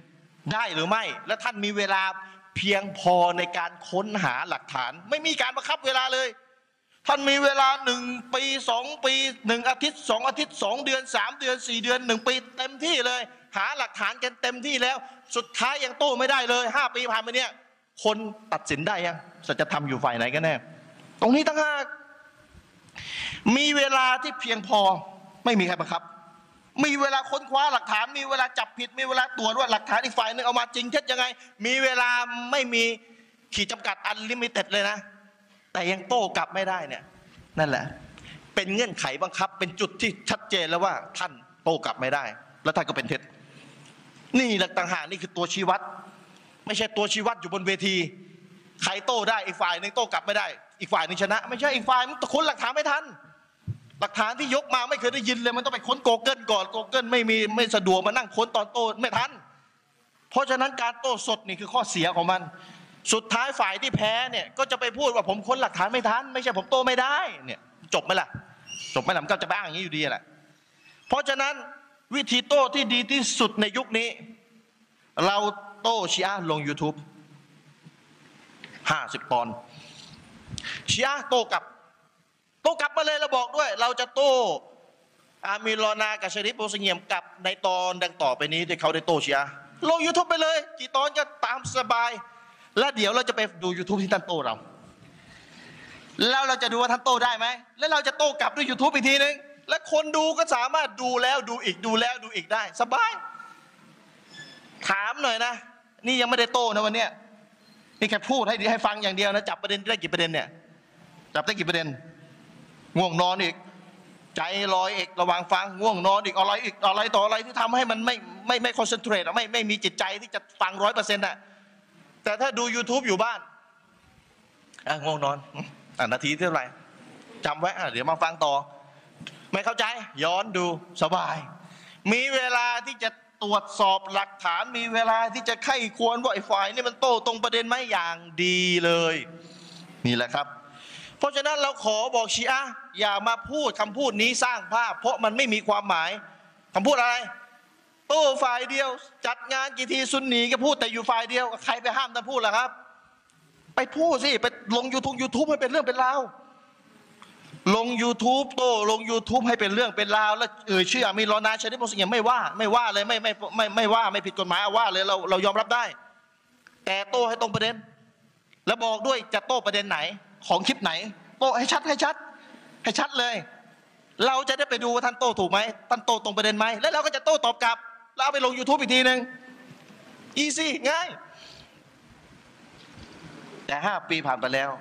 ได้หรือไม่และท่านมีเวลาเพียงพอในการค้นหาหลักฐานไม่มีการบังคับเวลาเลยท่านมีเวลาหนึ่งปีสองปีหนึ่งอาทิตย์สองอาทิตย์สองเดือนสามเดือนสี่เดือนหนึ่งปีเต็มที่เลยหาหลักฐานกันเต็มที่แล้วสุดท้ายยังโต้ไม่ได้เลยห้าปีผ่านมาเนี่ยคนตัดสินได้ยังสัจธรรมอยู่ฝ่ายไหนกันแน่ตรงนี้ตั้งหากมีเวลาที่เพียงพอไม่มีใครบังคับมีเวลาค้นคว้าหลักฐานมีเวลาจับผิดมีเวลาตรวจว่าหลักฐานอีกฝ่ายนึงเอามาจริงเท็จยังไงมีเวลาไม่มีขีดจำกัดอันลิมิเต็ดเลยนะแต่ยังโต้กลับไม่ได้เนี่ยนั่นแหละเป็นเงื่อนไขบังคับเป็นจุดที่ชัดเจนแล้วว่าท่านโต้กลับไม่ได้แล้วท่านก็เป็นเท็จนี่หลักต่างหากนี่คือตัวชี้วัดไม่ใช่ตัวชี้วัดอยู่บนเวทีใครโต้ได้อีกฝ่ายนึงโต้กลับไม่ได้อีกฝ่ายนึงชนะไม่ใช่อีกฝ่ายมันค้นหลักฐานไม่ทันหลักฐานที่ยกมาไม่เคยได้ยินเลยมันต้องไปค้น Google ก่อน Google ไม่มีไม่สะดวกมานั่งค้นตอนโต้ไม่ทันเพราะฉะนั้นการโต้สดนี่คือข้อเสียของมันสุดท้ายฝ่ายที่แพ้เนี่ยก็จะไปพูดว่าผมค้นหลักฐานไม่ทันไม่ใช่ผมโต้ไม่ได้เนี่ยจบไหมล่ะจบไหมล่ะมันก็จะบ้างอย่างนี้อยู่ดีแหละเพราะฉะนั้นวิธีโต้ที่ดีที่สุดในยุคนี้เราโต้ชีอะห์ลง YouTube ห้าสิบตอนชีอะห์โต้กลับโต้กลับมาเลยเราบอกด้วยเราจะโต้อามีรอนากับชริฟโบสเงียมกลับในตอนดังต่อไปนี้ที่เขาได้โต้ชีอะห์ลง YouTube ไปเลยกี่ตอนก็ตามสบายแล้วเดี๋ยวเราจะไปดู YouTube ที่ท่านโต้เราแล้วเราจะดูว่าท่านโต้ได้ไหมแล้วเราจะโต้กลับด้วย YouTube อีกทีนึงและคนดูก็สามารถดูแล้วดูอีกดูแล้วดูอีกได้สบายถามหน่อยนะนี่ยังไม่ได้โต้นะวันเนี้ยนี่แค่พูดให้ดีให้ฟังอย่างเดียวนะจับประเด็นได้กี่ประเด็นเนี่ยจับได้กี่ประเด็นง่วงนอนอีกใจลอยอีกระวังฟังง่วงนอนอีกอะไรอีกอะไรต่ออะไรที่ทำให้มันไม่ไม่ไม่คอนเซนเทรตไม่ไม่มีจิตใจที่จะฟังร้อยเปอร์เซ็นต์อะแต่ถ้าดู YouTube อยู่บ้านอ่ะง่วงนอนอ่ะนาทีเท่าไหร่จำไว้อ่ะเดี๋ยวมาฟังต่อไม่เข้าใจย้อนดูสบายมีเวลาที่จะตรวจสอบหลักฐานมีเวลาที่จะไข้ควรว่าไอ้ฝ่ายนี่มันโต้ตรงประเด็นไหมอย่างดีเลยนี่แหละครับเพราะฉะนั้นเราขอบอกชีอะห์อย่ามาพูดคำพูดนี้สร้างภาพเพราะมันไม่มีความหมายคำพูดอะไรโต้ฝ่ายเดียวจัดงานกี่ทีซุนนีก็พูดแต่อยู่ฝ่ายเดียวใครไปห้ามท่านพูดล่ะครับไปพูดสิไปลงยูทูบยูทูบให้เป็นเรื่องเป็นราวลง YouTube โต้ลง YouTube ให้เป็นเรื่องเป็นราวแล้วเอ่ยชื่ออามีรอนาชริฟโบสเงียมไม่ว่าไม่ว่าเลยไม่ไม่ไม่ไม่ว่าไม่ผิดกฎหมายว่าเลยเราเรายอมรับได้แต่โต้ให้ตรงประเด็นแล้วบอกด้วยจะโต้ประเด็นไหนของคลิปไหนโต้ให้ชัดให้ชัดให้ชัดเลยเราจะได้ไปดูว่าท่านโต้ถูกไหมท่านโต้ตรงประเด็นไหมแล้วเราก็จะโต้ตอบกลับแล้วเอาไปลง YouTube อีกทีหนึ่งอีซี่ง่ายแต่ห้าปีผ่านไปแล้ว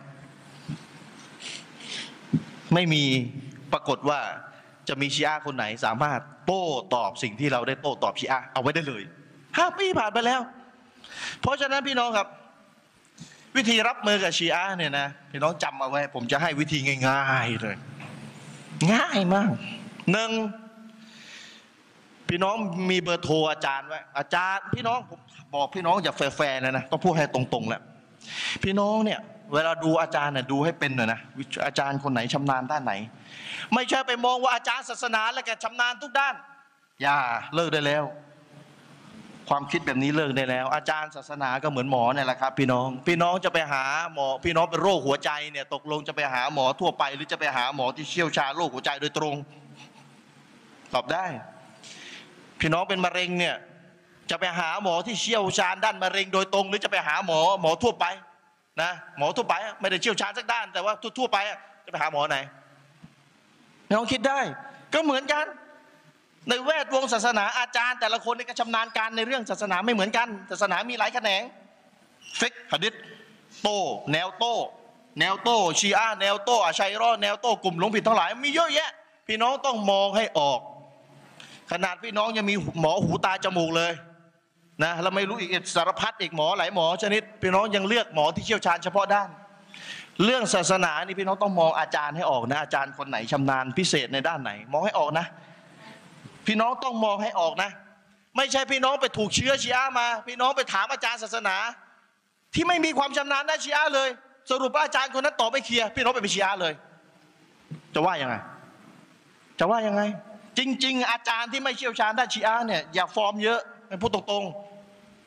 ไม่มีปรากฏว่าจะมีชีอะห์คนไหนสามารถโต้ตอบสิ่งที่เราได้โต้ตอบชีอะห์เอาไว้ได้เลยห้าปีผ่านไปแล้วเพราะฉะนั้นพี่น้องครับวิธีรับมือกับชีอะห์เนี่ยนะพี่น้องจำเอาไว้ผมจะให้วิธีง่ายๆเลยง่ายมากหนึ่งพี่น้องมีเบอร์โทรอาจารย์ไว้อาจารย์พี่น้องผมบอกพี่น้องอย่าแฟร์ๆนะนะต้องพูดให้ตรงๆแหละพี่น้องเนี่ยเวลาดูอาจารย์เนี่ยดูให้เป็นหน่อยนะอาจารย์คนไหนชำนาญด้านไหนไม่ใช่ไปมองว่าอาจารย์ศาสนาแล้วแกชำนาญทุกด้านอย่าเลิกได้แล้วความคิดแบบนี้เลิกได้แล้วอาจารย์ศาสนาก็เหมือนหมอเนี่ยแหละครับพี่น้องพี่น้องจะไปหาหมอพี่น้องเป็นโรคหัวใจเนี่ยตกลงจะไปหาหมอทั่วไปหรือจะไปหาหมอที่เชี่ยวชาญโรคหัวใจโดยตรงตอบได้พี่น้องเป็นมะเร็งเนี่ยจะไปหาหมอที่เชี่ยวชาญด้านมะเร็งโดยตรงหรือจะไปหาหมอหมอทั่วไปนะหมอทั่วไปไม่ได้เชี่ยวชาญสักด้านแต่ว่าทั่วไปจะไปหาหมอไหนน้องคิดได้ก็เหมือนกันในแวดวงศาสนาอาจารย์แต่ละคนนี่ก็ชำนาญการในเรื่องศาสนาไม่เหมือนกันศาสนามีหลายแขนงฟิกหะดีษโต้แนวโต้แนวโต้ชีอะห์แนวโต้อะชัยรอแนวโต้กลุ่มหลงผิดทั้งหลายมีเยอะแยะพี่น้องต้องมองให้ออกขนาดพี่น้องยังมีหมอหูตาจมูกเลยนะเราไม่รู้อีกสารพัดอีกหมอหลายหมอชนิดพี่น้องยังเลือกหมอที่เชี่ยวชาญเฉพาะด้านเรื่องศาสนานี่พี่น้องต้องมองอาจารย์ให้ออกนะอาจารย์คนไหนชำนาญพิเศษในด้านไหนมองให้ออกนะพี่น้องต้องมองให้ออกนะไม่ใช่พี่น้องไปถูกเชื้อชีอะห์มาพี่น้องไปถามอาจารย์ศาสนาที่ไม่มีความชำนาญด้านชีอะห์เลยสรุปว่าอาจารย์คนนั้นตอบไม่เคลียร์พี่น้องไปเป็นชีอะห์เลยจะว่ายังไงจะว่ายังไงจริงๆอาจารย์ที่ไม่เชี่ยวชาญด้านชีอะห์เนี่ยอย่าฟอร์มเยอะพูดตรงๆ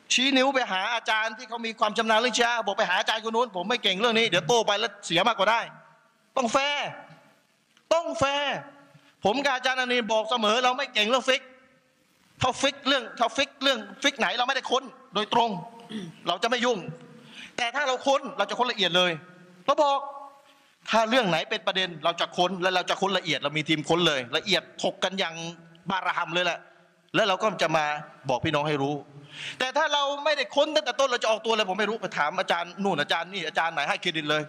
ชี้นิ้วไปหาอาจารย์ที่เขามีความชำนาญเรื่องชีอะห์บอกไปหาอาจารย์คนนู้นผมไม่เก่งเรื่องนี้เดี๋ยวโตไปแล้วเสียมากกว่าได้ต้องแฟร์ต้องแฟร์ผมกับอาจารย์อนีบอกเสมอเราไม่เก่งเรื่องฟิกเขาฟิกเรื่องเขาฟิกเรื่องฟิกไหนเราไม่ได้ค้นโดยตรงเราจะไม่ยุ่งแต่ถ้าเราค้นเราจะค้นละเอียดเลยเราบอกถ้าเรื่องไหนเป็นประเด็นเราจะค้นและเราจะค้นละเอียดเรามีทีมค้นเลยละเอียดถกกันอย่างบาระหำเลยแหละแล้วเราก็จะมาบอกพี่น้องให้รู้แต่ถ้าเราไม่ได้ค้นตั้งแต่ต้นเราจะออกตัวเลยผมไม่รู้ไปถามอาจารย์นู่นอาจารย์นี่อาจารย์ไหนให้เครดิตเลย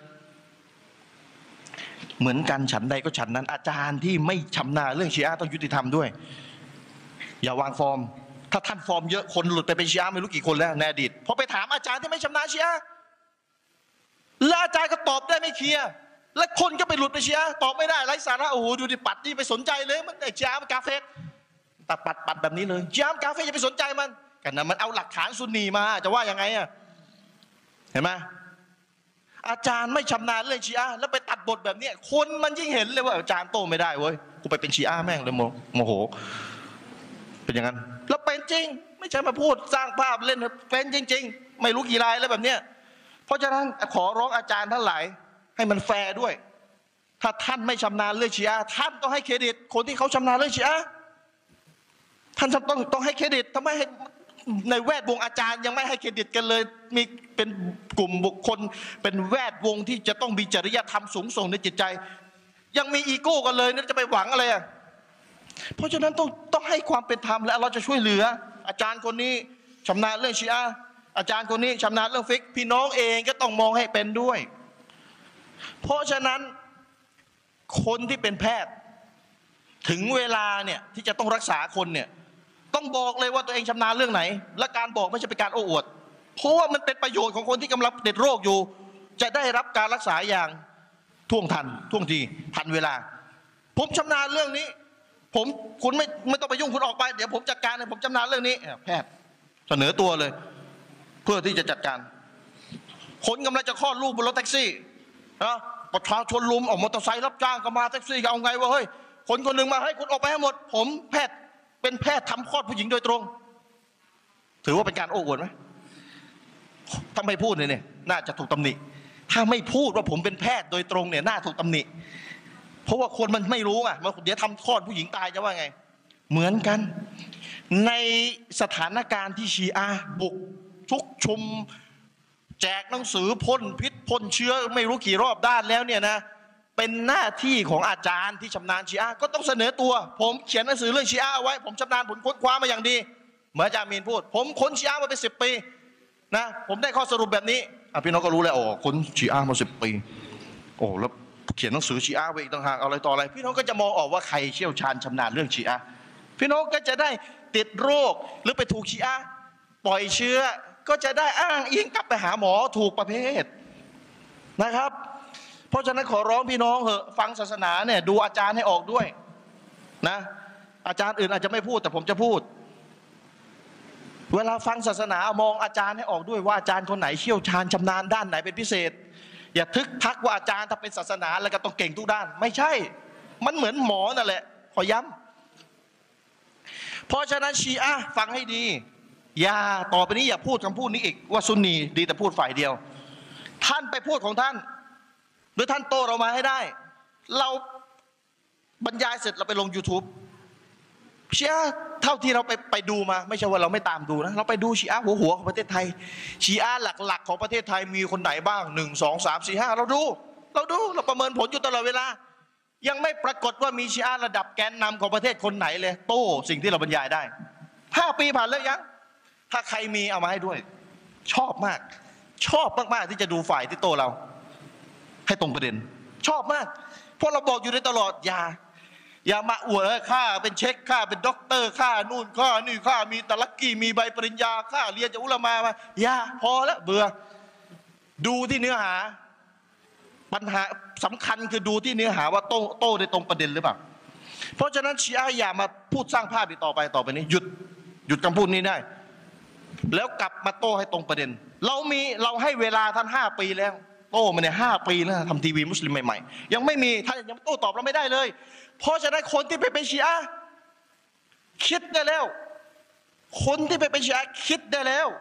เหมือนกันฉันใดก็ฉันนั้นอาจารย์ที่ไม่ชำนาญเรื่องชีอะห์ต้องยุติธรรมด้วยอย่าวางฟอร์มถ้าท่านฟอร์มเยอะคนหลุดไปเป็นชีอะห์ไม่รู้กี่คนแล้วในอดีตพอไปถามอาจารย์ที่ไม่ชำนาญชีอะห์แล้วอาจารย์ก็ตอบได้ไม่เคลียร์และคนก็ไปหลุดไปชีอะห์ตอบไม่ได้ไร้สาระโอ้โหดูดิปัดนี่ไปสนใจเลยมันไอ้ชีอะห์มันกาเฟรตัดปัดปัดแบบนี้เลยชีอะห์กาเฟรอย่าไปสนใจมันกันนะมันเอาหลักฐานซุนนีมาจะว่ายังไงอะเห็นไหมอาจารย์ไม่ชำนาญเรื่องชีอะห์แล้วไปตัดบทแบบนี้คนมันยิ่งเห็นเลยว่าอาจารย์โตไม่ได้เว้ยกูไปเป็นชีอะห์แม่งเลยโมโมโหเป็นอย่างนั้นแล้วเป็นจริงไม่ใช่มาพูดสร้างภาพเล่นเป็นจริงๆไม่รู้กี่รายแล้วแบบเนี้ยเพราะฉะนั้นขอร้องอาจารย์ทั้งหลายให้มันแฟร์ด้วยถ้าท่านไม่ชำนาญเรื่องชีอะห์ท่านต้องให้เครดิตคนที่เขาชำนาญเรื่องชีอะห์ท่านต้องต้องให้เครดิตทำไมให้ในแวดวงอาจารย์ยังไม่ให้เครดิตกันเลยมีเป็นกลุ่มบุคคลเป็นแวดวงที่จะต้องมีจริยธรรมสูงส่งในจิตใจยังมีอีโก้กันเลยนี่จะไปหวังอะไรอ่ะเพราะฉะนั้นต้องต้องให้ความเป็นธรรมและเราจะช่วยเหลืออาจารย์คนนี้ชำนาญเรื่องชีอะห์อาจารย์คนนี้ชำนาญเรื่องฟิกพี่น้องเองก็ต้องมองให้เป็นด้วยเพราะฉะนั้นคนที่เป็นแพทย์ถึงเวลาเนี่ยที่จะต้องรักษาคนเนี่ยต้องบอกเลยว่าตัวเองชำนาญเรื่องไหนและการบอกไม่ใช่เป็นการโอ้อวดเพราะว่ามันเป็นประโยชน์ของคนที่กำลังติดโรคอยู่จะได้รับการรักษาอย่างท่วงทันท่วงทีทันเวลาผมชำนาญเรื่องนี้ผมคุณไม่ไม่ต้องไปยุ่งคุณออกไปเดี๋ยวผมจัดการเลยผมชำนาญเรื่องนี้แพทย์เสนอตัวเลยเพื่อที่จะจัดการคนกำลังจะคลอดลูกบนรถแท็กซี่นะประชาชนลุมออกมอเตอร์ไซค์รับจ้างก็มาแท็กซี่ก็เอาไงวะเฮ้ยคนคนหนึ่งมาให้คุณออกไปให้หมดผมแพทย์เป็นแพทย์ทำคลอดผู้หญิงโดยตรงถือว่าเป็นการโอ้อวดไหมถ้าไม่พูดเนี่ยน่าจะถูกตำหนิถ้าไม่พูดว่าผมเป็นแพทย์โดยตรงเนี่ยน่าถูกตำหนิเพราะว่าคนมันไม่รู้อ่ะมันเดี๋ยวทำคลอดผู้หญิงตายจะว่าไงเหมือนกันในสถานการณ์ที่ชีอะห์บุกชุกชุมแจกหนังสือพ่นพิษพ่นเชื้อไม่รู้กี่รอบด้านแล้วเนี่ยนะเป็นหน้าที่ของอาจารย์ที่ชำนาญชีอะห์ก็ต้องเสนอตัวผมเขียนหนังสือเรื่องชีอะห์เอาไว้ผมชำนาญผมค้นคว้ามาอย่างดีเหมือนอาจารย์มีนพูดผมค้นชีอะห์มาเป็นสิบปีนะผมได้ข้อสรุปแบบนี้พี่น้องก็รู้แล้วโอ้ค้นชีอะห์มาสิบปีโอ้แล้วเขียนหนังสือชีอะห์ไว้อีกต่างหากอะไรต่ออะไรพี่น้องก็จะมองออกว่าใครเชี่ยวชาญชำนาญเรื่องชีอะห์พี่น้องก็จะได้ติดโรคหรือไปถูกชีอะห์ปล่อยเชื้อก็จะได้อ้างอิงกลับไปหาหมอถูกประเภทนะครับเพราะฉะนั้นขอร้องพี่น้องเหอะฟังศาสนาเนี่ยดูอาจารย์ให้ออกด้วยนะอาจารย์อื่นอาจจะไม่พูดแต่ผมจะพูดเวลาฟังศาสนามองอาจารย์ให้ออกด้วยว่าอาจารย์คนไหนเชี่ยวชาญชำนาญด้านไหนเป็นพิเศษอย่าทึกทักว่าอาจารย์ถ้าเป็นศาสนาแล้วก็ต้องเก่งทุกด้านไม่ใช่มันเหมือนหมอนั่นแหละขอย้ำเพราะฉะนั้นชีอะห์ฟังให้ดีอย่าต่อไปนี้อย่าพูดคำพูดนี้อีกว่าซุนนีดีแต่พูดฝ่ายเดียวท่านไปพูดของท่านหรือท่านโตเรามาให้ได้เราบรรยายเสร็จเราไปลง ยูทูบ ชีอะห์เท่าที่เราไปไปดูมาไม่ใช่ว่าเราไม่ตามดูนะเราไปดูชีอะห์หัวหัวของประเทศไทยชีอะห์หลักๆของประเทศไทยมีคนไหนบ้างหนึ่งสองสามสี่ห้าเราดูเราดูเราประเมินผลอยู่ตลอดเวลายังไม่ปรากฏว่ามีชีอะห์ระดับแกนนำของประเทศคนไหนเลยโต้สิ่งที่เราบรรยายได้ห้าปีผ่านแล้วยังถ้าใครมีเอามาให้ด้วยชอบมากชอบมากๆที่จะดูฝ่ายที่โตเราให้ตรงประเด็นชอบมากเพราะเราบอกอยู่ในตลอดอย่าอย่ามาอวดข้าเป็นเช็คข้าเป็นด็อกเตอร์ข้านู่นข้านี่ข้ามีตะลักกี้มีใบปริญญาข้าเรียนจากอุลามามาอย่าพอแล้วเบื่อดูที่เนื้อหาปัญหาสำคัญคือดูที่เนื้อหาว่าโต้โต้ได้ตรงประเด็นหรือเปล่าเพราะฉะนั้นชีอะห์อย่ามาพูดสร้างภาพอีกต่อไปต่อไปนี้หยุดหยุดคำพูดนี้ได้แล้วกลับมาโต้ให้ตรงประเด็นเรามีเราให้เวลาท่านห้าปีแล้วโต้มาเนี่ยห้าปีแล้วทำทีวีมุสลิมใหม่ๆยังไม่มีท่านยังโต้ตอบเราไม่ได้เลยเพราะฉะนั้นคนที่ไปเป็นชีอะห์คิดได้แล้วคนที่ไปเป็นชีอะห์คิดได้แล้ว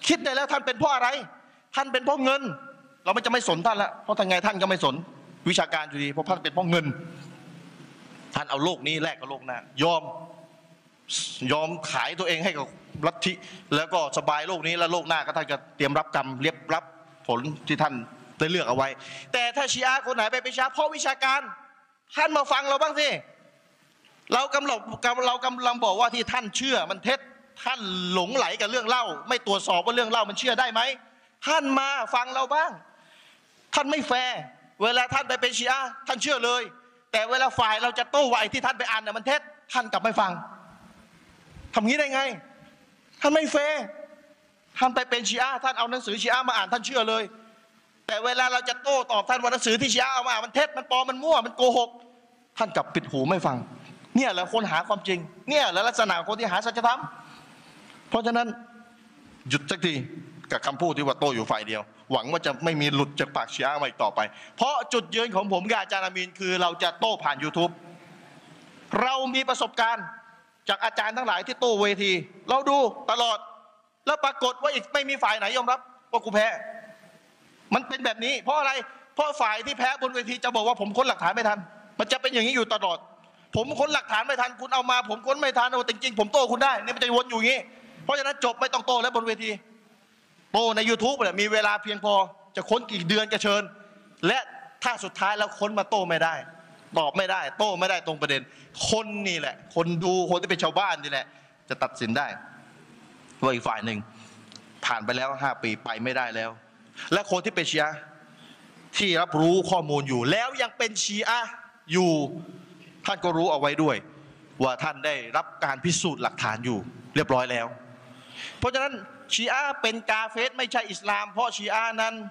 คิดได้แล้วท่านเป็นเพราะอะไรท่านเป็นเพราะเงินเราไม่จะไม่สนท่านละเพราะทางไงท่านก็ไม่สนวิชาการอยู่ดีเพราะท่านเป็นเพราะเงินท่านเอาโลกนี้แลกกับโลกหน้ายอมยอมขายตัวเองให้กับลัทธิแล้วก็สบายโลกนี้แล้วโลกหน้าก็ท่านก็เตรียมรับกรรมเรียบรับผลที่ท่านได้เลือกเอาไว้แต่ถ้าชีอะห์คนไหนไปเป็นชีอะห์เพราะวิชาการท่านมาฟังเราบ้างสิเรากำลังเรากำลังบอกว่าที่ท่านเชื่อมันเท็จท่านหลงไหลกับเรื่องเล่าไม่ตรวจสอบว่าเรื่องเล่ามันเชื่อได้ไหมท่านมาฟังเราบ้างท่านไม่แฟร์เวลาท่านไปเป็นชีอะห์ท่านเชื่อเลยแต่เวลาฝ่ายเราจะโต้ว่าไอ้ที่ท่านไปอ่านน่ะมันเท็จท่านกลับไม่ฟังทำงี้ได้ไงท่านไม่แฟร์ท่านไปเป็นชีอะห์ท่านเอาหนังสือชีอะห์มาอ่านท่านเชื่อเลยแต่เวลาเราจะโต้ตอบท่านว่าหนังสือที่ชีอะห์เอามาอ่านมันเท็จมันปลอมมันมั่วมันโกหกท่านกลับปิดหูไม่ฟังเนี่ยแหละคนหาความจริงเนี่ยแหละลักษณะคนที่หาสัจธรรมเพราะฉะนั้นหยุดสักทีกับคำพูดที่ว่าโต้อยู่ฝ่ายเดียวหวังว่าจะไม่มีหลุดจากปากชีอะห์มาอีกต่อไปเพราะจุดยืนของผมกับอาจารย์อามีนคือเราจะโต้ผ่าน YouTube เรามีประสบการณ์จากอาจารย์ทั้งหลายที่โต้เวทีเราดูตลอดแล้วปรากฏว่าอีกไม่มีฝ่ายไหนยอมรับว่ากูแพ้มันเป็นแบบนี้เพราะอะไรเพราะฝ่ายที่แพ้บนเวทีจะบอกว่าผมค้นหลักฐานไม่ทันมันจะเป็นอย่างนี้อยู่ตลอดผมค้นหลักฐานไม่ทันคุณเอามาผมค้นไม่ทันโอ้จริงๆผมโต้คุณได้นี่มันจะวนอยู่อย่างนี้เพราะฉะนั้นจบไม่ต้องโต้แล้วบนเวทีโต้ใน YouTube เนี่ยมีเวลาเพียงพอจะค้นกี่เดือนจะเชิญและถ้าสุดท้ายแล้วค้นมาโต้ไม่ได้ตอบไม่ได้โต้ไม่ได้ตรงประเด็นคนนี่แหละคนดูคนที่เป็นชาวบ้านนี่แหละจะตัดสินได้ว่าอีกฝ่ายหนึ่งผ่านไปแล้วห้าปีไปไม่ได้แล้วและคนที่เป็นชีอะห์ที่รับรู้ข้อมูลอยู่แล้วยังเป็นชีอะห์อยู่ท่านก็รู้เอาไว้ด้วยว่าท่านได้รับการพิสูจน์หลักฐานอยู่เรียบร้อยแล้วเพราะฉะนั้นชีอะห์เป็นกาเฟรไม่ใช่อิสลามเพราะชีอะห์นั้น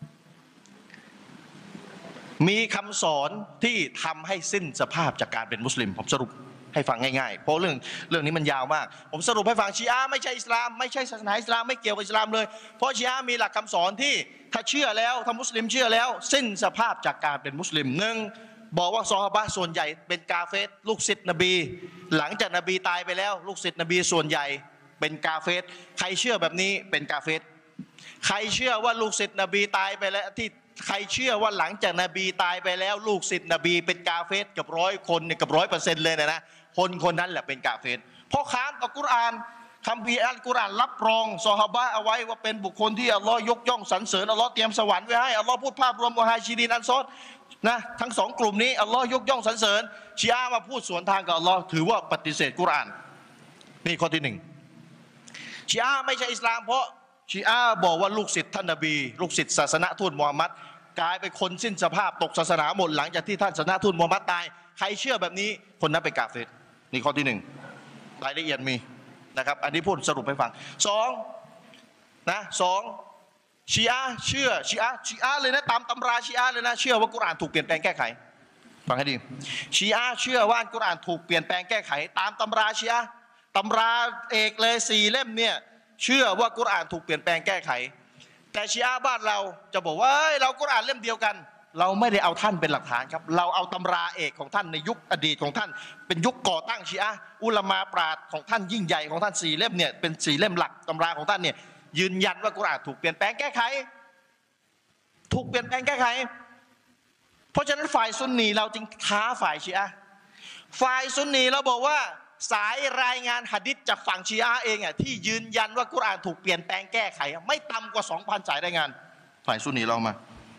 มีคำสอนที่ทำให้สิ้นสภาพจากการเป็นมุสลิมผมสรุปให้ฟังง่ายๆเพราะเรื่องเรื่องนี้มันยาวมากผมสรุปให้ฟังชีอะห์ไม่ใช่อิสลามไม่ใช่ศาสนาอิสลามไม่เกี่ยวกับอิสลามเลยเพราะชีอะห์มีหลักคำสอนที่ถ้าเชื่อแล้วถ้ามุสลิมเชื่อแล้วสิ้นสภาพจากการเป็นมุสลิมหนึ่งบอกว่าซอฮาบะห์ส่วนใหญ่เป็นกาเฟรลูกศิษย์นบีหลังจากนบีตายไปแล้วลูกศิษย์นบีส่วนใหญ่เป็นกาเฟรใครเชื่อแบบนี้เป็นกาเฟรใครเชื่อว่าลูกศิษย์นบีตายไปแล้วที่ใครเชื่อว่าหลังจากนบีตายไปแล้วลูกศิษย์นบีเป็นกาเฟรกับร้อยคนเนี่ยกับร้อยเปอร์เซ็นต์เลยนะนะคนคนนั้นแหละเป็นกาเฟรเพราะค้านต่อกุรอานคัมภีร์อัลกุรอานรับรองซอฮาบะห์เอาไว้ว่าเป็นบุคคลที่อัลลอฮ์ยกย่องสรรเสริญอัลลอฮ์เตรียมสวรรค์ไว้ให้อัลลอฮ์พูดภาพรวมมุฮาญิรินอันซอรนะทั้งสองกลุ่มนี้อัลลอฮ์ยกย่องสรรเสริญชีอะห์มาพูดสวนทางกับอัลลอฮ์ถือว่าปฏิเสธกุรอานนี่ข้อที่หนึ่งชีอะห์ไม่ใช่อิสลามเพราะชีอะห์บอกว่าลูกศิษย์ท่านนบีลูกศิษย์ศาสนทูตมูฮัมมัดกลายเป็นคนสิ้นสภาพตกศาสนาหมดหลังจากที่ท่านศาสนทูตมูฮัมมัดตายใครเชื่อแบบนี้คนนั้นเป็นกาเฟรนี่ข้อที่หนึ่งรายละเอียดมีนะครับอันนี้พูดสรุปให้ฟังสองนะสองชีอะห์เชื่อชีอะห์ชีอะห์เลยนะตามตำราชีอะห์เลยนะเชื่อว่ากุรอานถูกเปลี่ยนแปลงแก้ไขฟังให้ดีชีอะห์เชื่อว่ากุรอานถูกเปลี่ยนแปลงแก้ไขตามตำราชีอะห์ตำราเอกเลยสี่เล่มเนี่ยเชื่อว่ากุรอานถูกเปลี่ยนแปลงแก้ไขแต่ชีอะห์บ้านเราจะบอกว่าเรากุรอานเล่มเดียวกันเราไม่ได้เอาท่านเป็นหลักฐานครับเราเอาตำราเอกของท่านในยุคอดีตของท่านเป็นยุคก่อตั้งชีอะห์อุลามะปราชญ์ของท่านยิ่งใหญ่ของท่านสี่เล่มเนี่ยเป็นสี่เล่มหลักตำราของท่านเนี่ยยืนยันว่ากุรอานถูกเปลี่ยนแปลงแก้ไขถูกเปลี่ยนแปลงแก้ไขเพราะฉะนั้นฝ่ายซุนนีเราจึงท้าฝ่ายชีอะห์ฝ่ายซุนนีเราบอกว่าสายรายงานหะดีษจากฝั่งชีอะห์เองอ่ะที่ยืนยันว่ากุรอานถูกเปลี่ยนแปลงแก้ไขไม่ต่ำกว่า สองพัน สายรายงานฝ่ายซุนนีเรามา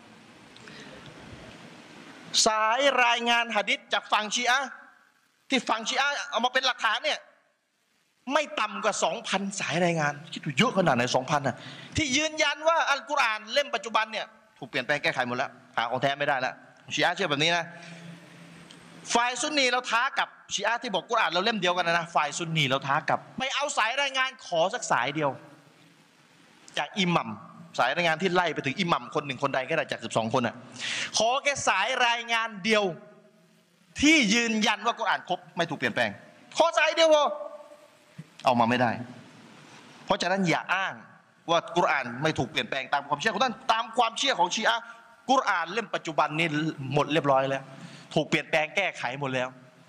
สายรายงานหะดีษจากฝั่งชีอะห์ที่ฝั่งชีอะห์เอามาเป็นหลักฐานเนี่ยไม่ต่ำกว่า สองพัน สายรายงานคิดดูเยอะขนาดไหน สองพัน น่ะที่ยืนยันว่าอัลกุรอานเล่มปัจจุบันเนี่ยถูกเปลี่ยนแปลงแก้ไขหมดแล้วหาของแท้ไม่ได้แล้วชีอะห์เชื่อแบบนี้นะฝ่ายซุนนีเราท้ากับชีอะห์ที่บอกกุรอานเราเล่มเดียวกันนะฝ่ายซุนนีเราท้ากับไปเอาสายรายงานขอสักสายเดียวจากอิหมัมสายรายงานที่ไล่ไปถึงอิหมัมคนหนึ่งคนใดก็ได้จากสิบสองคนน่ะขอแค่สายรายงานเดียวที่ยืนยันว่ากุรอานครบไม่ถูกเปลี่ยนแปลงขอสายเดียวพอเอามาไม่ได้เพราะฉะนั้นอย่าอ้างว่ากุรอานไม่ถูกเปลี่ยนแปลงตามความเชื่อของท่านตามความเชื่อของชีอะห์กุรอานเล่มปัจจุบันนี้หมดเรียบร้อยแล้วถูกเปลี่ยนแปลงแก้ไขหมดแล้ว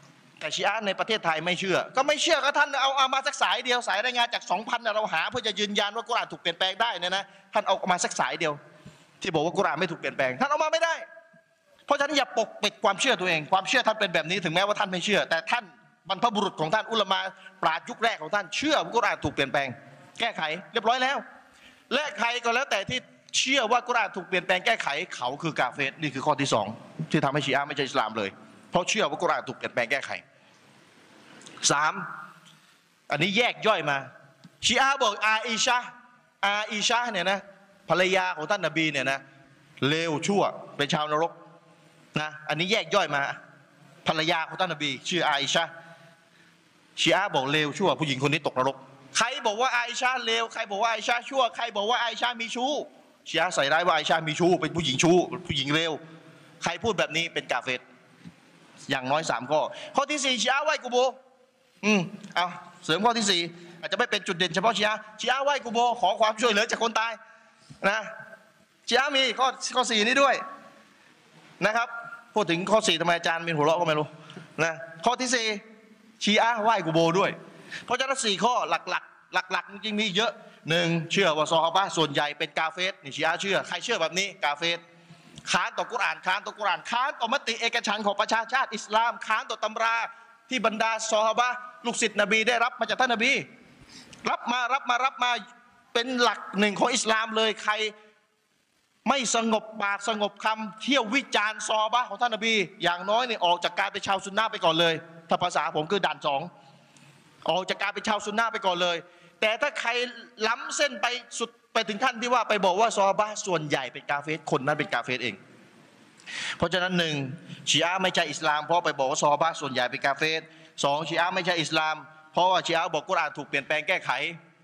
แต่ชีอะห์ในประเทศไทยไม่เชื่อก็ไม่เชื่อก็ท่านเอาเอามาสักสายเดียวสายรายงานจากสองพันเราหาเพื่อจะยืนยันว่ากุรอานถูกเปลี่ยนแปลงได้เนี่ยนะท่านเอามาสักสายเดียวที่บอกว่ากุรอานไม่ถูกเปลี่ยนแปลงท่านเอามาไม่ได้เพราะฉะนั้นอย่าปกปิดความเชื่อตัวเองความเชื่อท่านเป็นแบบนี้ถึงแม้ว่าท่านไม่เชื่อแต่ท่านบรรพบุรุษของท่านอุลามะปราชญ์ยุคแรกของท่านเชื่อว่ากุรอานถูกเปลี่ยนแปลงแก้ไขเรียบร้อยแล้วและใครก็แล้วแต่ที่เชื่อว่ากุรอานถูกเปลี่ยนแปลงแก้ไขเขาคือกาเฟรนี่คือข้อที่สองที่ทำให้ชีอะห์ไม่ใช่อิสลามเลยเพราะเชื่อว่ากุรอานถูกเปลี่ยนแปลงแก้ไขสามอันนี้แยกย่อยมาชีอะห์บอกอาอิชะอาอิชะเนี่ยนะภรรยาของท่านนบีเนี่ยนะเลวชั่วเป็นชาวนรกนะอันนี้แยกย่อยมาภรรยาของท่านนบีชื่ออาอิชะชีอะห์บอกเลวชั่วผู้หญิงคนนี้ตกนรกใครบอกว่าอาอิชะเลวใครบอกว่าอาอิชะชั่วใครบอกว่าอาอิชะมีชู้ชีอะห์ใส่ร้ายว่าอาอิชะมีชู้เป็นผู้หญิงชู้ผู้หญิงเลวใครพูดแบบนี้เป็นกาเฟรอย่างน้อยสามข้อข้อที่สี่ชีอะห์ไหว้กุโบอืมเอาเสริมข้อที่สี่อาจจะไม่เป็นจุดเด่นเฉพาะชีอะห์ชีอะห์ไหว้กุโบขอความช่วยเหลือจากคนตายนะชีอะห์มีข้อข้อสี่นี้ด้วยนะครับพูดถึงข้อสี่ทำไมอาจารย์มีหัวเราะก็ไม่รู้นะข้อที่สี่ชีอะห์ไหว้กุโบด้วยเพราะฉะนั้นสี่ข้อหลักๆหลักๆจริงๆมีเยอะหนึ่งเชื่อว่าซอฮาบะห์ส่วนใหญ่เป็นกาเฟรนี่ชีอะห์เชื่อใครเชื่อแบบนี้กาเฟรค้านต่อกุรอานค้านต่อกุรอานค้านต่อมติเอกฉันท์ของประชาชาติอิสลามค้านต่อตำราที่บรรดาซอฮาบะห์ลูกศิษย์นบีได้รับมาจากท่านนบีรับมารับมารับมาเป็นหลักหนึ่งของอิสลามเลยใครไม่สงบปากสงบคำเที่ยววิจารณ์ซอฮาบะห์ของท่านนบีอย่างน้อยเนี่ยออกจากการเป็นชาวซุนนะห์ไปก่อนเลยถ้าภาษาผมคือด่านสองออกจากการเป็นชาวซุนนะห์ไปก่อนเลยแต่ถ้าใครล้ำเส้นไปสุดไปถึงขั้นที่ว่าไปบอกว่าซอฮาบะห์ส่วนใหญ่เป็นกาเฟรคนนั้นเป็นกาเฟรเองเพราะฉะนั้นหนึ่งชีอะห์ไม่ใช่อิสลามเพราะไปบอกว่าซอฮาบะห์ส่วนใหญ่เป็นกาเฟรสองชีอะห์ไม่ใช่อิสลามเพราะว่าชีอะห์บอกกุรอานถูกเปลี่ยนแปลงแก้ไข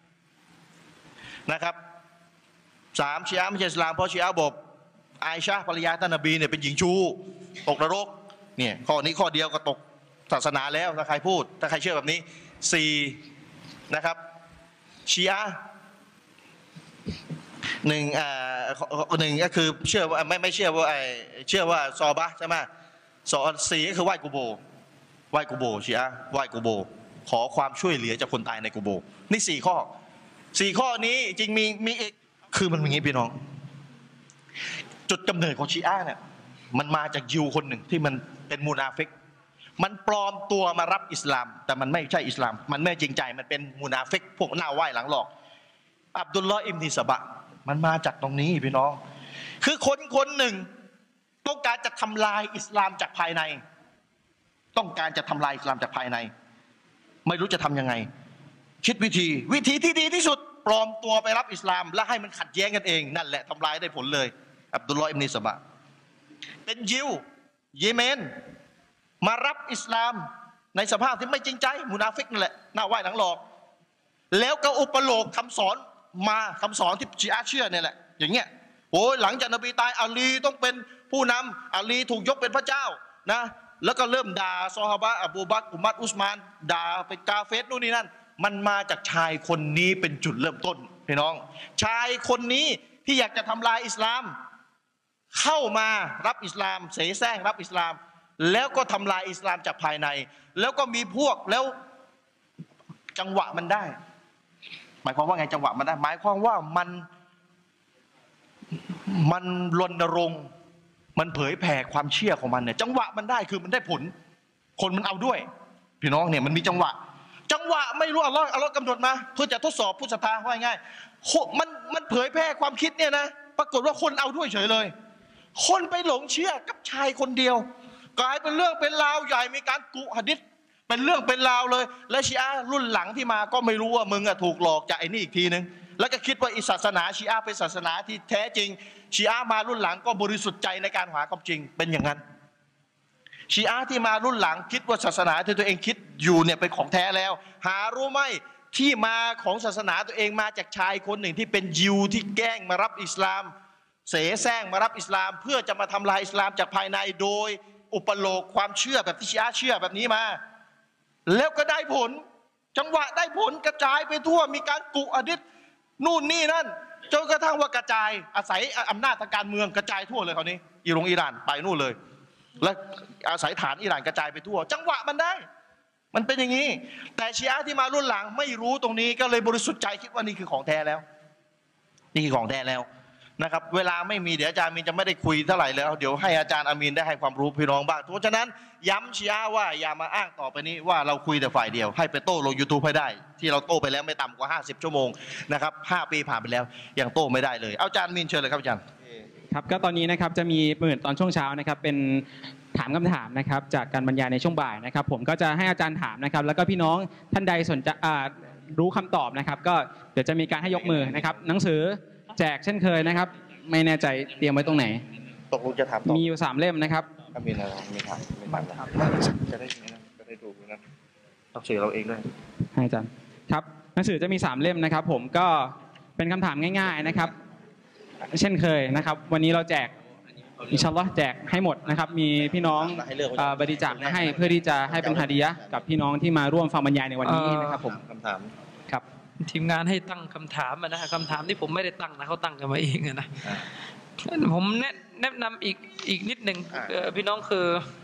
นะครับสามชีอะห์ไม่ใช่อิสลามเพราะชีอะห์บอกอาอิชะห์ภรรยาท่านนบีเนี่ยเป็นหญิงชู้ตกนรกเนี่ยข้อนี้ข้อเดียวก็ตกศาสนาแล้วถ้าใครพูดถ้าใครเชื่อแบบนี้สี่นะครับชีอะห์หนึ่งอ่าหนึ่งก็คือเชื่อว่าไม่ไม่เชื่อว่าเชื่อว่าซอฮาบะห์ใช่ไหมสองสี่ก็คือไหว้กุโบไหว้กุโบชีอะห์ไหว้กุโบขอความช่วยเหลือจากคนตายในกุโบนี่สี่ข้อสี่ข้อนี้จริงมีมีอีกคือมันอย่างนี้พี่น้องจุดกำเนิดของชีอะห์เนี่ยมันมาจากยิวคนหนึ่งที่มันเป็นมุนาฟิกมันปลอมตัวมารับอิสลามแต่มันไม่ใช่อิสลามมันไม่จริงใจมันเป็นมุนาฟิกพวกหน้าไหว้หลังหลอกอับดุลลอฮ์อิบนุซะบะมันมาจากตรงนี้พี่น้องคือคนคนหนึ่งต้องการจะทำลายอิสลามจากภายในต้องการจะทำลายอิสลามจากภายในไม่รู้จะทำยังไงคิดวิธีวิธีที่ดีที่สุดปลอมตัวไปรับอิสลามและให้มันขัดแย้งกันเองนั่นแหละทำลายได้ผลเลยอับดุลลอฮ์อิบนุซะบะเป็นยิวเยเมนมารับอิสลามในสภาพที่ไม่จริงใจมุนาฟิกนั่นแหละหน้าไหว้หลังหลอกแล้วก็อุปโลกคำสอนมาคำสอนที่ชีอะห์เชื่อเนี่ยแหละอย่างเงี้ยโอ้ยหลังจากนบีตายอาลีต้องเป็นผู้นำอาลีถูกยกเป็นพระเจ้านะแล้วก็เริ่มด่าซอฮาบะห์อบูบักรอุมัรอุสมานด่าเป็นกาเฟรนู่นนี่นั่นมันมาจากชายคนนี้เป็นจุดเริ่มต้นพี่น้องชายคนนี้ที่อยากจะทำลายอิสลามเข้ามารับอิสลามเสแสร้งรับอิสลามแล้วก็ทำลายอิสลามจากภายในแล้วก็มีพวกแล้วจังหวะมันได้หมายความว่าไงจังหวะมันได้หมายความว่ามันมันรณรงค์มันเผยแผ่ความเชื่อของมันเนี่ยจังหวะมันได้คือมันได้ผลคนมันเอาด้วยพี่น้องเนี่ยมันมีจังหวะจังหวะไม่รู้อัลลอฮ์อัลลอฮ์กำหนดมาเพื่อจะทดสอบผู้ศรัทธาว่าง่ายมันมันเผยแผ่ความคิดเนี่ยนะปรากฏว่าคนเอาด้วยเฉยเลยคนไปหลงเชื่อกับชายคนเดียวกลายเป็นเรื่องเป็นราวใหญ่มีการกุหะดิษเป็นเรื่องเป็นราวเลยและชีอะห์รุ่นหลังที่มาก็ไม่รู้ว่ามึงอะถูกหลอกจากไอ้นี่อีกทีนึงแล้วก็คิดว่าอิศาสนาชีอะห์เป็นศาสนาที่แท้จริงชีอะห์มารุ่นหลังก็บริสุทธิ์ใจในการหาความจริงเป็นอย่างนั้นชีอะห์ที่มารุ่นหลังคิดว่าศาสนาที่ตัวเองคิดอยู่เนี่ยเป็นของแท้แล้วหารู้ไหมที่มาของศาสนาตัวเองมาจากชายคนหนึ่งที่เป็นยิวที่แกล้งมารับอิสลามเสแสร้งมารับอิสลามเพื่อจะมาทำลายอิสลามจากภายในโดยอุปโลกความเชื่อแบบที่ชีอะห์เชื่อแบบนี้มาแล้วก็ได้ผลจังหวะได้ผลกระจายไปทั่วมีการกุหะดิษนู่นนี่นั่นจนกระทั่งว่ากระจายอาศัยอำนาจทางการเมืองกระจายทั่วเลยคราวนี้อิหร่านอิหร่านไปนู่นเลยและอาศัยฐานอิหร่านกระจายไปทั่วจังหวะมันได้มันเป็นอย่างนี้แต่ชีอะห์ที่มารุ่นหลังไม่รู้ตรงนี้ก็เลยบริสุทธิ์ใจคิดว่านี่คือของแท้แล้วนี่คือของแท้แล้วนะครับเวลาไม่มีเดี๋ยวอาจารย์อามีนจะไม่ได้คุยเท่าไหร่แล้วเดี๋ยวให้อาจารย์อามีนได้ให้ความรู้พี่น้องบ้างเพราะฉะนั้นย้ำชีอะห์ว่าอย่ามาอ้างต่อไปนี้ว่าเราคุยแต่ฝ่ายเดียวให้ไปโต้ลง ยูทูบ ให้ได้ที่เราโต้ไปแล้วไม่ต่ำกว่าห้าสิบชั่วโมงนะครับห้าปีผ่านไปแล้วยังโต้ไม่ได้เลยเอาอาจารย์อามีนเชิญเลยครับอาจารย์ครับก็ตอนนี้นะครับจะมีเหมือนตอนช่วงเช้านะครับเป็นถามคำถามนะครับจากการบรรยายในช่วงบ่ายนะครับผมก็จะให้อาจารย์ถามนะครับแล้วก็พี่น้องท่านใดสนใจรู้คำตอบนะครับก็เดี๋ยวจะมีการให้ยกมือนะครับหนังสือแจกเช่นเคยนะครับไม่แน่ใจเตรียมไว้ตรงไหนตกลงจะถามมีอยู่สามเล่มนะครับมีอะไรมีถามมีถามจะได้จะได้ดูนะหนังสือเราเองด้วยให้อาจารย์ครับหนังสือจะมีสามเล่มนะครับผมก็เป็นคำถามง่ายๆนะครับเช่นเคยนะครับวันนี้เราแจกอินชาอัลลอฮ์แจกให้หมดนะครับมีพี่น้องบริจาคมาให้เพื่อที่จะให้เป็นฮาดิยะห์กับพี่น้องที่มาร่วมฟังบรรยายในวันนี้นะครับผมคำถามครับทีมงานให้ตั้งคำถามนะคำถามที่ผมไม่ได้ตั้งนะเขาตั้งกันมาเองนะผมแนะแนะนำอีกอีกนิดหนึ่งพี่น้องคือ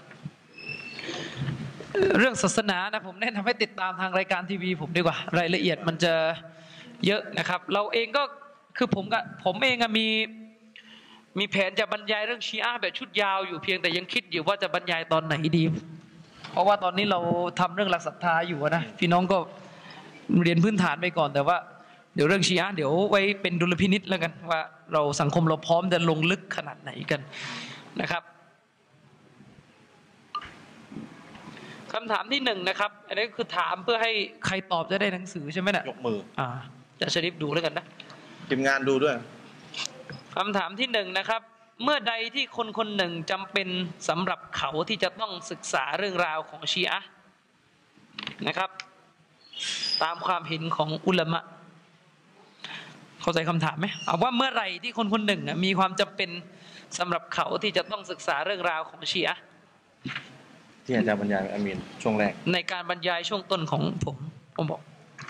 เรื่องศาสนานะผมแนะนำให้ติดตามทางรายการทีวีผมดีกว่ารายละเอียดมันจะเยอะนะครับเราเองก็คือผมกับผมเองมีมีแผนจะบรรยายเรื่องชีอะห์แบบชุดยาวอยู่เพียงแต่ยังคิดอยู่ว่าจะบรรยายตอนไหนดีเพราะว่าตอนนี้เราทำเรื่องหลักศรัทธาอยู่นะพี่น้องก็เรียนพื้นฐานไปก่อนแต่ว่าเดี๋ยวเรื่องชีอะห์เดี๋ยวไว้เป็นดุลพินิจแล้วกันว่าเราสังคมเราพร้อมจะลงลึกขนาดไหนกันนะครับคำถามที่หนึ่งนะครับอันนี้คือถามเพื่อให้ใครตอบจะได้หนังสือใช่ไหมนะยกมืออ่าจะชริฟดูแล้วกันนะทีมงานดูด้วยคำถามที่หนึ่งนะครับเมื่อใดที่คนคนหนึ่งจำเป็นสำหรับเขาที่จะต้องศึกษาเรื่องราวของชีอะห์นะครับตามความเห็นของอุลามะเข้าใจคำถามไหมเอาว่าเมื่อไหร่ที่คนคนหนึ่งมีความจำเป็นสำหรับเขาที่จะต้องศึกษาเรื่องราวของชีอะห์ที่อาจารย์บรรยายอามีนช่วงแรกในการบรรยายช่วงต้นของผมผมบอก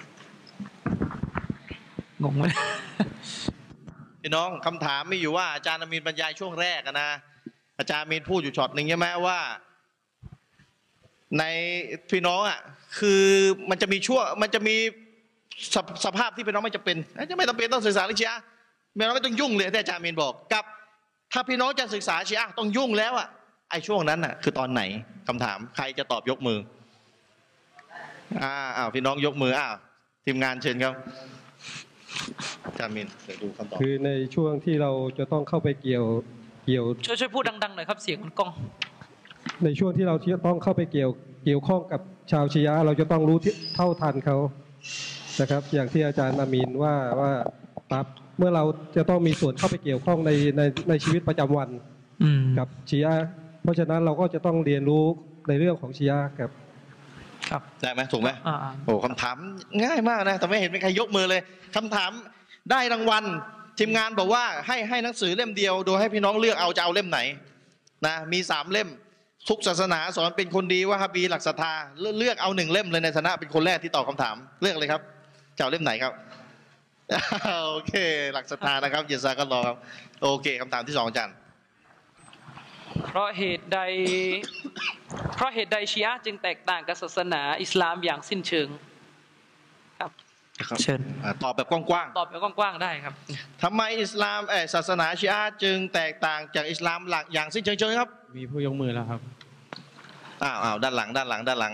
งงไหมพี่น้องคำถามมีอยู่ว่าอาจารย์อามีนบรรยายช่วงแรกนะอาจารย์อามีนพูดอยู่ช็อตหนึ่งใช่ไหมว่าในพี่น้องอ่ะคือมันจะมีช่วงมันจะมีสสภาพที่พี่น้องไม่จำเป็นจะไม่จำเป็นต้องศึกษาเรื่องชีอะห์พี่น้องไม่ต้องยุ่งเลยที่อาจารย์อามีนบอกกับถ้าพี่น้องจะศึกษาชีอะห์ต้องยุ่งแล้วอ่ะไอ้ช่วงนั้นอ่ะคือตอนไหนคำถามใครจะตอบยกมืออ่าอ้าวพี่น้องยกมืออ้าวทีมงานเชิญครับอาจารย์มินเดี๋ยวดูคำตอบคือในช่วงที่เราจะต้องเข้าไปเกี่ยวเกี่ยวช่วยช่วยพูดดังๆหน่อยครับเสียงมันก้องในช่วงที่เราจะต้องเข้าไปเกี่ยวเกี่ยวข้องกับชาวชีอะห์เราจะต้องรู้เท่าทันเขานะครับอย่างที่อาจารย์อามีนว่าว่าปั๊บเมื่อเราจะต้องมีส่วนเข้าไปเกี่ยวข้องในในในชีวิตประจำวันกับชีอะห์เพราะฉะนั้นเราก็จะต้องเรียนรู้ในเรื่องของชีอะห์ครับครับได้ไหมถูกไหมโอ้คำถามง่ายมากนะแต่ไม่เห็นมีใครยกมือเลยคำถามได้รางวัลทีมงานบอกว่าให้ให้หนังสือเล่มเดียวโดยให้พี่น้องเลือกเอาจะเอาเล่มไหนนะมีสามเล่มทุกศาสนาสอนเป็นคนดีว่าฮะบีหลักศรัทธาเลือกเอาหนึ่งเล่มเลยในฐานะเป็นคนแรกที่ตอบคำถามเลือกเลยครับจะเอาเล่มไหนครับโอเคหลักศรัทธานะครับเยซาก็รอครับโอเคคำถามที่สองอาจารย์เพราะเหตุใดเพราะเหตุใดชีอะห์จึงแตกต่างกับศาสนาอิสลามอย่างสิ้นเชิงครับเชิญตอบแบบกว้างๆตอบแบบกว้างๆได้ครับทำไมอิสลามเออศาสนาชีอะห์จึงแตกต่างจากอิสลามหลักอย่างสิ้นเชิงเชิญครับมีผู้ยกมือแล้วครับอ้าวอ้าวด้านหลังด้านหลังด้านหลัง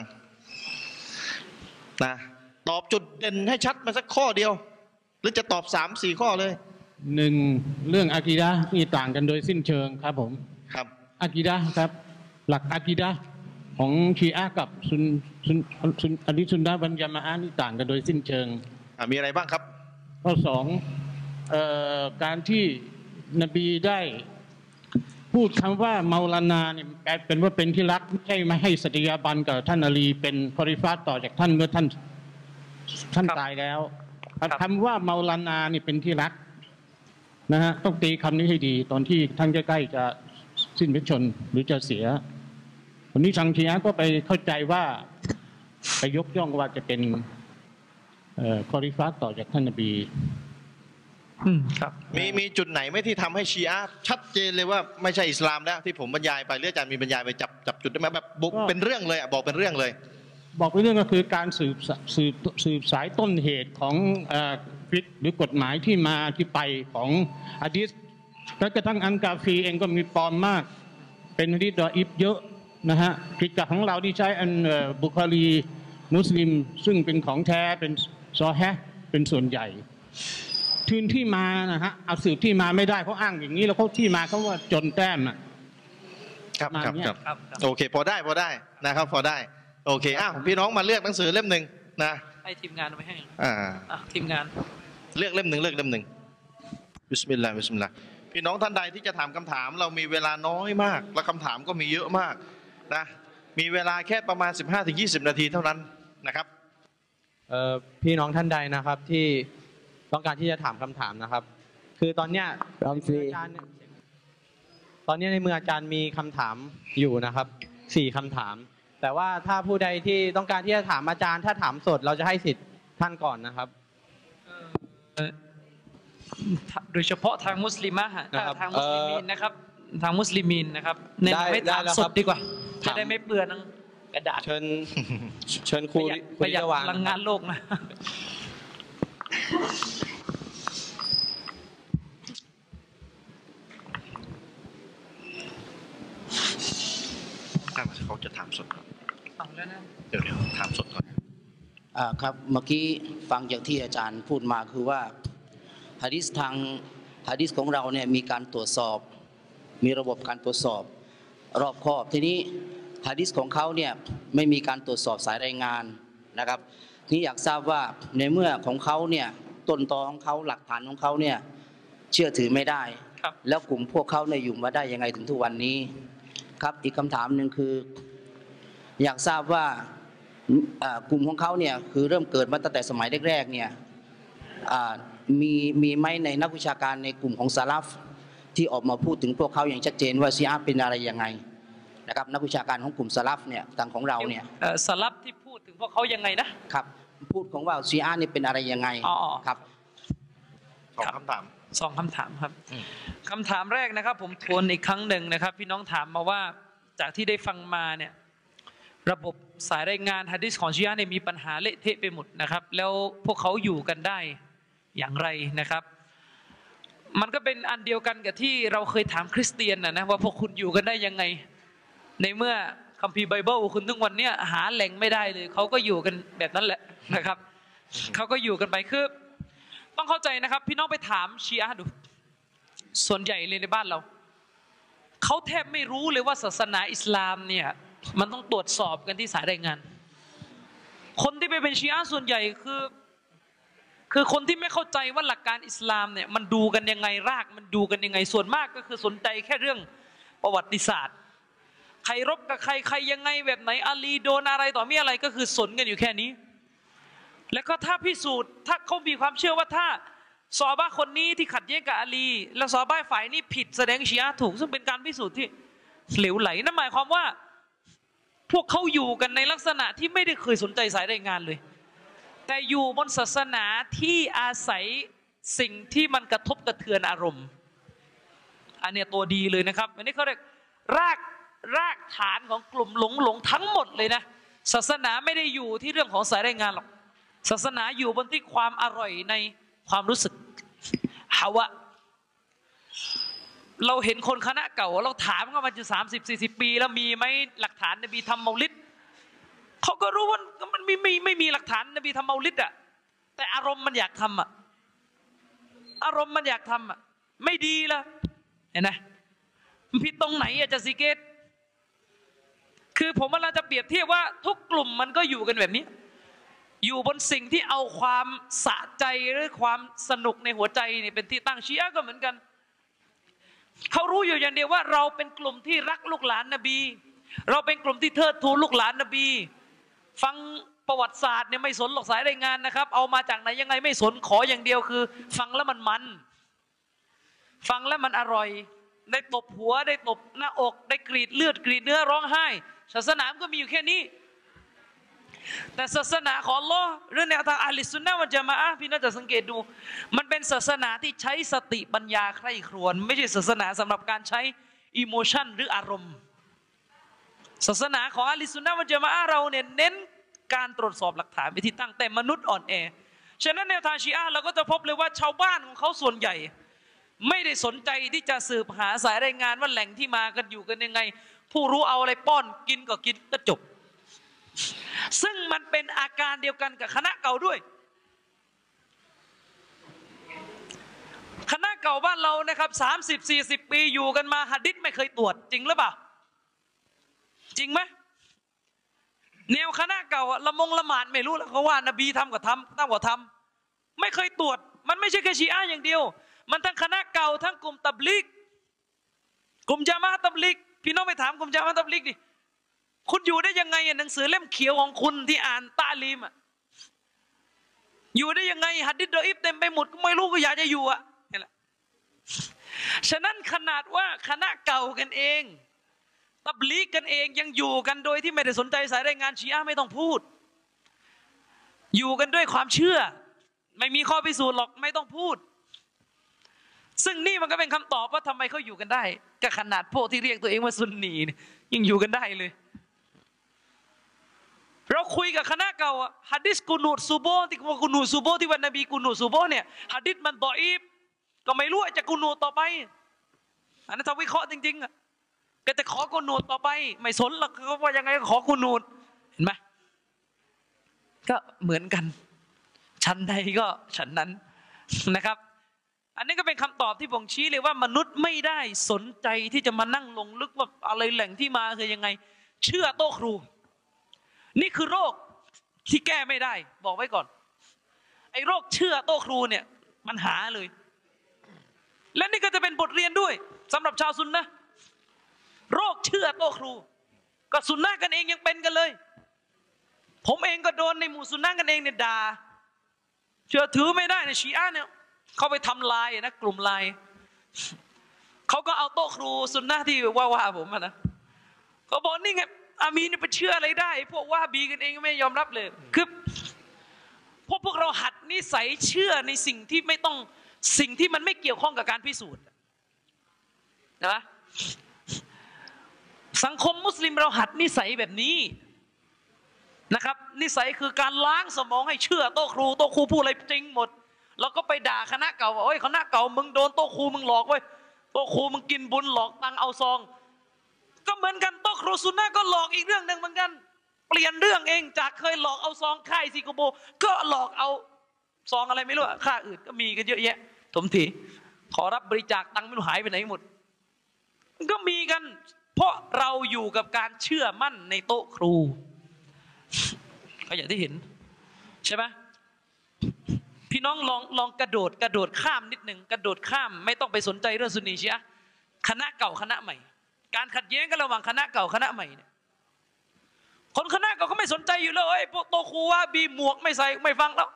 นะตอบจุดเด่นให้ชัดมาสักข้อเดียวหรือจะตอบสามสี่ข้อเลยหนึ่งเรื่องอากีดะห์มีต่างกันโดยสิ้นเชิงครับผมครับอากีดะห์ครับหลักอากีดะห์ของชีอะห์กับซุนซุนซุนอะลิซุนนะฮ์วัลญะมาอะห์นี่ต่างกันโดยสิ้นเชิงมีอะไรบ้างครับข้อสองการที่นบีได้พูดคำว่าเมาลานาเนี่ยกลายเป็นว่าเป็นที่รักไม่ใช่ไม่ให้สัตยาบันกับท่านอาลีเป็นคอริฟาตต่อจากท่านเมื่อท่านท่านตายแล้วคำว่าเมาลานานี่เป็นที่รักนะฮะต้องตีคำนี้ให้ดีตอนที่ท่านใกล้ๆจะสิ้นพระชนหรือจะเสียวันนี้ชังชีอะห์ก็ไปเข้าใจว่าไปยกย่องว่าจะเป็นคอริฟาตต่อจากท่านนบีครับมีมีจุดไหนไหมที่ทำให้ชีอะห์ชัดเจนเลยว่าไม่ใช่อิสลามแล้วที่ผมบรรยายไปเรื่องอาจารย์มีบรรยายไปจับจับจุดได้ไหมแบบบุกเป็นเรื่องเลยอ่ะบอกเป็นเรื่องเลยบอกไปเรื่องก็คือการสืบสืบสืบสายต้นเหตุของฟิกหรือกฎหมายที่มาที่ไปของอะดีษและกระทั่งอันกาฟีเองก็มีปลอมมากเป็นอะดีษดออิฟเยอะนะฮะกิจกรรมของเราที่ใช้อันบุคลีมุสลิมซึ่งเป็นของแท้เป็นซอแฮะเป็นส่วนใหญ่ทืนที่มานะฮะเอาสืบที่มาไม่ได้เขาอ้างอย่างนี้แล้วเขาที่มาเขาว่าจนแต้มอ่ะครับครับครับครับโอเคพอได้พอได้นะครับพอได้โอเคอ้าวพี่น้องมาเลือกหนังสือเล่มหนึ่งนะให้ทีมงานเอาไปให้อ่าอ่ะทีมงานเลือกเล่มหนึ่งเลือกเล่มหนึ่งบิสมิลลาห์บิสมิลลาห์พี่น้องท่านใดที่จะถามคำถามเรามีเวลาน้อยมากและคำถามก็มีเยอะมากนะมีเวลาแค่ประมาณ สิบห้าถึงยี่สิบ นาทีเท่านั้นนะครับเอ่อพี่น้องท่านใดนะครับที่ต้องการที่จะถามคำถามนะครับ คือตอนเนี้ยอาจารย์เนี่ยตอนเนี้ยในมืออาจารย์มีคำถามอยู่นะครับสี่คำถาม แต่ว่าถ้าผู้ใดที่ต้องการที่จะถามอาจารย์ถ้าถามสดเราจะให้สิทธิ์ท่านก่อนนะครับโดยเฉพาะทางมุสลิมะฮะนะครับทางมุสลิมีนนะครับทางมุสลิมีนนะครับแนะนำให้ถามสดดีกว่าจะได้ไม่เปลืองกระดาษเชิญเชิญครูประหยัดครูพลังงานโลกนะถ้าเขาจะถามสดก่อนเอาแล้วนะเดี๋ยวเดี๋ยวถามสดก่อนอ่าครับเมื่อกี้ฟังจากที่อาจารย์พูดมาคือว่าหะดีษทางหะดีษของเราเนี่ยมีการตรวจสอบมีระบบการตรวจสอบรอบคอบทีนี้หะดีษของเขาเนี่ยไม่มีการตรวจสอบสายรายงานนะครับนี่อยากทราบว่าในเมื่อของเขาเนี่ยต้นตอของเขาหลักฐานของเขาเนี่ยเชื่อถือไม่ได้ครับแล้วกลุ่มพวกเขาเนี่ยอยู่มาได้ยังไงถึงทุกวันนี้ครับอีกคำถามหนึ่งคืออยากทราบว่ากลุ่มของเขาเนี่ยคือเริ่มเกิดมาตั้งแต่สมัยแรกๆเนี่ยมีมีไหมในนักวิชาการในกลุ่มของซาลาฟที่ออกมาพูดถึงพวกเขาอย่างชัดเจนว่าชีอะห์เป็นอะไรยังไงนะครับนักวิชาการของกลุ่มซาลาฟเนี่ยต่างของเราเนี่ยเอ่อสลับที่พูดถึงพวกเขายังไงนะครับพูดของว่าชีอะห์นี่เป็นอะไรยังไงอ๋อครับสองคำถามสองคำถามครับอืมคำถามแรกนะครับ ผมทวนอีกครั้งหนึ่งนะครับ พี่น้องถามมาว่าจากที่ได้ฟังมาเนี่ยระบบสายรายงานหะดีษของชีอะห์เนี่ยมีปัญหาเละเทะไปหมดนะครับ แล้วพวกเขาอยู่กันได้อย่างไรนะครับ มันก็เป็นอันเดียวกันกับที่เราเคยถามคริสเตียนนะนะว่าพวกคุณอยู่กันได้ยังไง ในเมื่อคัมภีร์ไบเบิลคุณทุกวันเนี้ยหาแหล่งไม่ได้เลยเขาก็อยู่กันแบบนั้นแหละนะครับเขาก็อยู่กันไปคือต้องเข้าใจนะครับ พี่น้องไปถามชีอะห์ดูส่วนใหญ่เลยในบ้านเราเขาแทบไม่รู้เลยว่าศาสนาอิสลามเนี่ยมันต้องตรวจสอบกันที่สายรายงาน คนที่ไปเป็นชีอะห์ส่วนใหญ่คือคือคนที่ไม่เข้าใจว่าหลักการอิสลามเนี่ยมันดูกันยังไงรากมันดูกันยังไงส่วนมากก็คือสนใจแค่เรื่องประวัติศาสตร์ใครรบกับใครใครยังไงแบบไหนอาลีโดนอะไรต่อมีอะไรก็คือสนกันอยู่แค่นี้แล้วก็ถ้าพิสูจน์ถ้าเขามีความเชื่อว่าถ้าซอฮาบะห์คนนี้ที่ขัดแย้งกับอาลีแล้วซอฮาบะห์ฝ่ายนี้ผิดแสดงชีอะห์ถูกซึ่งเป็นการพิสูจน์ที่เหลวไหลนั่นหมายความว่าพวกเขาอยู่กันในลักษณะที่ไม่ได้เคยสนใจสายรายงานเลยแต่อยู่บนศาสนาที่อาศัยสิ่งที่มันกระทบกระเทือนอารมณ์อันนี้ตัวดีเลยนะครับอันนี้เขาเรียกรากรากฐานของกลุ่มหลงหลงทั้งหมดเลยนะศาสนาไม่ได้อยู่ที่เรื่องของสายรายงานหรอกศาสนาอยู่บนที่ความอร่อยในความรู้สึกฮาวะเราเห็นคนคณะเก่าเราถามเขามาจะสามสิบสี่สิบปีแล้วมีไหมหลักฐานนบีทำเมาลิดเขาก็รู้ว่ามันไม่ไม่ไม่มีหลักฐานนบีทำเมาลิดอ่ะแต่อารมณ์มันอยากทำอ่ะอารมณ์มันอยากทำอ่ะไม่ดีละเห็นไหมมันผิดตรงไหนอะจะซิกเกตคือผมว่าเราจะเปรียบเทียบว่าทุกกลุ่มมันก็อยู่กันแบบนี้อยู่บนสิ่งที่เอาความสะใจหรือความสนุกในหัวใจนี่เป็นที่ตั้งชีอะห์ก็เหมือนกันเขารู้อยู่อย่างเดียวว่าเราเป็นกลุ่มที่รักลูกหลานนบีเราเป็นกลุ่มที่เทิดทูนลูกหลานนบีฟังประวัติศาสตร์เนี่ยไม่สนหรอกสายรายงานนะครับเอามาจากไหนยังไงไม่สนขออย่างเดียวคือฟังแล้วมันมันฟังแล้วมันอร่อยได้ตบหัวได้ตบหน้าอกได้กรีดเลือดกรีดเนื้อร้องไห้ศาสนาก็มีอยู่แค่นี้แต่ศาสนาของอัลลอฮ์หรือแนวทางอะห์ลิสซุนนะฮ์วัลญะมาอะห์พี่น่าจะสังเกตดูมันเป็นศาสนาที่ใช้สติปัญญาใคร่ครวญไม่ใช่ศาสนาสำหรับการใช้อิโมชันหรืออารมณ์ศาสนาของอะห์ลิสซุนนะฮ์วัลญะมาอะห์เราเนี่ยเน้นการตรวจสอบหลักฐานเป็นที่ตั้งแต่มนุษย์อ่อนแอฉะนั้นแนวทางชีอะห์เราก็จะพบเลยว่าชาวบ้านของเขาส่วนใหญ่ไม่ได้สนใจที่จะสืบหาสายรายงานว่าแหล่งที่มากันอยู่กันยังไงผู้รู้เอาอะไรป้อนกินก็กินก็จบซึ่งมันเป็นอาการเดียวกันกับคณะเก่าด้วยคณะเก่าบ้านเรานะครับสามสิบสี่สิบปีอยู่กันมาหะดีษไม่เคยตรวจจริงหรือเปล่าจริงไหมแนวคณะเก่าละมงละหมาดไม่รู้แล้วเขาว่านบีทำก็ทำตั้งก็ทำไม่เคยตรวจมันไม่ใช่แค่ชีอะห์อย่างเดียวมันทั้งคณะเก่าทั้งกลุ่มตับลิกกลุ่มญะมาอะห์ตับลิกพี่น้องไปถามกลุ่มญะมาอะห์ตับลิกดิคุณอยู่ได้ยังไงอ่ะหนังสือเล่มเขียวของคุณที่อ่านตะลีมอ่ะอยู่ได้ยังไงหะดีษดออีฟเต็มไปหมดก็ไม่รู้ก็อยากจะอยู่อ่ะนี่แหละฉะนั้นขนาดว่าคณะเก่ากันเองตับลีกกันเองยังอยู่กันโดยที่ไม่ได้สนใจสายรายงานชีอะห์ไม่ต้องพูดอยู่กันด้วยความเชื่อไม่มีข้อพิสูจน์หรอกไม่ต้องพูดซึ่งนี่มันก็เป็นคำตอบว่าทำไมเขาอยู่กันได้ก็ขนาดพวกที่เรียกตัวเองว่าซุนนียังอยู่กันได้เลยเราคุยกับคณะเก่าหะดีษกุนูตซูโบที่ว่ากุนูตซูโบที่วันนบีกุนูตซูโบเนี่ยหะดีษมันฎออีฟก็ไม่รู้จะกุนูตต่อไปอันนั้นถ้าวิเคราะห์จริงๆอ่ะก็จะขอกุนูตต่อไปไม่สนหรอกเขาว่ายังไงก็ขอกุนูตเห็นไหมก็เหมือนกันชั้นใดก็ชั้นนั้นนะครับอันนี้ก็เป็นคำตอบที่บ่งชี้เลยว่ามนุษย์ไม่ได้สนใจที่จะมานั่งลงลึกว่าอะไรแหล่งที่มาคือยังไงเชื่อโต๊ะครูนี่คือโรคที่แก้ไม่ได้บอกไว้ก่อนไอ้โรคเชื่อโต๊ะครูเนี่ยมันหาเลยและนี่ก็จะเป็นบทเรียนด้วยสำหรับชาวซุนนะห์โรคเชื่อโต๊ะครูก็ซุนนะห์กันเองยังเป็นกันเลยผมเองก็โดนในหมู่ซุนนะห์กันเองเนี่ยด่าเชื่อถือไม่ได้ในชีอะห์เนี่ยเขาไปทำลายนะกลุ่มลายเขาก็เอาโต๊ะครูซุนนะห์ที่ว่าว่าผมนะเขาบอกนี่ไงอามีนไปเชื่ออะไรได้พวกว่าบีกันเองไม่ยอมรับเลยคือพวกพวกเราหัดนิสัยเชื่อในสิ่งที่ไม่ต้องสิ่งที่มันไม่เกี่ยวข้องกับการพิสูจน์นะสังคมมุสลิมเราหัดนิสัยแบบนี้นะครับนิสัยคือการล้างสมองให้เชื่อโต๊ะครูโต๊ะครูพูดอะไรจริงหมดเราก็ไปด่าคณะเก่าว่าโอ้ยคณะเก่ามึงโดนโต๊ะครูมึงหลอกเว้ยโต๊ะครูมึงกินบุญหลอกตังเอาซองก็เหมือนกันโต๊ะครูซุนนะห์ก็หลอกอีกเรื่องหนึ่งเหมือนกันเปลี่ยนเรื่องเองจากเคยหลอกเอาซองค่ายซิโกโบก็หลอกเอาซองอะไรไม่รู้ค่าอื่นก็มีกันเยอะแยะถมถีขอรับบริจาคตังไม่รู้หายไปไหนหมดก็มีกันเพราะเราอยู่กับการเชื่อมั่นในโต๊ะครูก็อย่างที่เห็นใช่ไหมพี่น้องลองลองกระโดดกระโดดข้ามนิดหนึ่งกระโดดข้ามไม่ต้องไปสนใจเรื่องซุนนีชีอะห์คณะเก่าคณะใหม่การขัดแย้งกันระหว่างคณะเก่าคณะใหม่เนี่ยคนคณะเก่าก็ไม่สนใจอยู่เลยพวกโตครูว่าบีหมวกไม่ใส่ไม่ฟังแล้ว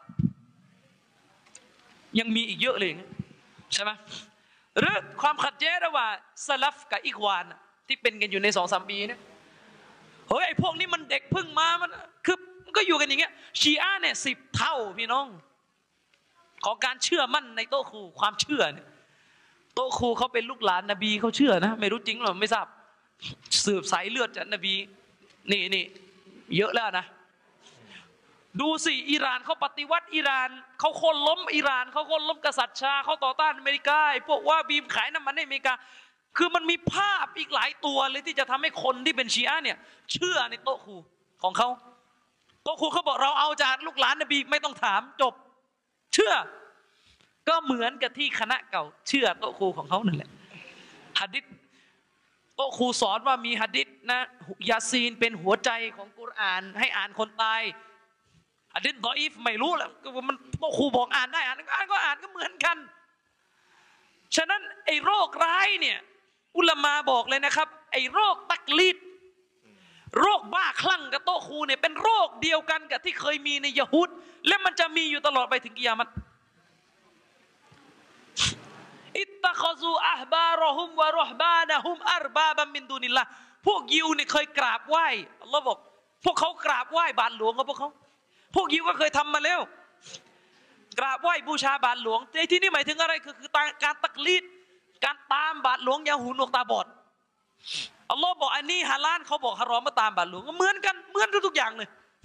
ยังมีอีกเยอะเลยใช่ไหมหรือความขัดแย้งระหว่างซะลัฟกับอิควานที่เป็นกันอยู่ในสองสามปีเนี่ยเฮ้ยไอ้พวกนี้มันเด็กพึ่งมามันคือมันก็อยู่กันอย่างเงี้ยชีอะห์เนี่ยสิบเท่าพี่น้องของการเชื่อมั่นในโต๊ะครูความเชื่อเนี่ยโต๊ะครูเขาเป็นลูกหลานนบีเขาเชื่อนะไม่รู้จริงหรือไม่ทราบสืบสายเลือดจากนบีนี่นี่เยอะแล้วนะดูสิอิหร่านเขาปฏิวัติอิหร่านเขาคนล้มอิหร่านเขาคนล้มกษัตริย์ชาเขาต่อต้านอเมริกาพวกว่าบีมขายน้ำมันให้อเมริกาคือมันมีภาพอีกหลายตัวเลยที่จะทำให้คนที่เป็นชีอะห์เนี่ยเชื่อในโต๊ะครูของเขาโต๊ะครูเขาบอกเราเอาจากลูกหลานนบีไม่ต้องถามจบเชื่อก็เหมือนกับที่คณะเก่าเชื่อโต๊ะครูของเขานั่นแหละหะดีษโต๊ะครูสอนว่ามีหะดีษนะยาซีนเป็นหัวใจของกุรอานให้อ่านคนตายหะดีษฎออีฟไม่รู้แหละมันโต๊ะครูบอกอ่านได้อ่านอ่านก็อ่านก็เหมือนกันฉะนั้นไอ้โรคร้ายเนี่ยอุลามาบอกเลยนะครับไอ้โรคตักลีดโรคบ้าคลั่งกับโต๊ะครูเนี่ยเป็นโรคเดียวกันกับที่เคยมีในยะฮูดและมันจะมีอยู่ตลอดไปถึงกิยามะฮ์อิตตะคอซูอะฮบาระฮุมวะรอฮบานะฮุมอัรบาบัมมินดูนิลลาห์พวกยิวเนี่ยเคยกราบไหว้อัลลอฮ์บอกพวกเขากราบไหว้บาทหลวงของพวกเขาพวกยิวก็เคยทำมาแล้วกราบไหว้บูชาบาทหลวงในที่นี้หมายถึงอะไรคือคือการตักลีดการตามบาทหลวงยาหูหนวกตาบอดอัลลอฮ์บอกอันนี้ฮาลาลเขาบอกฮารอมมาตามบาทหลวงก็เหมือนกันเหมือนทุกอย่างเลย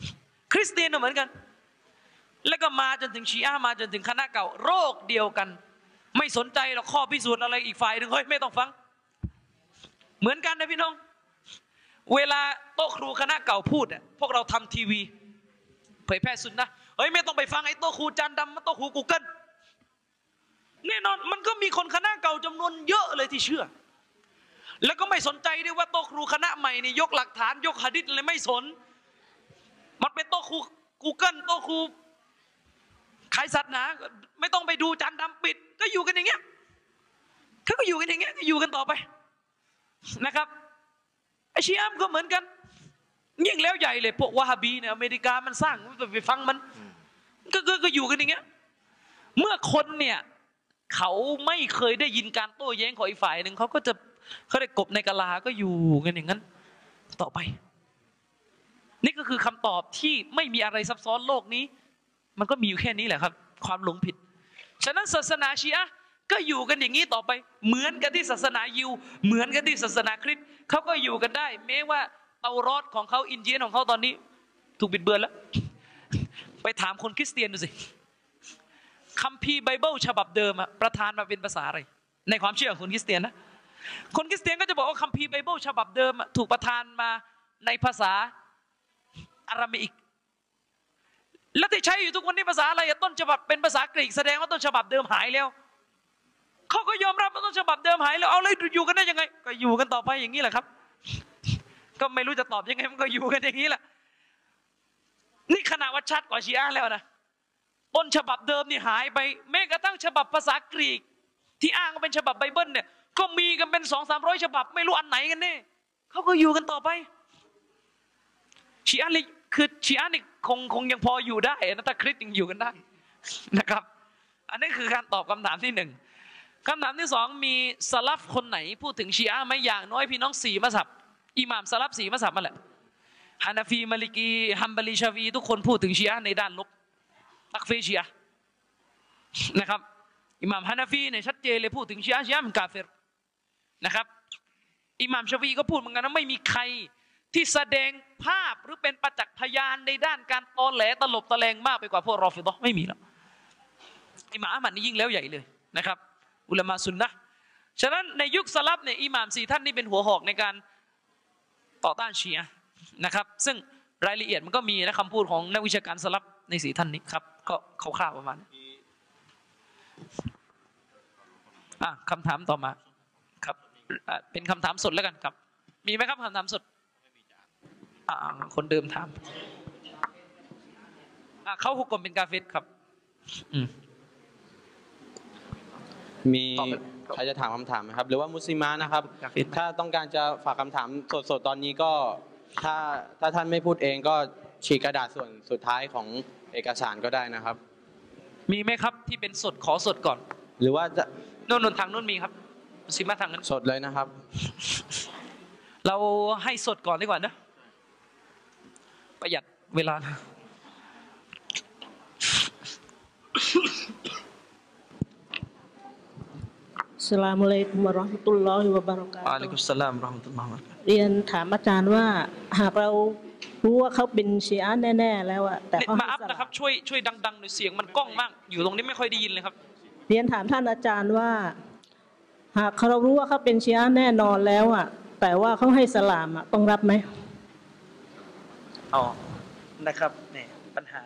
คริสเตียนก็เหมือนกันแล้วก็มาจนถึงชีอะห์มาจนถึงคณะเก่าโรคเดียวกันไม่สนใจหรอกข้อพิสูจน์อะไรอีกฝ่ายหนึ่งเฮ้ยไม่ต้องฟังเหมือนกันนะพี่น้องเวลาโต๊ะครูคณะเก่าพูดอะพวกเราทำทีวีเผยแพร่สุนนะเฮ้ยไม่ต้องไปฟังไอ้โต๊ะครูจานดำมาโต๊ะครูกูเกิลแน่นอนมันก็มีคนคณะเก่าจำนวนเยอะเลยที่เชื่อแล้วก็ไม่สนใจด้วยว่าโต๊ะครูคณะใหม่นี่ยกหลักฐานยกหะดีษอะไรไม่สนมันเป็นโต๊ะครูกูเกิลโต๊ะครูขายสัตว์นะไม่ต้องไปดูจานดำปิดก็อยู่กันอย่างเงี้ยเขาก็อยู่กันอย่างเงี้ยก็อยู่กันต่อไปนะครับไอชีอะห์ก็เหมือนกันยิ่งแล้วใหญ่เลยพวกวะฮาบีเนี่ยอเมริกามันสร้างไปฟังมันก็ก็ก็อยู่กันอย่างเงี้ยเมื่อคนเนี่ยเขาไม่เคยได้ยินการโต้แย้งของอีกฝ่ายหนึ่งเขาก็จะเขาได้กบในกะลาก็อยู่กันอย่างนั้นต่อไปนี่ก็คือคำตอบที่ไม่มีอะไรซับซ้อนโลกนี้มันก็มีอยู่แค่นี้แหละครับความหลงผิดฉะนั้นศาสนาชีอะห์ก็อยู่กันอย่างนี้ต่อไปเหมือนกันที่ศาสนายิวเหมือนกันที่ศาสนาคริสต์เขาก็อยู่กันได้แม้ว่าเตารอดของเขาอินเจียนของเขาตอนนี้ถูกบิดเบือนแล้วไปถามคนคริสเตียนดูสิคัมภีร์ไบเบิลฉบับเดิมอะประทานมาเป็นภาษาอะไรในความเชื่อของคนคริสเตียนนะคนคริสเตียนก็จะบอกว่าคัมภีร์ไบเบิลฉบับเดิมถูกประทานมาในภาษาอารามิกแล้วที่ใช้อยู่ทุกวันนี้ภาษาอะไรต้นฉบับเป็นภาษากรีกแสดงว่าต้นฉบับเดิมหายแล้วเขาก็ยอมรับว่าต้นฉบับเดิมหายแล้วเอาเลยอยู่กันได้ยังไงก็อยู่กันต่อไปอย่างนี้แหละครับก็ไม่รู้จะตอบยังไงมันก็อยู่กันอย่างนี้แหละนี่ขนาดว่าชัดกว่าชีอะห์แล้วนะต้นฉบับเดิมนี่หายไปแม้กระทั่งฉบับภาษากรีกที่อ้างว่าเป็นฉบับไบเบิลเนี่ยก็มีกันเป็นสองสามร้อยฉบับไม่รู้อันไหนกันแน่เขาก็อยู่กันต่อไปชีอะห์คือชีอะห์นี่คงคงยังพออยู่ได้นะถ้าคริสต์ยังอยู่กันได้นะครับอันนี้คือการตอบคำถามที่หนึ่งคำถามที่สองมีสลัฟคนไหนพูดถึงชีอะห์ไหมอย่างน้อยพี่น้องสี่มัซฮับอิหม่ามสลัฟสี่มัซฮับมาแหละฮานาฟีมาลิกีฮัมบารีชาฟีทุกคนพูดถึงชีอะห์ในด้านลบตักฟีชีอะห์นะครับอิหม่ามฮานาฟีเนี่ยชัดเจนเลยพูดถึงชีอะห์ชีอะห์มันกาเฟรนะครับอิหม่ามชาฟีก็พูดเหมือนกันนะไม่มีใครที่แสดงภาพหรือเป็นประจักษ์พยานในด้านการตอแหลตลบตะแลงมากไปกว่าพวกรอฟิฎอห์ไม่มีแล้วอิหม่ามอะห์มัดนี่ยิ่งแล้วใหญ่เลยนะครับอุลามะซุนนะห์ฉะนั้นในยุคสลับเนี่ยอิหม่ามสี่ท่านนี่เป็นหัวหอกในการต่อต้านชีอะห์นะครับซึ่งรายละเอียดมันก็มีนะคำพูดของนักวิชาการสลับในสี่ท่านนี้ครับก็คร่าวๆประมาณนี้อ่ะคำถามต่อมาครับเป็นคำถามสดแล้วกันครับมีไหมครับคำถามสดอ่าคนเดิมถามอ่าเขาหุกกลมเป็นกาเฟรครับอืมมีใครจะถามคำถามไหมครับหรือว่ามุสลิมะนะครับถ้าต้องการจะฝากคำถามสดๆตอนนี้ก็ถ้าถ้าท่านไม่พูดเองก็ฉีกกระดาษส่วนสุดท้ายของเอกสารก็ได้นะครับมีไหมครับที่เป็นสดขอสดก่อนหรือว่าจะโน่นโน่นทางโน่นมีครับมุสลิมะทางนั้นสดเลยนะครับเราให้สดก่อนดีกว่านะประหยัดเวลานะอัสสลามุอะลัยกุมวะเราะห์มะตุลลอฮิวะบะเราะกาตุฮ์วะอะลัยกุมสสลามวะเราะห์มะตุลลอฮิวะบะเราะกาตุฮ์เรียนถามอาจารย์ว่าหากเรารู้ว่าเขาเป็นชีอะห์แน่ๆแล้วอะแต่เขามาอัพนะครับช่วยช่วยดังๆหน่อยเสียงมันก้องมากอยู่ตรงนี้ไม่ค่อยได้ยินเลยครับเรียนถามท่านอาจารย์ว่าหากเรารู้ว่าเขาเป็นชีอะห์แน่นอนแล้วอะแต่ว่าเขาให้สลามอะต้องรับไหมอ๋อนะครับเนี่ยปัญหา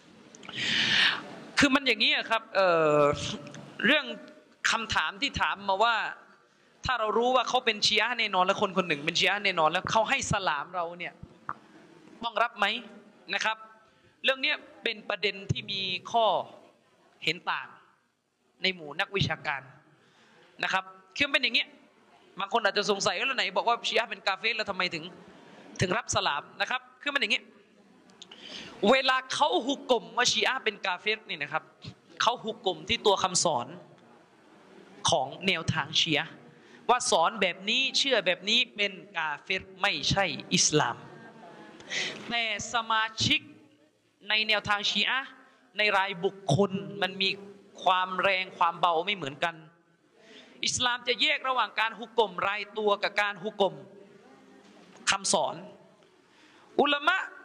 คือมันอย่างนี้ครับเอ่อเรื่องคำถามที่ถามมาว่าถ้าเรารู้ว่าเขาเป็นชีอะห์แน่นอนแล้วคนคนหนึ่งเป็นชีอะห์แน่นอนแล้วเขาให้สลามเราเนี่ยต้องรับไหมนะครับ เรื่องนี้เป็นประเด็นที่มีข้อเห็นต่างในหมู่นักวิชาการนะครับคือเป็นอย่างเงี้ยบางคนอาจจะสงสัยว่าไหนบอกว่าชีอะห์เป็นกาเฟรแล้วทำไมถึงถึงรับสลามนะครับคือมันอย่างเงี้ยเวลาเขาหุกกลมว่าชีอะห์เป็นกาเฟรนี่นะครับเขาหุกกลมที่ตัวคำสอนของแนวทางชีอะห์ว่าสอนแบบนี้เชื่อแบบนี้เป็นกาเฟรไม่ใช่อิสลามแต่สมาชิกในแนวทางชีอะห์ในรายบุคคลมันมีความแรงความเบาไม่เหมือนกันอิสลามจะแยกระหว่างการหุกกลมรายตัวกับการหุกกลมคำสอนอุลามะ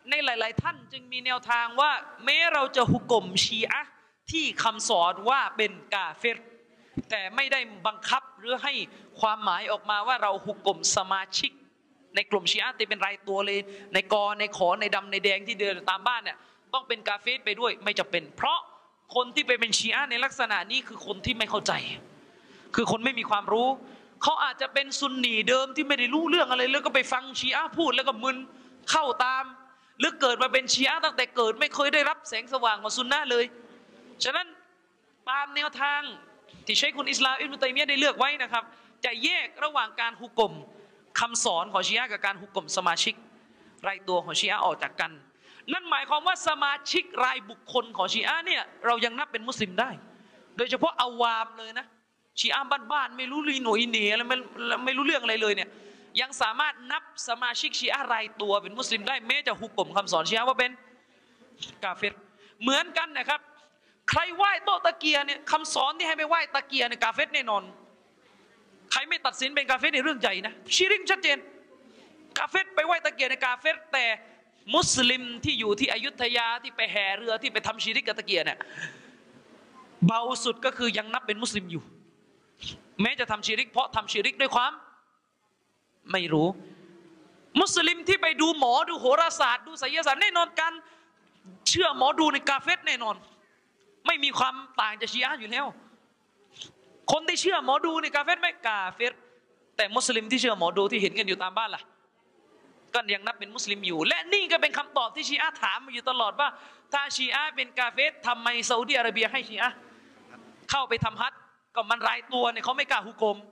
ในหลาย ๆ ท่านจึงมีแนวทางว่าแม้เราจะฮุกมชีอะห์ที่คำสอนว่าเป็นกาเฟรแต่ไม่ได้บังคับหรือให้ความหมายออกมาว่าเราฮุกมสมาชิกในกลุ่มชีอะห์ที่เป็นรายตัวเลยในกอในขอในดำในแดงที่เดินตามบ้านเนี่ยต้องเป็นกาเฟรไปด้วยไม่จำเป็นเพราะคนที่ไปเป็นชีอะห์ในลักษณะนี้คือคนที่ไม่เข้าใจคือคนไม่มีความรู้เขาอาจจะเป็นซุนนีเดิมที่ไม่ได้รู้เรื่องอะไรแล้วก็ไปฟังชีอะห์พูดแล้วก็มึนเข้าตามหรือเกิดมาเป็นชีอะห์ตั้งแต่เกิดไม่เคยได้รับแสงสว่างของซุนนะห์เลยฉะนั้นตามแนวทางที่ชัยคุลอิสลามอิบนุตัยมียะห์ได้เลือกไว้นะครับจะแยกระหว่างการฮุกมคำสอนของชีอะห์กับการฮุกมสมาชิกรายตัวของชีอะห์ออกจากกันนั่นหมายความว่าสมาชิกรายบุคคลของชีอะห์เนี่ยเรายังนับเป็นมุสลิมได้โดยเฉพาะอาวามเลยนะชีอะห์บ้านๆไม่รู้ลีโหนอิเหน่อะไรไม่ไม่รู้เรื่องอะไรเลยเนี่ยยังสามารถนับสมาชิกชีอะห์รายตัวเป็นมุสลิมได้แม้จะฮุกมคำสอนชีอะห์ว่าเป็นกาเฟรเหมือนกันนะครับใครไหว้โต๊ะตะเกียร์เนี่ยคำสอนที่ให้ไปไหว้ตะเกียร์เนี่ยกาเฟรแน่นอนใครไม่ตัดสินเป็นกาเฟรในเรื่องใหญ่นะชิริกชัดเจนกาเฟรไปไหว้ตะเกียร์ในกาเฟรแต่มุสลิมที่อยู่ที่อยุธยาที่ไปแห่เรือที่ไปทำชิริกกับตะเกียร์เนี่ยเบาสุดก็คือยังนับเป็นมุสลิมอยู่แม้จะทำชิริกเพราะทำชิริกด้วยความไม่รู้มุสลิมที่ไปดูหมอดูโหราศาสตร์ดูไสยศาสตร์แน่นอนกันเชื่อหมอดูในกาเฟรแน่นอนไม่มีความต่างจากชีอะห์อยู่แล้วคนที่เชื่อหมอดูในกาเฟรไม่กาเฟรแต่มุสลิมที่เชื่อหมอดูที่เห็นกันอยู่ตามบ้านล่ะก็ยังนับเป็นมุสลิมอยู่และนี่ก็เป็นคำตอบที่ชีอะห์ถามมาอยู่ตลอดว่าถ้าชีอะห์เป็นกาเฟรทำไมซาอุดิอาระเบียให้ชีอะห์เข้าไปทำฮัจญ์ก็มันรายตัวเนี่ยเขาไม่กล้าฮุกม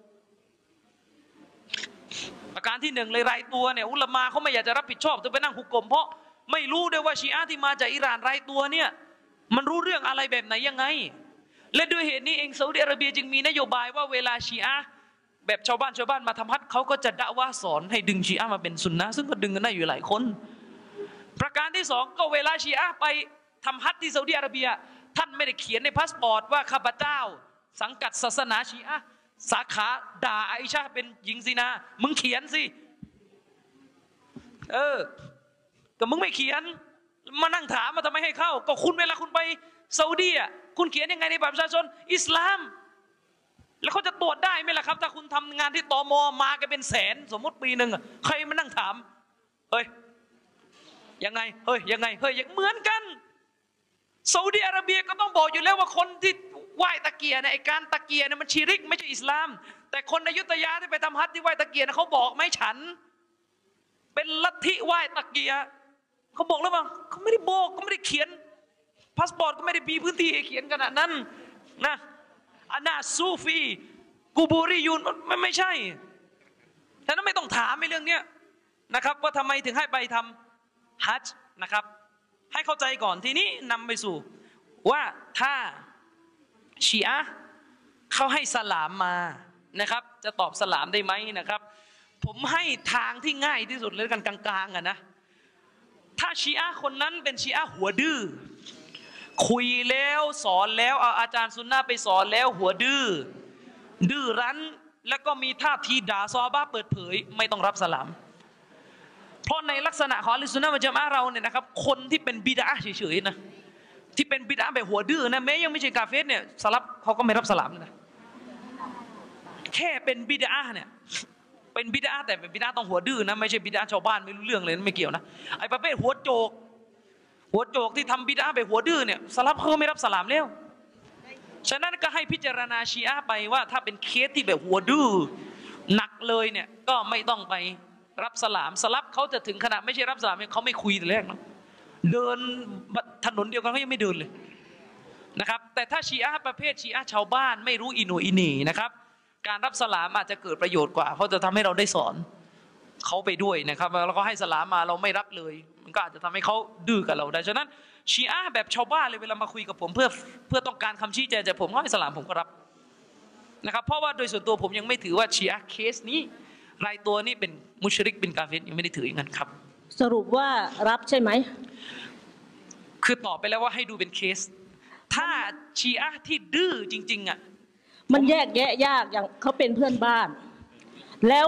ประการที่หนึ่งเลยรายตัวเนี่ยอุลามะเขาไม่อยากจะรับผิดชอบจะไปนั่งฮุกมเพราะไม่รู้ด้วยว่าชีอะห์ที่มาจากอิหร่านรายตัวเนี่ยมันรู้เรื่องอะไรแบบไหนยังไงและด้วยเหตุนี้เองซาอุดิอาระเบียจึงมีนโยบายว่าเวลาชีอะห์แบบชาวบ้านชาวบ้านมาทำฮัจญ์เขาก็จะดะวะห์สอนให้ดึงชีอะห์มาเป็นซุนนะห์ซึ่งก็ดึงกันได้อยู่หลายคนประการที่สองก็เวลาชีอะห์ไปทำฮัจญ์ที่ซาอุดิอาระเบียท่านไม่ได้เขียนในพาสปอร์ตว่าข้าพเจ้าสังกัดศาสนาชีอะห์สาขาด่าอาอิชะห์เป็นหญิงซินามึงเขียนสิเออแต่มึงไม่เขียนมานั่งถามมาทำไมให้เข้าก็คุณเวลาคุณไปซาอุดีอ่ะคุณเขียนยังไงในบัตรประชาชนอิสลามแล้วเขาจะตรวจได้ไหมล่ะครับถ้าคุณทำงานที่ตม.มากันเป็นแสนสมมติปีหนึ่งใครมานั่งถามเฮ้ยยังไงเฮ้ยยังไงเฮ้ยยังเหมือนกันซาอุดีอาระเบียก็ต้องบอกอยู่แล้วว่าคนที่ไหว้ตะเกียร์เนี่ยไอการตะเกียร์เนี่ยมันชิริกไม่ใช่อิสลามแต่คนในอยุธยาที่ไปทำฮัจญ์ที่ไหว้ตะเกียร์เขาบอกไม่ฉันเป็นลัทธิไหว้ตะเกียร์เขาบอกแล้วว่าเขาไม่ได้บอกก็ไม่ได้เขียนพาสปอร์ตก็ไม่ได้มีพื้นที่ให้เขียนขนาดนั้นนะอานาซูฟีกูบูริยูนไม่ไม่ใช่แต่นั้นไม่ต้องถามในเรื่องนี้นะครับว่าทำไมถึงให้ไปทำฮัจญ์นะครับให้เข้าใจก่อนทีนี้นำไปสู่ว่าถ้าชีอะห์เขาให้สลามมานะครับจะตอบสลามได้ไหมนะครับผมให้ทางที่ง่ายที่สุดเลยกันกลางๆอ่ะนะถ้าชีอะห์คนนั้นเป็นชีอะห์หัวดื้อคุยแล้วสอนแล้วเอาอาจารย์ซุนนะห์ไปสอนแล้วหัวดื้อดื้อรั้นแล้วก็มีท่าทีด่าซอฮาบะห์เปิดเผยไม่ต้องรับสลามเพราะในลักษณะของอะห์ลุสซุนนะฮ์วัลญะมาอะห์เราเนี่ยนะครับคนที่เป็นบิดอะห์เฉยๆนะที่เป็นบิดอะห์แบบหัวดื้อนะแม้ยังไม่ใช่กาเฟรเนี่ยสลับเขาก็ไม่รับสลามนะแค่เป็นบิดอะห์เนี่ยเป็นบิดอะห์แต่เป็นบิดอะห์ต้องหัวดื้อนะไม่ใช่บิดอะห์ชาวบ้านไม่รู้เรื่องเลยไม่เกี่ยวนะไอ้ประเภทหัวโจกหัวโจกที่ทำบิดอะห์แบบหัวดื้อเนี่ยสลับเขาไม่รับสลามแล้วฉะนั้นก็ให้พิจารณาชีอะห์ไปว่าถ้าเป็นเคสที่แบบหัวดื้อหนักเลยเนี่ยก็ไม่ต้องไปรับสลามสลับเขาจะถึงขนาดไม่ใช่รับสลามเขาไม่คุยแต่แรกนะเดินถนนเดียวกันเขายังไม่เดินเลยนะครับแต่ถ้าชีอะห์ประเภทชีอะห์ชาวบ้านไม่รู้อิโหนอิเหน่นะครับการรับสลามอาจจะเกิดประโยชน์กว่าเพราะจะทำให้เราได้สอนเขาไปด้วยนะครับแล้วก็ให้สลามมาเราไม่รับเลยมันก็อาจจะทำให้เขาดื้อกับเราได้ฉะนั้นชีอะห์แบบชาวบ้านเลยเวลามาคุยกับผมเพื่อเพื่อต้องการคำชี้แจงจากผมเขาให้สลามผมก็รับนะครับเพราะว่าโดยส่วนตัวผมยังไม่ถือว่าชีอะห์เคสนี้รายตัวนี้เป็นมุชริกเป็นกาเฟรยังไม่ได้ถืออย่างนั้นครับสรุปว่ารับใช่ไหมคือตอบไปแล้วว่าให้ดูเป็นเคสถ้าชีอะห์ที่ดื้อจริงๆอ่ะมันแยกแยะยากอย่างเขาเป็นเพื่อนบ้านแล้ว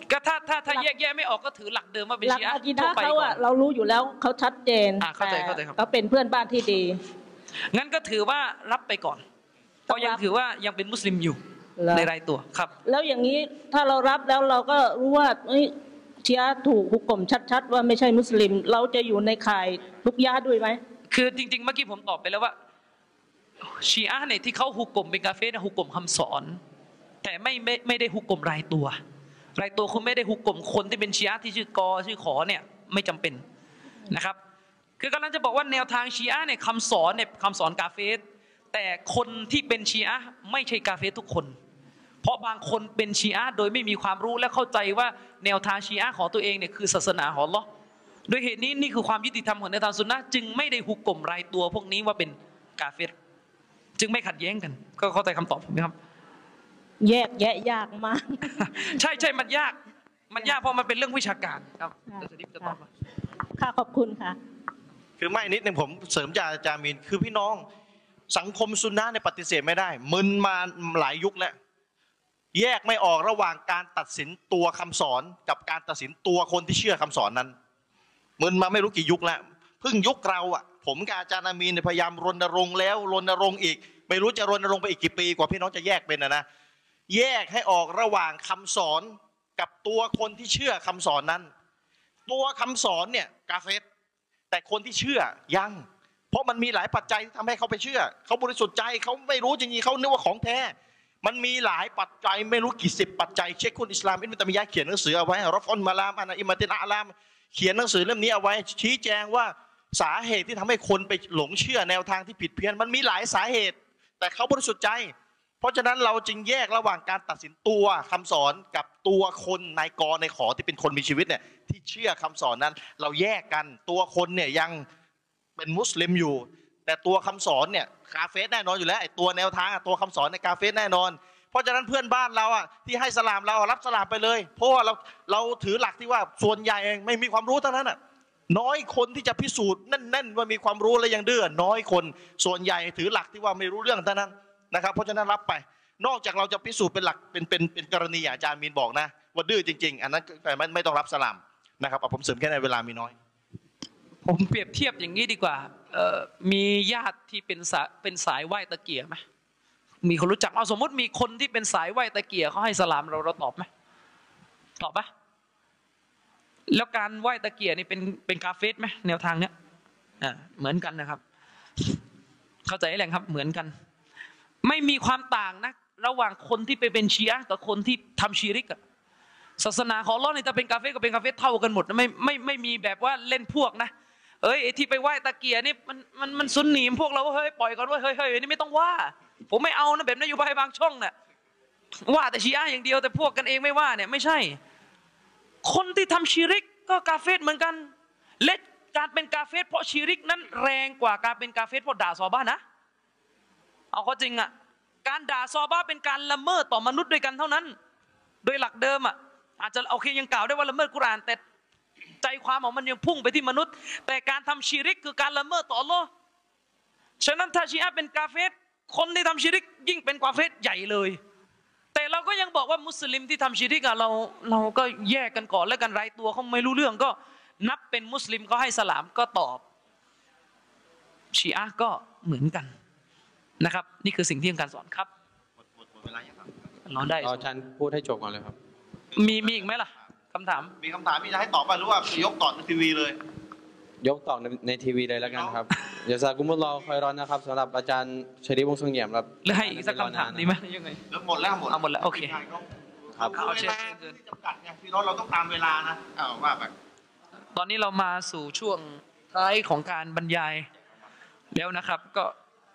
ก็ถ้าถ้าถ้าแยกแยะไม่ออกก็ถือหลักเดิมว่าเป็นหลักชีอะอากีทั่ดะวไปเขาก่ออะนเรารู้อยู่แล้วเขาชัดเจนอ่ะเข้าใจเข้าใจครับเขาเป็นเพื่อนบ้านที่ดีงั้นก็ถือว่ารับไปก่อนเพราะยังถือว่ายังเป็นมุสลิมอยู่เหรอในรายตัวครับแล้วอย่างนี้ถ้าเรารับแล้วเราก็รู้ว่าเอ้ยชีอะห์ถูกหุกกลมชัดๆว่าไม่ใช่มุสลิม เราจะอยู่ในข่ายทุกยะห์ด้วยไหมคือจริงๆเมื่อกี้ผมตอบไปแล้วว่าชีอะห์เนี่ยที่เขาหุกกลมเป็นกาเฟรนะหุกกลมคำสอน แต่ไม่ไม่ไม่ได้หุกกลมรายตัว รายตัวคุณไม่ได้หุกกลมคนที่เป็นชีอะห์ที่ชื่อกอชื่อขอเนี่ยไม่จำเป็นนะครับ คือกำลังจะบอกว่าแนวทางชีอะห์เนี่ยคำสอนเนี่ยคำสอนกาเฟรแต่คนที่เป็นชีอะห์ไม่ใช่กาเฟรทุกคน เพราะบางคนเป็นชีอะห์โดยไม่มีความรู้และเข้าใจว่าแนวทางชีอะห์ของตัวเองเนี่ยคือศาสนาของอัลเลาะห์โดยเหตุนี้นี่คือความยุติธรรมของแนวทางซุนนะห์จึงไม่ได้หุกกลมรายตัวพวกนี้ว่าเป็นกาเฟรจึงไม่ขัดแย้งกัน ก็เข้าใจคำตอบผมไหมครับแยกแยะยากมากใช่ใช่มันยากมันยากเพราะมันเป็นเรื่องวิชาการครับจะสดิบจะตอบว่าค่ะขอบคุณค่ะคือไม่นิดหนึ่งผมเสริมจากอาจารย์มีนคือพี่น้องสังคมซุนนะห์ในยปฏิเสธไม่ได้มึนมาหลายยุคแล้วแยกไม่ออกระหว่างการตัดสินตัวคำสอนกับการตัดสินตัวคนที่เชื่อคำสอนนั้นมึนมาไม่รู้กี่ยุคแล้วเพิ่งยุคเราอ่ะผมกับอาจารย์อามีนเนี่ยพยายามรณรงค์แล้วรณรงค์อีกไม่รู้จะรณรงค์ไปอีกกี่ปีกว่าพี่น้องจะแยกเป็นนะนะแยกให้ออกระหว่างคำสอนกับตัวคนที่เชื่อคำสอนนั้น ตัวคำสอนเนี่ยกาเฟรแต่คนที่เชื่อยังเพราะมันมีหลายปัจจัยที่ทำให้เขาไปเชื่อเขาบริสุทธิ์ใจเขาไม่รู้จริงๆเขานึกว่าของแท้มันมีหลายปัจจัยไม่รู้กี่สิบปัจจัยเชคคุณอิสลามอิบนุตัยมียะห์เขียนหนังสือเอาไว้รอฟอนมาลามอานะอิมะตินอาลามเขียนหนังสือเล่มนี้เอาไว้ชี้แจงว่าสาเหตุที่ทำให้คนไปหลงเชื่อแนวทางที่ผิดเพี้ยนมันมีหลายสาเหตุแต่เขาบริสุทธิ์ใจเพราะฉะนั้นเราจึงแยกระหว่างการตัดสินตัวคำสอนกับตัวคนนายกในขอที่เป็นคนมีชีวิตเนี่ยที่เชื่อคำสอนนั้นเราแยกกันตัวคนเนี่ยยังเป็นมุสลิมอยู่แต่ตัวคำสอนเนี่ยกาเฟสแน่นอนอยู่แล้วไอ้ตัวแนวทางตัวคำสอนในกาเฟสแน่นอนเพราะฉะนั้นเพื่อนบ้านเราอ่ะที่ให้สลามเรารับสลามไปเลยเพราะว่าเราเราถือหลักที่ว่าส่วนใหญ่ไม่มีความรู้เท่านั้นอ่ะน้อยคนที่จะพิสูจน์แน่นๆว่ามีความรู้และยังดื้อน้อยคนส่วนใหญ่ถือหลักที่ว่าไม่รู้เรื่องเท่านั้นนะครับเพราะฉะนั้นรับไปนอกจากเราจะพิสูจน์เป็นหลักเป็นเป็นเป็นกรณีอาจารย์มีนบอกนะว่าดื้อจริงๆอันนั้นไม่ไม่ต้องรับสลามนะครับเอาผมเสริมแค่ในเวลามีน้อยผมเปรียบเทียบอย่างนี้ดีกว่ามีญาติที่เป็นสายเป็นสายไหว้ตะเกียไหมมีคนรู้จักเอาสมมติมีคนที่เป็นสายไหว้ตะเกียเขาให้สลามเราเราตอบไหมตอบปะแล้วการไหว้ตะเกียนี่เป็นเป็นกาเฟสไหมแนวทางเนี้ยอ่าเหมือนกันนะครับเข้าใจแหละครับเหมือนกันไม่มีความต่างนะระหว่างคนที่ไปเป็นชีอะห์กับคนที่ทำชีริกอะศาสนาของอัลเลาะห์นี่ถ้าเป็นกาเฟสก็เป็นกาเฟสเท่ากันหมดไม่ไม่ไม่มีแบบว่าเล่นพวกนะเอ้ยไอ้ที่ไปไหว้ตะเกียนี่มันมันมันซุนนีพวกเราเฮ้ยปล่อยก่อนว่าเฮ้ยเฮ้ยนี่ไม่ต้องว่าผมไม่เอานะแบบนโยบายบางช่องน่ะว่าแต่ชีอะห์อย่างเดียวแต่พวกกันเองไม่ว่าเนี่ยไม่ใช่คนที่ทำชีริกก็กาเฟสเหมือนกันและการเป็นกาเฟสเพราะชีริกนั้นแรงกว่าการเป็นกาเฟสเพราะด่าซอฮาบะห์นะเอาข้อจริงอ่ะการด่าซอฮาบะห์เป็นการละเมิดต่อมนุษย์ด้วยกันเท่านั้นโดยหลักเดิมอ่ะอาจจะโอเคยังกล่าวได้ว่าละเมิดกุรอานแต่ใจความของมันยังพุ่งไปที่มนุษย์แต่การทำชีริกคือการละเมิดต่ออัลเลาะห์ฉะนั้นถ้าชีอะห์เป็นกาเฟสคนที่ทำชีริกยิ่งเป็นกาเฟสใหญ่เลยแต่เราก็ยังบอกว่ามุสลิมที่ทำชีริกอะเราเราก็แยกกันก่อนแล้วกันรายตัวเขาไม่รู้เรื่องก็นับเป็นมุสลิมก็ให้สลามก็ตอบชีอะห์ก็เหมือนกันนะครับนี่คือสิ่งที่ต้องการสอนครับหมดหมดหมดเวลายังครับรอได้อาจารย์พูดให้จบก่อนเลยครับมีมีอีกไหมล่ะคำถามมีคำถามมีจะให้ตอบไปหรือว่ายกต่อในทีวีเลยยกต่อในในทีวีเลยแล้วกันครับเดี๋ยวซากุมุลลอฮ์คอยรอนนะครับสำหรับอาจารย์ชริฟวงศ์ทรงเหี่ยมครับหรือให้อีกสักคำถามดีไหมยังไงหมดแล้วหมดเอาหมดแล้วโอเคครับเอาเชิญจำกัดไงพี่น้องเราต้องตามเวลานะเอาว่าไปตอนนี้เรามาสู่ช่วงท้ายของการบรรยายแล้วนะครับก็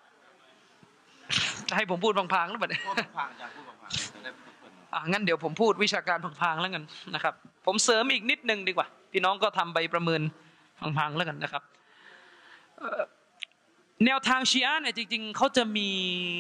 จะให้ผมพูดพังๆหรือเปล่าพูดพังๆจะพูดพังๆจะได้อ่ะงั้นเดี๋ยวผมพูดวิชาการพังๆแล้วกันนะครับผมเสริมอีกนิดนึงดีกว่าพี่น้องก็ทำใบประเมินพังๆแล้วกันนะครับแนวทางชีอะห์เนี่ยจริงๆเขาจะมี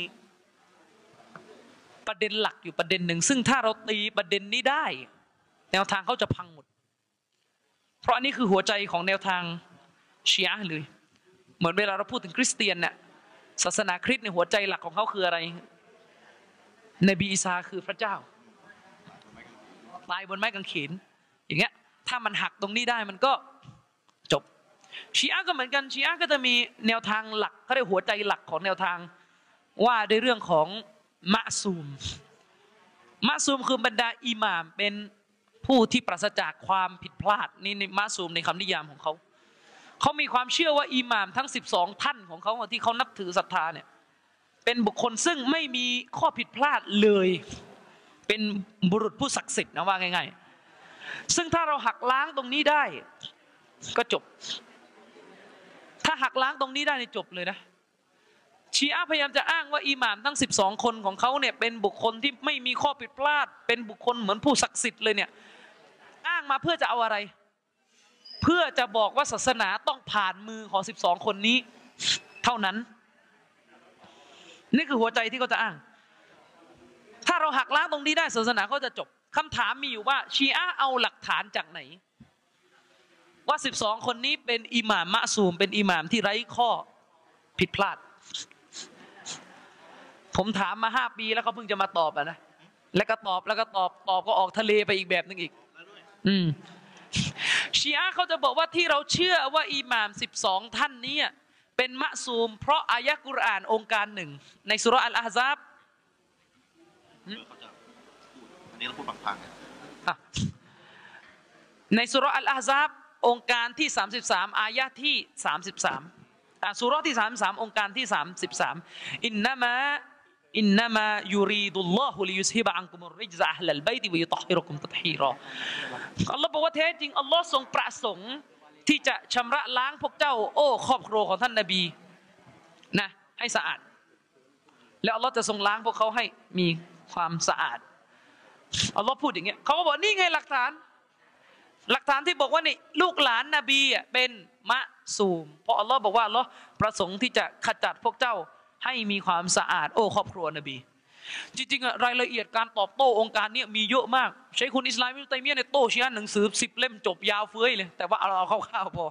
ประเด็นหลักอยู่ประเด็นหนึ่งซึ่งถ้าเราตีประเด็นนี้ได้แนวทางเขาจะพังหมดเพราะอันนี้คือหัวใจของแนวทางชีอะห์เลยเหมือนเวลาเราพูดถึงคริสเตียนเนี่ยศาสนาคริสต์ในหัวใจหลักของเขาคืออะไรนบีอีสาคือพระเจ้าตายบนไม้กางเขนอย่างเงี้ยถ้ามันหักตรงนี้ได้มันก็จบชีอะห์ก็เหมือนกันชีอะห์ก็จะมีแนวทางหลักเขาเรียกหัวใจหลักของแนวทางว่าในเรื่องของมะซูมมะซูมคือบรรดาอิหม่ามเป็นผู้ที่ปราศจากความผิดพลาดนี่ในมะซูมในคำนิยามของเขาเขามีความเชื่อว่าอิหม่ามทั้งสิบสองท่านของเขาที่เขานับถือศรัทธาเนี่ยเป็นบุคคลซึ่งไม่มีข้อผิดพลาดเลยเป็นบุรุษผู้ศักดิ์สิทธิ์นะว่าง่ายๆซึ่งถ้าเราหักล้างตรงนี้ได้ก็จบถ้าหักล้างตรงนี้ได้นี่จบเลยนะชีอะห์พยายามจะอ้างว่าอิหม่ามทั้งสิบสองคนของเขาเนี่ยเป็นบุคคลที่ไม่มีข้อผิดพลาดเป็นบุคคลเหมือนผู้ศักดิ์สิทธิ์เลยเนี่ยอ้างมาเพื่อจะเอาอะไรเพื่อจะบอกว่าศาสนาต้องผ่านมือของสิบสองคนนี้เท่านั้นนี่คือหัวใจที่เขาจะอ้างถ้าเราหักล้างตรงนี้ได้ศาสนาก็จะจบคำถามมีอยู่ว่าชีอะห์เอาหลักฐานจากไหนว่าสิบสองคนนี้เป็นอิหม่ามมะซูมเป็นอิหม่ามที่ไร้ข้อผิดพลาดผมถามมาห้าปีแล้วเขาเพิ่งจะมาตอบอ่ะนะแล้วก็ตอบแล้วก็ตอบตอบก็ออกทะเลไปอีกแบบนึงอีกอืมชีอะห์เขาจะบอกว่าที่เราเชื่อว่าอิหม่ามสิบสองท่านนี้เป็นมะซูมเพราะอายะห์กุรอานองค์การหนึ่งในสุเราะห์อัลอะห์ซาบอันนี้เราพูดพังๆในสุเราะห์อัลอะห์ซาบองค์การที่สามสิบสามอายะห์ที่สามสิบสามอ่ะสุเราะห์ที่สามสิบสามองค์การที่สามสิบสามอินนามะอินนามายูรีดุลลอฮุลิยุสฮิบะอันกุมุรริจซะอะห์ลัลบัยติวะยุฏอฮิรุกุมตัฏฮีรออัลลอฮ์บอกว่าแท้จริงอัลลอฮ์ทรงประสงค์ที่จะชำระล้างพวกเจ้าโอ้ครอบครัวของท่านนบีนะให้สะอาดแล้วอัลลอฮ์จะทรงล้างพวกเขาให้มีความสะอาดอัลลอฮ์พูดอย่างเงี้ยเขาก็บอกนี่ไงหลักฐานหลักฐานที่บอกว่านี่ลูกหลานนบีอ่ะเป็นมะซูมเพราะอัลลอฮ์บอกว่าอัลลอฮ์ประสงค์ที่จะขจัดพวกเจ้าให้มีความสะอาดโอ้ครอบครัวนบีจริงๆรายละเอียดการตอบโต้องค์การนี้มีเยอะมากใช้คุณอิสลามอิบนุตัยมียะห์ในโต้ชีอะห์หนังสือสิบเล่มจบยาวเฟ้ยเลยแต่ว่าเราเอาคร่าวๆพอ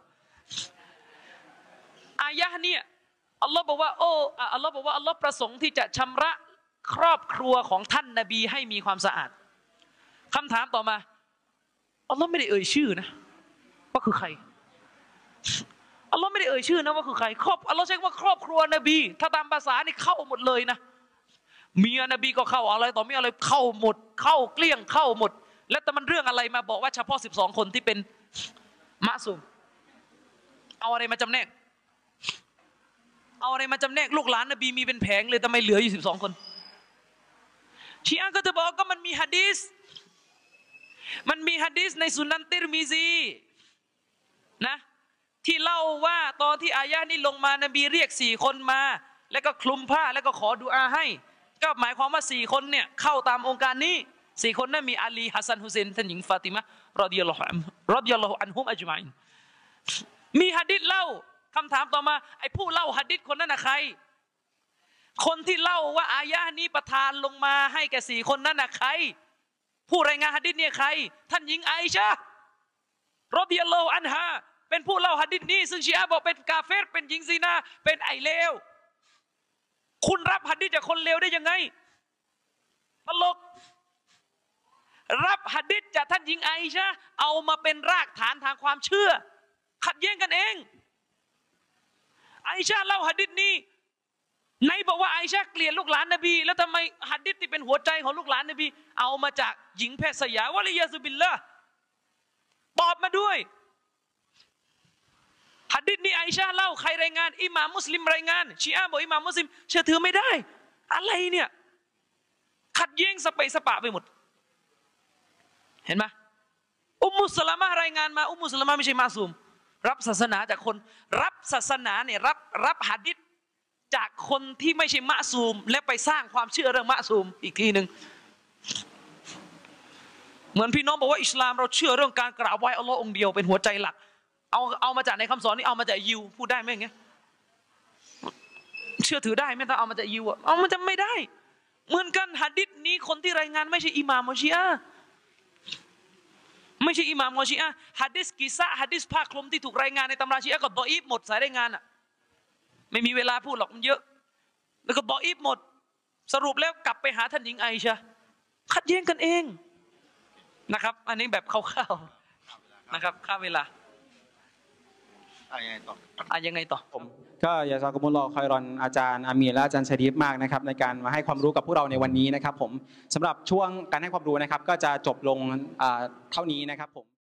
อายะห์เนี่ยอัลลอฮ์บอกว่าโอ้อัลลอฮ์บอกว่าอัลลอฮ์ประสงค์ที่จะชำระครอบครัวของท่านนบีให้มีความสะอาดคำถามต่อมาอัลลอฮ์ไม่ได้เอ่ยชื่อนะว่าคือใครอัลลอฮ์ไม่ได้เอ่ยชื่อนะว่าคือใครครอบอัลลอฮ์ใช้คำว่าครอบครัวนบีถ้าตามภาษานี่เข้าหมดเลยนะเมียนบีก็เข้าอะไรต่อมีอะไรเข้าหมดเข้าเกลี้ยงเข้าหมดแล้วแต่มันเรื่องอะไรมาบอกว่าเฉพาะสิบสองคนที่เป็นมะซูมเอาอะไรมาจำแนกเอาอะไรมาจำแนกลูกหลานนบีมีเป็นแผงเลยทำไมเหลืออยู่สิบสองคนชีอะห์ก็จะบอกก็มันมีหะดีษมันมีหะดีษในสุนันติรมิซีนะที่เล่าว่าตอนที่อายะห์นี้ลงมานบีเรียกสี่คนมาแล้วก็คลุมผ้าแล้วก็ขอดุอาให้ก็หมายความว่าสี่คนเนี่ยเข้าตามองค์การนี้สี่คนนั้นมีอาลีฮัสซันฮุเซนท่านหญิงฟาติมะห์รอฎิยัลลอฮุอันฮุรอฎิยัลลอฮุอันฮุมอัจมัยน์มีหะดีษเล่าคำถามต่อมาไอ้ผู้เล่าหะดีษคนนั้นน่ะใครคนที่เล่าว่าอายะห์นี้ประทานลงมาให้แก่สี่คนนั้นน่ะใครผู้รายงานหะดีษเนี่ยใครท่านหญิงไอชะห์รอฎิยัลลอฮุอันฮาเป็นผู้เล่าหะดีษนี้ซึ่งชีอะห์บอกเป็นกาเฟรเป็นหญิงซินาเป็นไอเลวคุณรับหะดีษจากคนเลวได้ยังไงตลกรับหะดีษจากท่านหญิงไอชะห์เอามาเป็นรากฐานทางความเชื่อขัดแย้งกันเองไอชะห์เล่าหะดีษนี้ไหนบอกว่าไอชะห์เกลียดลูกหลานนบีแล้วทำไมหะดีษที่เป็นหัวใจของลูกหลานนบีเอามาจากหญิงแพทย์สยามวะลิยาซุบิลละห์ตอบมาด้วยหะดีษนี้ไอชะห์เล่าใครรายงานอิหม่ามมุสลิมรายงานชีอะห์บอกอิหม่ามมุสลิมเชื่อถือไม่ได้อะไรเนี่ยขัดแย้งสเปะสปะไปหมดเห็นไหมอุมมุสลามะห์รายงานมาอุมมุสลามะห์ไม่ใช่มาซูมรับศาสนาจากคนรับศาสนาเนี่ยรับรับหะดีษจากคนที่ไม่ใช่มะซูมและไปสร้างความเชื่อเรื่องมะซูมอีกทีหนึ่งเหมือนพี่น้องบอกว่าอิสลามเราเชื่อเรื่องการกราบไหว้อัลลอฮ์องเดียวเป็นหัวใจหลักเอาเอามาจากในคำสอนนี่เอามาจากยิวพูดได้ไหมอย่างเงี้ยเชื่อถือได้ไหมถ้าเอามาจากยิวเอามันจะไม่ได้เหมือนกันหะดีษนี้คนที่รายงานไม่ใช่อิหม่ามมอชีอะห์ไม่ใช่อิหม่ามมอชีอะห์หะดีษกิซะหะดีษภาคคลุมที่ถูกรายงานในตำราชีอะห์ก็ดออีฟหมดสายรายงานอ่ะไม่มีเวลาพูดหรอกมันเยอะแล้วก็ดออีฟหมดสรุปแล้วกลับไปหาท่านหญิงไอชะห์ขัดแย้งกันเองนะครับ อันนี้แบบคร่าวๆนะครับค่าเวลาอ่ะยังไงต่ออ่ะยังไงต่อผมก็อยากจะขอบคุณรอคอยรอนอาจารย์อามีรและอาจารย์ชรีฟมากนะครับในการมาให้ความรู้กับพวกเราในวันนี้นะครับผมสำหรับช่วงการให้ความรู้นะครับก็จะจบลงเท่านี้นะครับผม